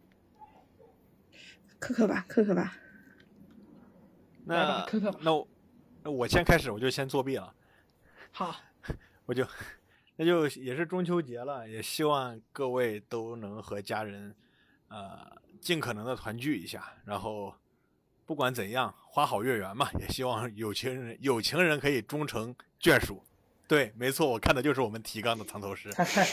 克克吧，克克吧。 那克克吧。 那我那我先开始，我就先作弊了。 好， 我就。那就也是中秋节了，也希望各位都能和家人，呃，尽可能的团聚一下。然后，不管怎样，花好月圆嘛，也希望有情人有情人可以终成眷属。对，没错，我看的就是我们提纲的藏头诗。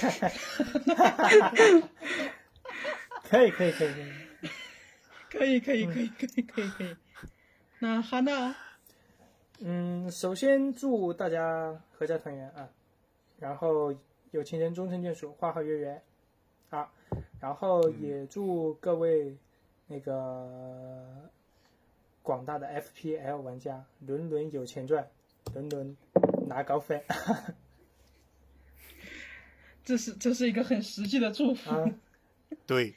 可以，可以，可以， 可以，可以，可以，可以，可以，可以。那哈娜， 嗯，首先祝大家阖家团圆啊。然后有情人终成眷属，花好月圆，啊，然后也祝各位那个广大的 F P L 玩家轮轮有钱赚，轮轮拿高分。 这是这是一个很实际的祝福。 啊、 对。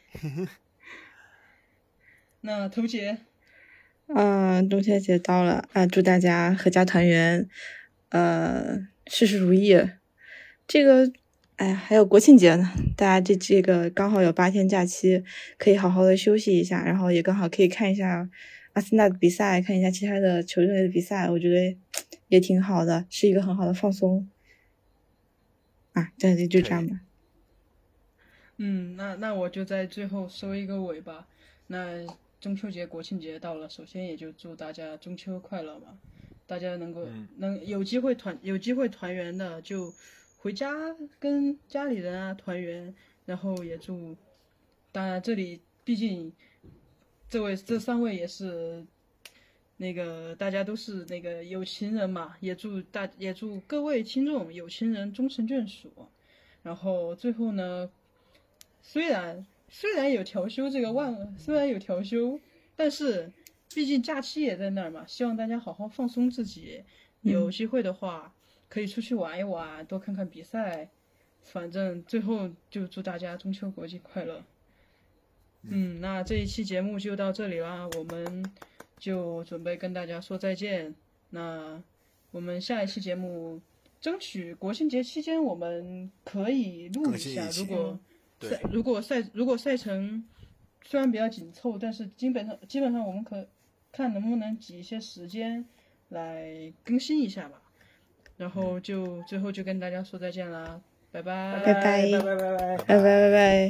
那头姐， 嗯、呃，中秋节到了啊、呃，祝大家阖家团圆，呃，事事如意。这个，哎呀，还有国庆节呢，大家这这个刚好有八天假期，可以好好的休息一下，然后也刚好可以看一下阿森纳的比赛，看一下其他的球队的比赛，我觉得也挺好的，是一个很好的放松。啊，这就这样吧。 嗯，那那我就在最后收一个尾吧。那中秋节、国庆节到了，首先也就祝大家中秋快乐嘛，大家能够、嗯、能有机会团有机会团圆的就。回家跟家里人啊团圆，然后也祝，当然这里毕竟这位这三位也是那个大家都是那个有情人嘛，也祝大也祝各位听众有情人终成眷属。然后最后呢，虽然虽然有调休这个万虽然有调休，但是毕竟假期也在那儿嘛，希望大家好好放松自己，有机会的话。嗯可以出去玩一玩，多看看比赛，反正最后就祝大家中秋国际快乐。嗯，那这一期节目就到这里啦，我们就准备跟大家说再见。那我们下一期节目，争取国庆节期间我们可以录一下。如果赛如果赛如果赛程虽然比较紧凑，但是基本上基本上我们可看能不能挤一些时间来更新一下吧。然后就最后就跟大家说再见啦，拜拜， 拜拜， 拜拜，拜拜， 拜拜，拜拜。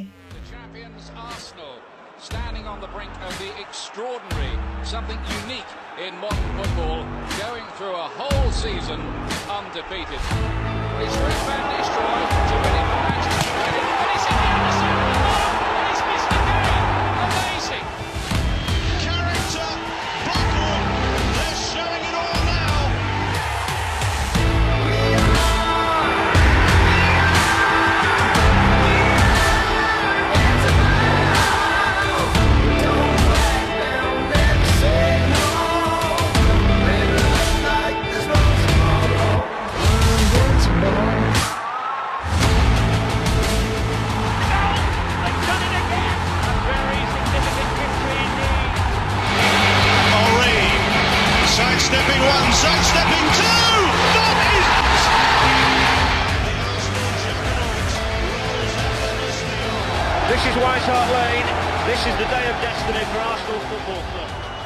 Standing on the brink of the extraordinary, something unique in modern football, going through a whole season undefeated. It's Ruud van Nistelrooy to win it for Manchester United, and it's in the other side of the ball, and he's missed again. Amazing. Character, bottle, they're showing it all now. Sidestepping one, sidestepping two. That is. This is White Hart Lane. This is the day of destiny for Arsenal Football Club.